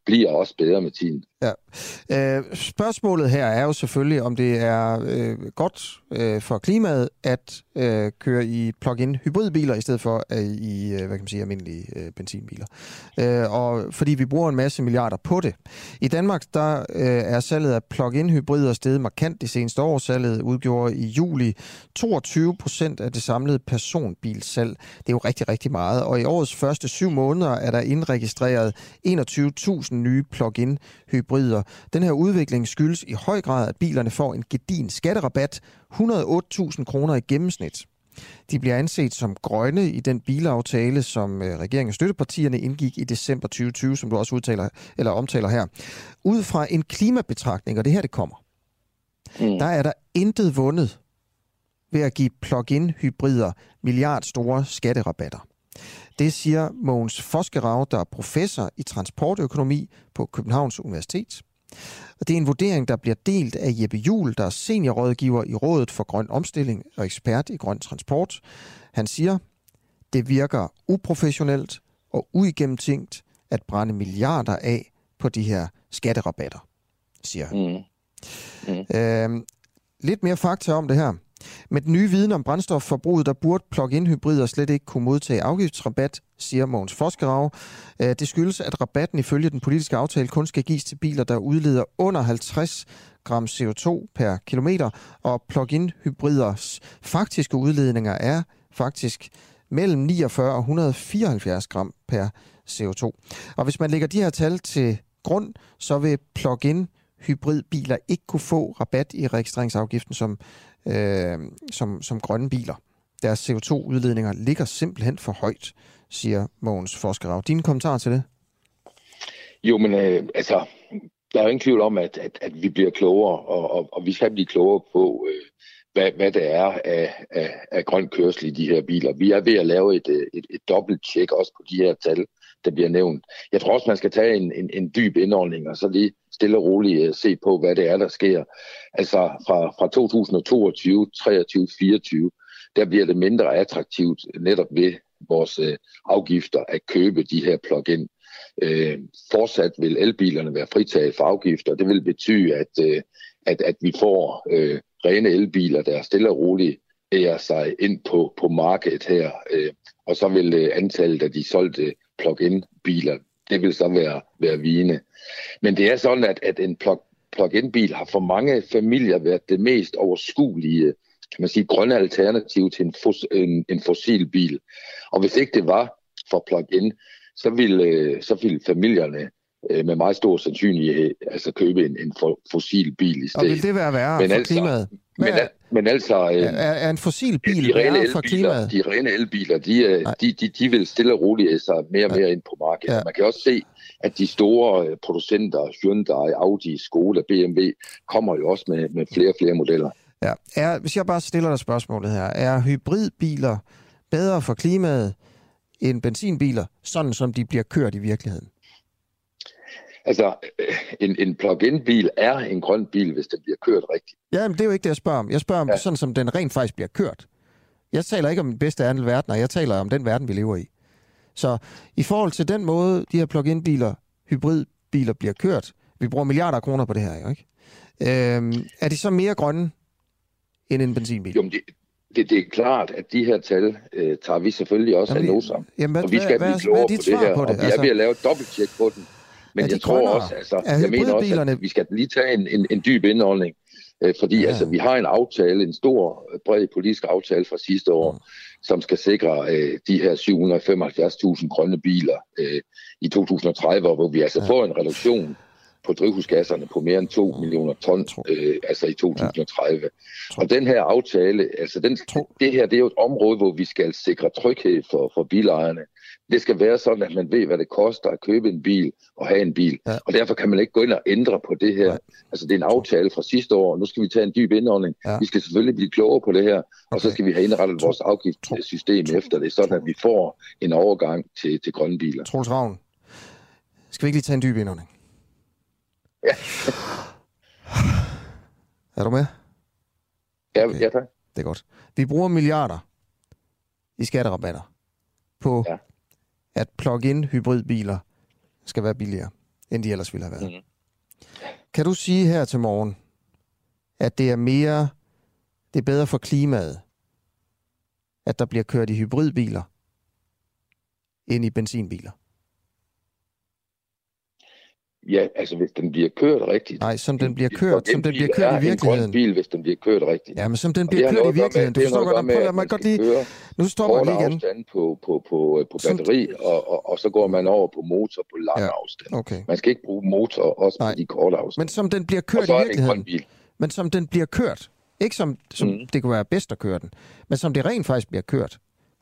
bliver også bedre med tiden. Ja. Øh, spørgsmålet her er jo selvfølgelig, om det er øh, godt øh, for klimaet at øh, køre i plug-in hybridbiler i stedet for øh, i øh, hvad kan man sige, almindelige øh, benzinbiler. Øh, og fordi vi bruger en masse milliarder på det. I Danmark der øh, er salget af plug-in hybrider steget markant de seneste år. Salget udgjorde i juli toogtyve procent af det samlede personbilsalg. Det er jo rigtig, rigtig meget. Og i årets første syv måneder er der indregistreret enogtyve tusind nye plug-in hybrider. Den her udvikling skyldes i høj grad, at bilerne får en gedigen skatterabat, et hundrede og otte tusind kroner i gennemsnit. De bliver anset som grønne i den bilaftale, som regeringen og støttepartierne indgik i december tyve tyve, som du også udtaler, eller omtaler her. Ud fra en klimabetragtning, og det her det kommer, mm. der er der intet vundet ved at give plug-in hybrider milliardstore skatterabatter. Det siger Mogens Fosgerau, der er professor i transportøkonomi på Københavns Universitet. Og det er en vurdering, der bliver delt af Jeppe Juhl, der er seniorrådgiver i Rådet for Grøn Omstilling og ekspert i grøn transport. Han siger, det virker uprofessionelt og uigennemtænkt at brænde milliarder af på de her skatterabatter, siger han. Mm. Mm. Øh, lidt mere fakta om det her. Med den nye viden om brændstofforbruget, der burde plug-in hybrider slet ikke kunne modtage afgiftsrabat, siger Mogens Fosgerau. Det skyldes, at rabatten ifølge den politiske aftale kun skal gives til biler, der udleder under halvtreds gram C O to per kilometer, og plug-in hybriders faktiske udledninger er faktisk mellem niogfyrre og et hundrede og fireoghalvfjerds gram per C O to. Og hvis man lægger de her tal til grund, så vil plug-in hybridbiler ikke kunne få rabat i registreringsafgiften som Øh, som, som grønne biler. Deres C O to udledninger ligger simpelthen for højt, siger Mogens Fosgerau. Dine kommentarer til det? Jo, men øh, altså, der er jo ingen tvivl om, at, at, at vi bliver klogere, og, og, og vi skal blive klogere på, øh, hvad, hvad det er af, af, af grøn kørsel i de her biler. Vi er ved at lave et, et, et dobbelt-tjek også på de her tal, der bliver nævnt. Jeg tror også, man skal tage en, en, en dyb indordning, og så lige stille og roligt uh, se på, hvad det er, der sker. Altså fra, fra to tusind og toogtyve, treogtyve, fireogtyve, der bliver det mindre attraktivt netop ved vores uh, afgifter at købe de her plug-in. Uh, fortsat vil elbilerne være fritaget for afgifter, og det vil betyde, at, uh, at, at vi får uh, rene elbiler, der stille og roligt ærer sig ind på, på markedet her, uh, og så vil uh, antallet af de solgte plug-in biler, det vil så være, være vigende. Men det er sådan, at, at en plug, plug-in bil har for mange familier været det mest overskuelige, kan man sige, grønne alternativ til en, fos, en, en fossil bil. Og hvis ikke det var for plug-in, så ville, så ville familierne med meget stor sandsynlighed altså købe en, en fossil bil i stedet. Og vil det være værre men for altså, klimaet? Men, men altså... Er, er en fossil bil de rene værre for klimaet? De rene elbiler, de, de, de, de vil stille og roligt sig mere og mere ind på markedet. Ja. Man kan også se, at de store producenter, Hyundai, Audi, Skoda, B M W, kommer jo også med, med flere og flere modeller. Ja. Er, hvis jeg bare stiller dig spørgsmålet her, er hybridbiler bedre for klimaet end benzinbiler, sådan som de bliver kørt i virkeligheden? Altså, en, en plug-in-bil er en grøn bil, hvis den bliver kørt rigtigt. Ja, men det er jo ikke det, jeg spørger om. Jeg spørger om ja. sådan, som den rent faktisk bliver kørt. Jeg taler ikke om den bedste af alle verdener, jeg taler om den verden, vi lever i. Så i forhold til den måde, de her plug-in-biler, hybridbiler bliver kørt, vi bruger milliarder af kroner på det her, ikke? Øhm, er de så mere grønne end en benzinbil? Jo, men det, det, det er klart, at de her tal øh, tager vi selvfølgelig også jamen, af notam. Jamen, og vi skal hvad, blive klogere hvad på det her, på det? og vi er ved at lave et dobbelttjek på den. Men jeg tror også, altså, jeg mener også, at vi skal lige tage en, en, en dyb indholdning, øh, fordi ja. altså, vi har en aftale, en stor, bred politisk aftale fra sidste år, mm. som skal sikre øh, de her syv hundrede og femoghalvfjerds tusind grønne biler øh, i to tusind og tredive, hvor vi altså ja. får en reduktion på drivhusgasserne på mere end to millioner ton, øh, altså i to tusind og tredive. Ja. Og den her aftale, altså den, det her, det er jo et område, hvor vi skal sikre tryghed for, for bilejerne. Det skal være sådan, at man ved, hvad det koster at købe en bil og have en bil. Ja. Og derfor kan man ikke gå ind og ændre på det her. Nej. Altså det er en aftale fra sidste år, og nu skal vi tage en dyb indordning. Ja. Vi skal selvfølgelig blive klogere på det her, okay. og så skal vi have indrettet vores afgiftssystem efter det, sådan at vi får en overgang til, til grønne biler. Troels Ravn, skal vi ikke lige tage en dyb indordning? Ja. Er du med? Ja, okay. Ja, tak. Det er godt. Vi bruger milliarder i skatterabatter på, ja. at plug-in hybridbiler skal være billigere. end de ellers ville have været. Mm. Kan du sige her til morgen, at det er mere, det er bedre for klimaet, at der bliver kørt i hybridbiler, end i benzinbiler? Ja, altså hvis den bliver kørt rigtigt. Nej, som den bliver kørt, som den bliver kørt i virkeligheden. En bil, hvis den bliver kørt rigtigt. Ja, men som den bliver kørt i virkeligheden. Du forstår godt, prøv at mig godt lige. Nu stopper jeg lige igen. På, på, på, på batteri, og, og, og så går man over på motor på lang ja, afstand. Okay. Man skal ikke bruge motor også på de korte afstand. Men som den bliver kørt i virkeligheden. Men som den bliver kørt. Ikke som, som mm. det kunne være bedst at køre den, men som det rent faktisk bliver kørt.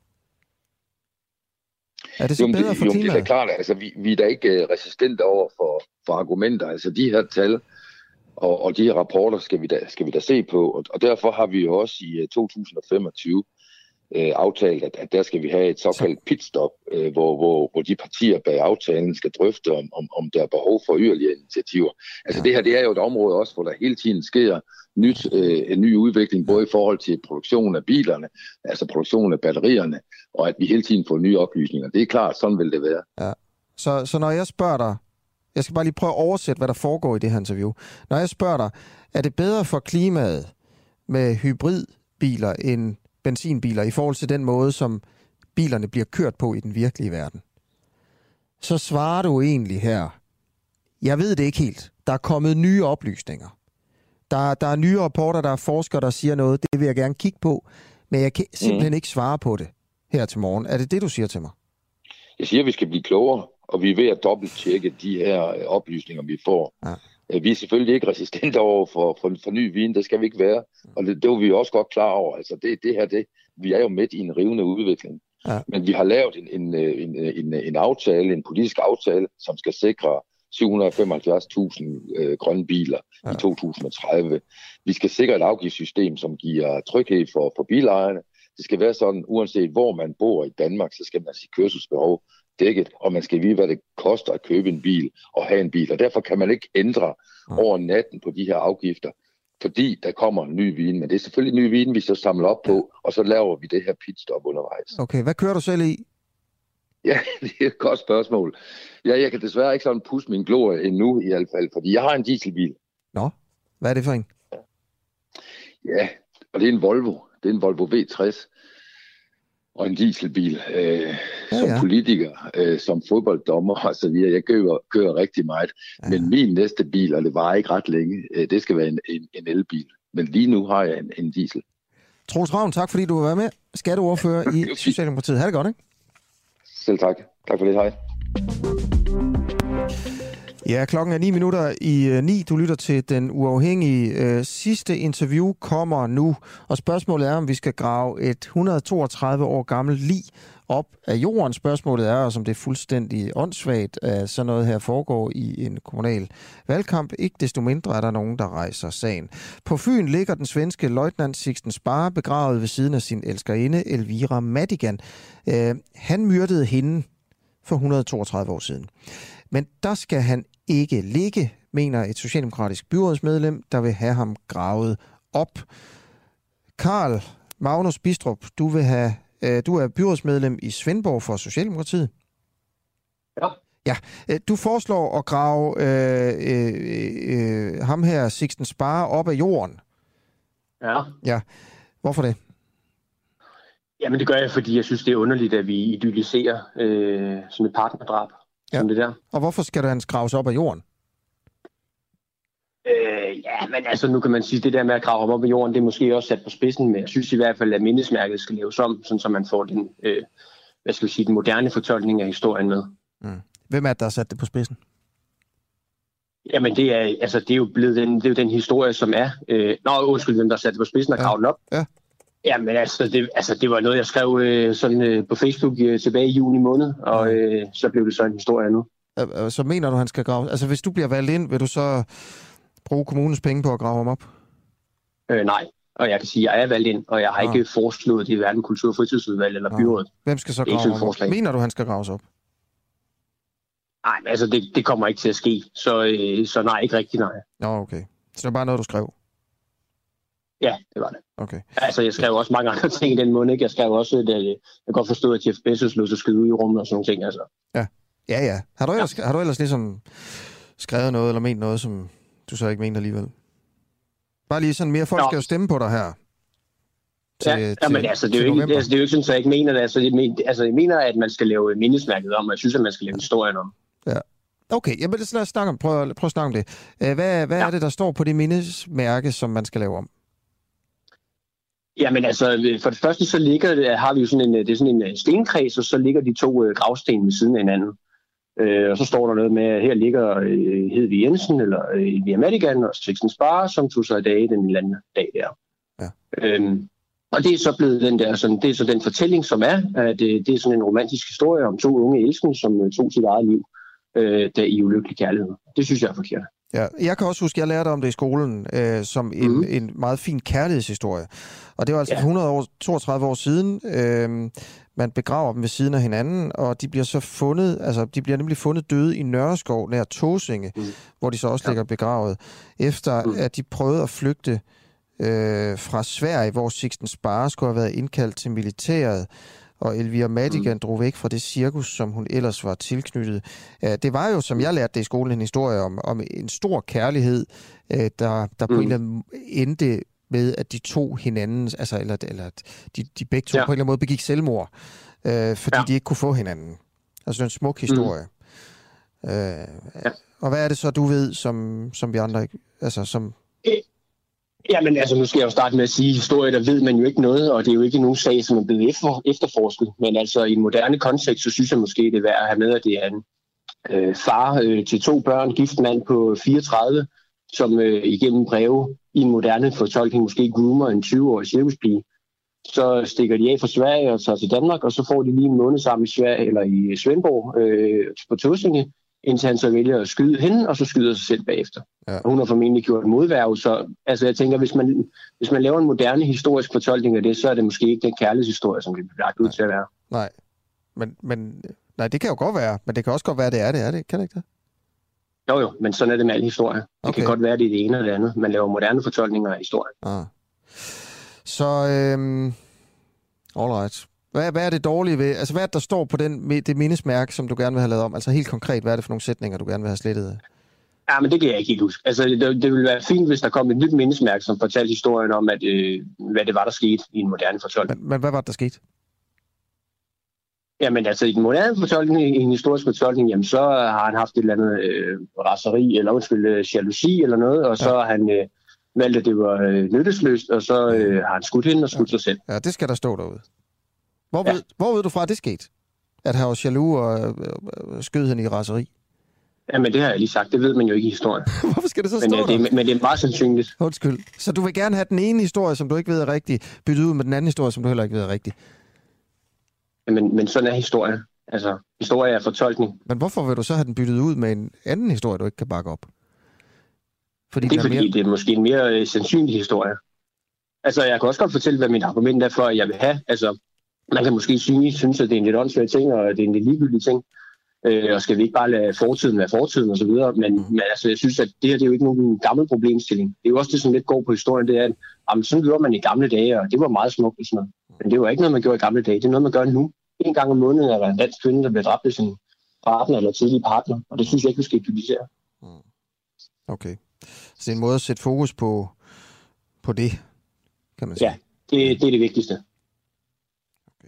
Er det så jo, bedre det, for klimaet? Jo, det er klart, altså vi, vi er da ikke resistente over for, for argumenter. Altså de her tal og, og de her rapporter skal vi da, skal vi da se på, og, og derfor har vi jo også i to tusind og femogtyve øh, aftalt, at, at der skal vi have et såkaldt pitstop, øh, hvor, hvor, hvor de partier bag aftalen skal drøfte, om, om, om der er behov for yderligere initiativer. Altså ja. Det her, det er jo et område også, hvor der hele tiden sker nyt, øh, en ny udvikling, både i forhold til produktion af bilerne, altså produktion af batterierne, og at vi hele tiden får nye oplysninger. Det er klart, sådan vil det være. Ja. Så, så når jeg spørger dig, jeg skal bare lige prøve at oversætte, hvad der foregår i det her interview. Når jeg spørger dig, er det bedre for klimaet med hybridbiler end benzinbiler i forhold til den måde, som bilerne bliver kørt på i den virkelige verden? Så svarer du egentlig her, jeg ved det ikke helt. Der er kommet nye oplysninger. Der, der er nye rapporter, der er forskere, der siger noget. Det vil jeg gerne kigge på, men jeg kan simpelthen mm. ikke svare på det her til morgen. Er det det, du siger til mig? Jeg siger, at vi skal blive klogere, og vi er ved at dobbelttjekke de her oplysninger, vi får. Ja. Vi er selvfølgelig ikke resistente over for, for, for ny viden, det skal vi ikke være, og det, det er vi også godt klar over. Altså det, det her, det, vi er jo midt i en rivende udvikling. Ja. Men vi har lavet en, en, en, en, en aftale, en politisk aftale, som skal sikre syv hundrede og femoghalvfjerds tusind øh, grønne biler ja. i to tusind og tredive. Vi skal sikre et afgiftssystem, som giver tryghed for, for bilejerne. Det skal være sådan, uanset hvor man bor i Danmark, så skal man sige kørselsbehov dækket, og man skal vide, hvad det koster at købe en bil og have en bil. Og derfor kan man ikke ændre ja. over natten på de her afgifter, fordi der kommer en ny viden. Men det er selvfølgelig ny viden, vi så samler op på, og så laver vi det her pitstop undervejs. Okay, hvad kører du selv i? Ja, det er et godt spørgsmål. Ja, jeg kan desværre ikke sådan pusse min glorie endnu i hvert fald, fordi jeg har en dieselbil. Nå, hvad er det for en? Ja, og det er en Volvo. Det er en Volvo V tres og en dieselbil. Øh, ja, som ja. politiker, øh, som fodbolddommer og så videre. Jeg kører, kører rigtig meget. Ja. Men min næste bil, og det var ikke ret længe, øh, det skal være en, en, en elbil. Men lige nu har jeg en, en diesel. Troels Ravn, tak fordi du var med. Skatteordfører i Socialdemokratiet. Ha' det godt, ikke? Selv tak. Tak for det. Hej. Ja, klokken er ni minutter i ni. Du lytter til Den Uafhængige. Sidste interview kommer nu, og spørgsmålet er, om vi skal grave et et hundrede og toogtredive år gammelt lig op af jorden. Spørgsmålet er, om det er fuldstændig åndssvagt, at sådan noget her foregår i en kommunal valgkamp. Ikke desto mindre er der nogen, der rejser sagen. På Fyn ligger den svenske løjtnant Sixten Sparre begravet ved siden af sin elskerinde Elvira Madigan. Uh, han myrdede hende for et hundrede og toogtredive år siden. Men der skal han ikke ligge, mener et socialdemokratisk byrådsmedlem, der vil have ham gravet op. Karl Magnus Bistrup, du vil have, øh, du er byrådsmedlem i Svendborg for Socialdemokratiet. Ja. Ja, du foreslår at grave øh, øh, øh, ham her, Sixten Sparre, op af jorden. Ja. Ja, hvorfor det? Jamen det gør jeg, fordi jeg synes, det er underligt, at vi idylliserer øh, sådan et partnerdrab. Ja. Det der. Og hvorfor skal der hans graves op af jorden? Øh, ja, men altså nu kan man sige, at det der med at grave ham op af jorden, det er måske også sat på spidsen, men jeg synes i hvert fald, at mindesmærket skal laves om, sådan så man får den, øh, hvad skal vi sige, den moderne fortolkning af historien med. Mm. Hvem er det, der har sat det på spidsen? Jamen det er, altså, det er jo blevet den, det er jo den historie, som er... Øh, nå, undskyld, hvem der satte det på spidsen og ja. Gravet den op. Ja. Jamen altså det, altså, det var noget, jeg skrev øh, sådan, øh, på Facebook øh, tilbage i juni måned, og øh, så blev det så en historie nu. Så mener du, han skal grave... Altså hvis du bliver valgt ind, vil du så bruge kommunens penge på at grave ham op? Øh, nej, og jeg kan sige, at jeg er valgt ind, og jeg har ja. ikke foreslået det i hverken kultur- og fritidsudvalg eller ja. byrådet. Hvem skal så grave ham op? Mener du, han skal graves op? Nej, altså det, det kommer ikke til at ske, så, øh, så nej, ikke rigtigt nej. Nå, okay. Så det er bare noget, du skrev? Ja, det var det. Okay. Altså, jeg skrev også mange andre ting i den måned. Jeg skrev også, at jeg kan godt forstå, at Jeff Bezos lå sig skyde ud i rummet og sådan nogle ting. Altså. Ja, ja, ja. Har du ellers, ja. har du ellers ligesom skrevet noget eller ment noget, som du så ikke mente alligevel? Bare lige sådan mere, folk Nå. skal jo stemme på dig her. Til, ja, til, jamen, altså, det er jo ikke, altså, det er jo ikke sådan, at jeg ikke mener det. Altså, jeg, men, altså, jeg mener, at man skal lave mindesmærket om, og jeg synes, at man skal lave historien om. Ja. Okay, jamen lad os snakke om, prøv, prøv at snakke om det. Hvad, hvad ja. er det, der står på det mindesmærke, som man skal lave om? Jamen altså, for det første så ligger, har vi jo sådan en, det er sådan en stenkreds, og så ligger de to øh, gravsten ved siden af hinanden. Øh, og så står der noget med, at her ligger øh, Hedvig Jensen, eller øh, Via Madigan, og Sixten Sparre, som tog sig af dag den anden dag der. Ja. Øhm, og det er så blevet den der, sådan, det er så den fortælling, som er, at det, det er sådan en romantisk historie om to unge elskende, som øh, tog sit eget liv, øh, der i ulykkelig kærlighed. Det synes jeg er forkert. Ja, jeg kan også huske, at jeg lærte om det i skolen øh, som en, mm. en meget fin kærlighedshistorie. Og det var altså ja. hundrede år, toogtredive år siden. Øh, man begraver dem ved siden af hinanden, og de bliver så fundet, altså de bliver nemlig fundet døde i Nørreskov nær Tåsinge, mm. hvor de så også ja. ligger begravet, efter mm. at de prøvede at flygte øh, fra Sverige, hvor Sixten Sparre skulle have været indkaldt til militæret, og Elvira Madigan mm. drog væk fra det cirkus, som hun ellers var tilknyttet. Det var jo, som jeg lærte det i skolen, en historie om, om en stor kærlighed, der, der mm. på en eller anden endte med, at de to hinanden, altså, eller, eller de, de begge to ja. på en eller anden måde begik selvmord, øh, fordi ja. de ikke kunne få hinanden. Altså det er en smuk historie. Mm. Øh, ja. Og hvad er det så, du ved, som, som vi andre ikke, altså som... Jamen altså, nu skal jeg jo starte med at sige, at historie, der ved man jo ikke noget, og det er jo ikke nogen sag, som er blevet efter, efterforsket. Men altså, i en moderne kontekst, så synes jeg måske, det er værd at have med, at det er en øh, far øh, til to børn, gift mand på fireogtredive, som øh, igennem breve i en moderne fortolkning måske groomer en tyve-årig cirkuspige. Så stikker de af fra Sverige og tager til Danmark, og så får de lige en måned sammen i Sverige, eller i Svendborg øh, på Tåsinge, indtil han så vælger at skyde hende, og så skyder sig selv bagefter. Ja. Og hun har formentlig gjort en modværge, så altså, jeg tænker, hvis man, hvis man laver en moderne historisk fortolkning af det, så er det måske ikke den kærlighedshistorie, som det bliver lagt ud til at være. Nej, men, men nej, det kan jo godt være, men det kan også godt være, det er det, er det, kan det ikke det? Jo jo, men sådan er det med alle historier. Det okay. kan godt være, det er det ene eller det andet. Man laver moderne fortolkninger af historien. Ah. Så, øhm, alright. Hvad, hvad er det dårlige ved, altså hvad er det, der står på den, det mindesmærke, som du gerne vil have lavet om? Altså helt konkret, hvad er det for nogle sætninger, du gerne vil have slettet? Ja, men det kan jeg ikke helt huske. Altså det, det ville være fint, hvis der kom et nyt mindesmærke, som fortalte historien om, at, øh, hvad det var, der skete i en moderne fortolkning. Men, men hvad var det, der skete? Jamen altså i den moderne fortolkning, i en historisk fortolkning, jamen så har han haft et eller andet øh, raseri, eller undskyld, jalousi eller noget, og så ja. har han øh, valgt, at det var øh, nyttesløst, og så øh, har han skudt hende og skudt ja. sig selv. Ja, det skal der stå derude. Hvor, ja. ved, hvor ved du fra, at det skete? At han var jaloux og øh, skød hende i raseri? Jamen det har jeg lige sagt, det ved man jo ikke i historien. Hvorfor skal det så men, stå øh, der? Det, men det er meget sandsynligt. Undskyld. Så du vil gerne have den ene historie, som du ikke ved er rigtig, byttet ud med den anden historie, som du heller ikke ved er rigtig? Men, men sådan er historie. Altså, historie er fortolkning. Men hvorfor vil du så have den byttet ud med en anden historie, du ikke kan bakke op? Fordi det er, er fordi, mere... det er måske en mere øh, sandsynlig historie. Altså, jeg kan også godt fortælle, hvad mit argument er for, at jeg vil have. Altså, man kan måske synes, synes at det er en lidt åndssvær ting, og det er en lidt ligegyldig ting. Øh, og skal vi ikke bare lade fortiden være fortiden og så videre. Men, mm. men altså, jeg synes, at det her det er jo ikke nogen gammel problemstilling. Det er jo også det, som lidt går på historien, det er, at jamen, sådan gjorde man i gamle dage, og det var meget smukt og sådan noget. Men det var ikke noget, man gjorde i gamle dage. Det er noget, man gør nu. En gang om måneden er der en dansk kvinde, der bliver dræbt af sin partner eller tidlige partner, og det synes jeg ikke, vi skal kritisere. Okay. Så det er en måde at sætte fokus på, på det, kan man sige. Ja, det, det er det vigtigste. Okay.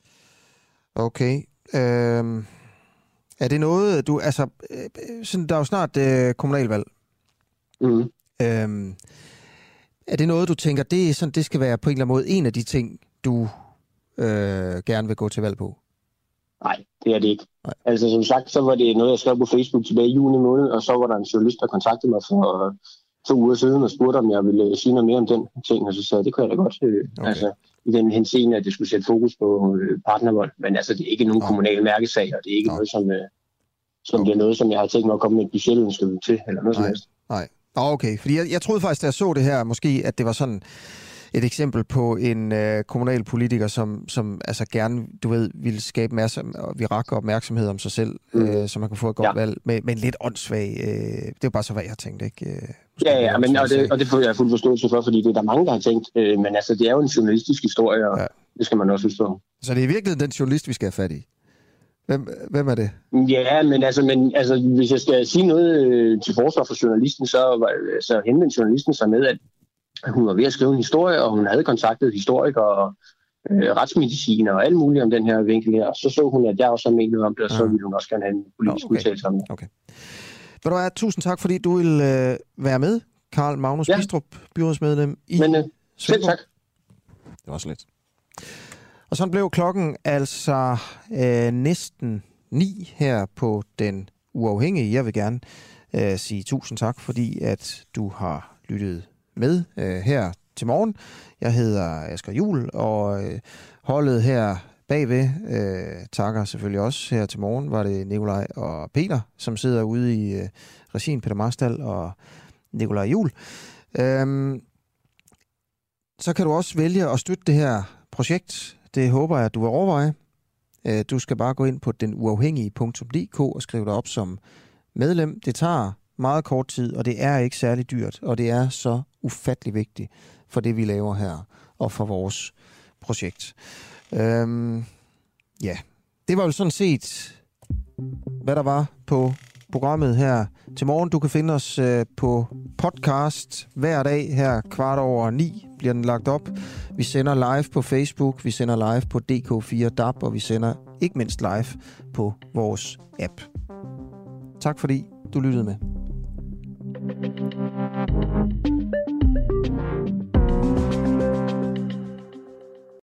Okay. Øhm, er det noget, du... Altså, sådan, der er jo snart øh, kommunalvalg. Mm. Øhm, er det noget, du tænker, det, er sådan, det skal være på en eller anden måde en af de ting, du øh, gerne vil gå til valg på? Nej, det er det ikke. Nej. Altså som sagt, så var det noget, jeg skrev på Facebook tilbage i juni måned, og så var der en journalist, der kontaktede mig for uh, to uger siden og spurgte, om jeg ville sige noget mere om den ting, og så sagde jeg, det kunne jeg da godt. Okay. Altså i den henseende, at det skulle sætte fokus på øh, partnervold, men altså det er ikke nogen okay. kommunal mærkesag, og det er ikke okay. noget, som, øh, som okay. det er noget, som jeg har tænkt mig at komme med et budgetønske til, eller noget som helst. Nej, okay, fordi jeg, jeg troede faktisk, da jeg så det her, måske, at det var sådan et eksempel på en øh, kommunal politiker, som, som altså gerne, du ved, ville skabe masser af virak og opmærksomhed om sig selv, mm. øh, så man kunne få et godt ja. valg, med, med en lidt åndssvag. Øh, det er bare så, hvad jeg har tænkt, ikke? Øh, ja, ja, men, og, det, og det får jeg fuld forståelse for, fordi det er der mange, der har tænkt, øh, men altså, det er jo en journalistisk historie, og ja. det skal man også forstå. Så det er virkelig den journalist, vi skal have fat i? Hvem, hvem er det? Ja, men altså, men, altså hvis jeg skal sige noget øh, til forsvar for journalisten, så, var, så henvendte journalisten sig med, at hun var ved at skrive en historie, og hun havde kontaktet historikere og øh, retsmediciner og alt muligt om den her vinkel her. Så så hun, at jeg også har ment noget om det, og så ville hun også gerne have en politisk okay. udtalelse om det. Okay. Ved du hvad, tusind tak, fordi du vil øh, være med, Carl Magnus ja. Bistrup, byrådsmedlem i Men, øh, selv tak. Det var så lidt. Og sådan blev klokken altså øh, næsten ni her på Den Uafhængige. Jeg vil gerne øh, sige tusind tak, fordi at du har lyttet med øh, her til morgen. Jeg hedder Asger Juhl, og øh, holdet her bagved øh, takker selvfølgelig også her til morgen. Var det Nikolaj og Peter, som sidder ude i øh, regien, Peter Marstal og Nikolaj Juhl. Øhm, så kan du også vælge at støtte det her projekt. Det håber jeg, at du vil overveje. Øh, du skal bare gå ind på den uafhængige punktum d k og skrive dig op som medlem. Det tager meget kort tid, og det er ikke særlig dyrt, og det er så ufattelig vigtigt for det, vi laver her, og for vores projekt. Øhm, ja, det var jo sådan set, hvad der var på programmet her til morgen. Du kan finde os øh, på podcast hver dag her kvart over ni bliver den lagt op. Vi sender live på Facebook, vi sender live på D K fire D A B, og vi sender ikke mindst live på vores app. Tak fordi du lyttede med.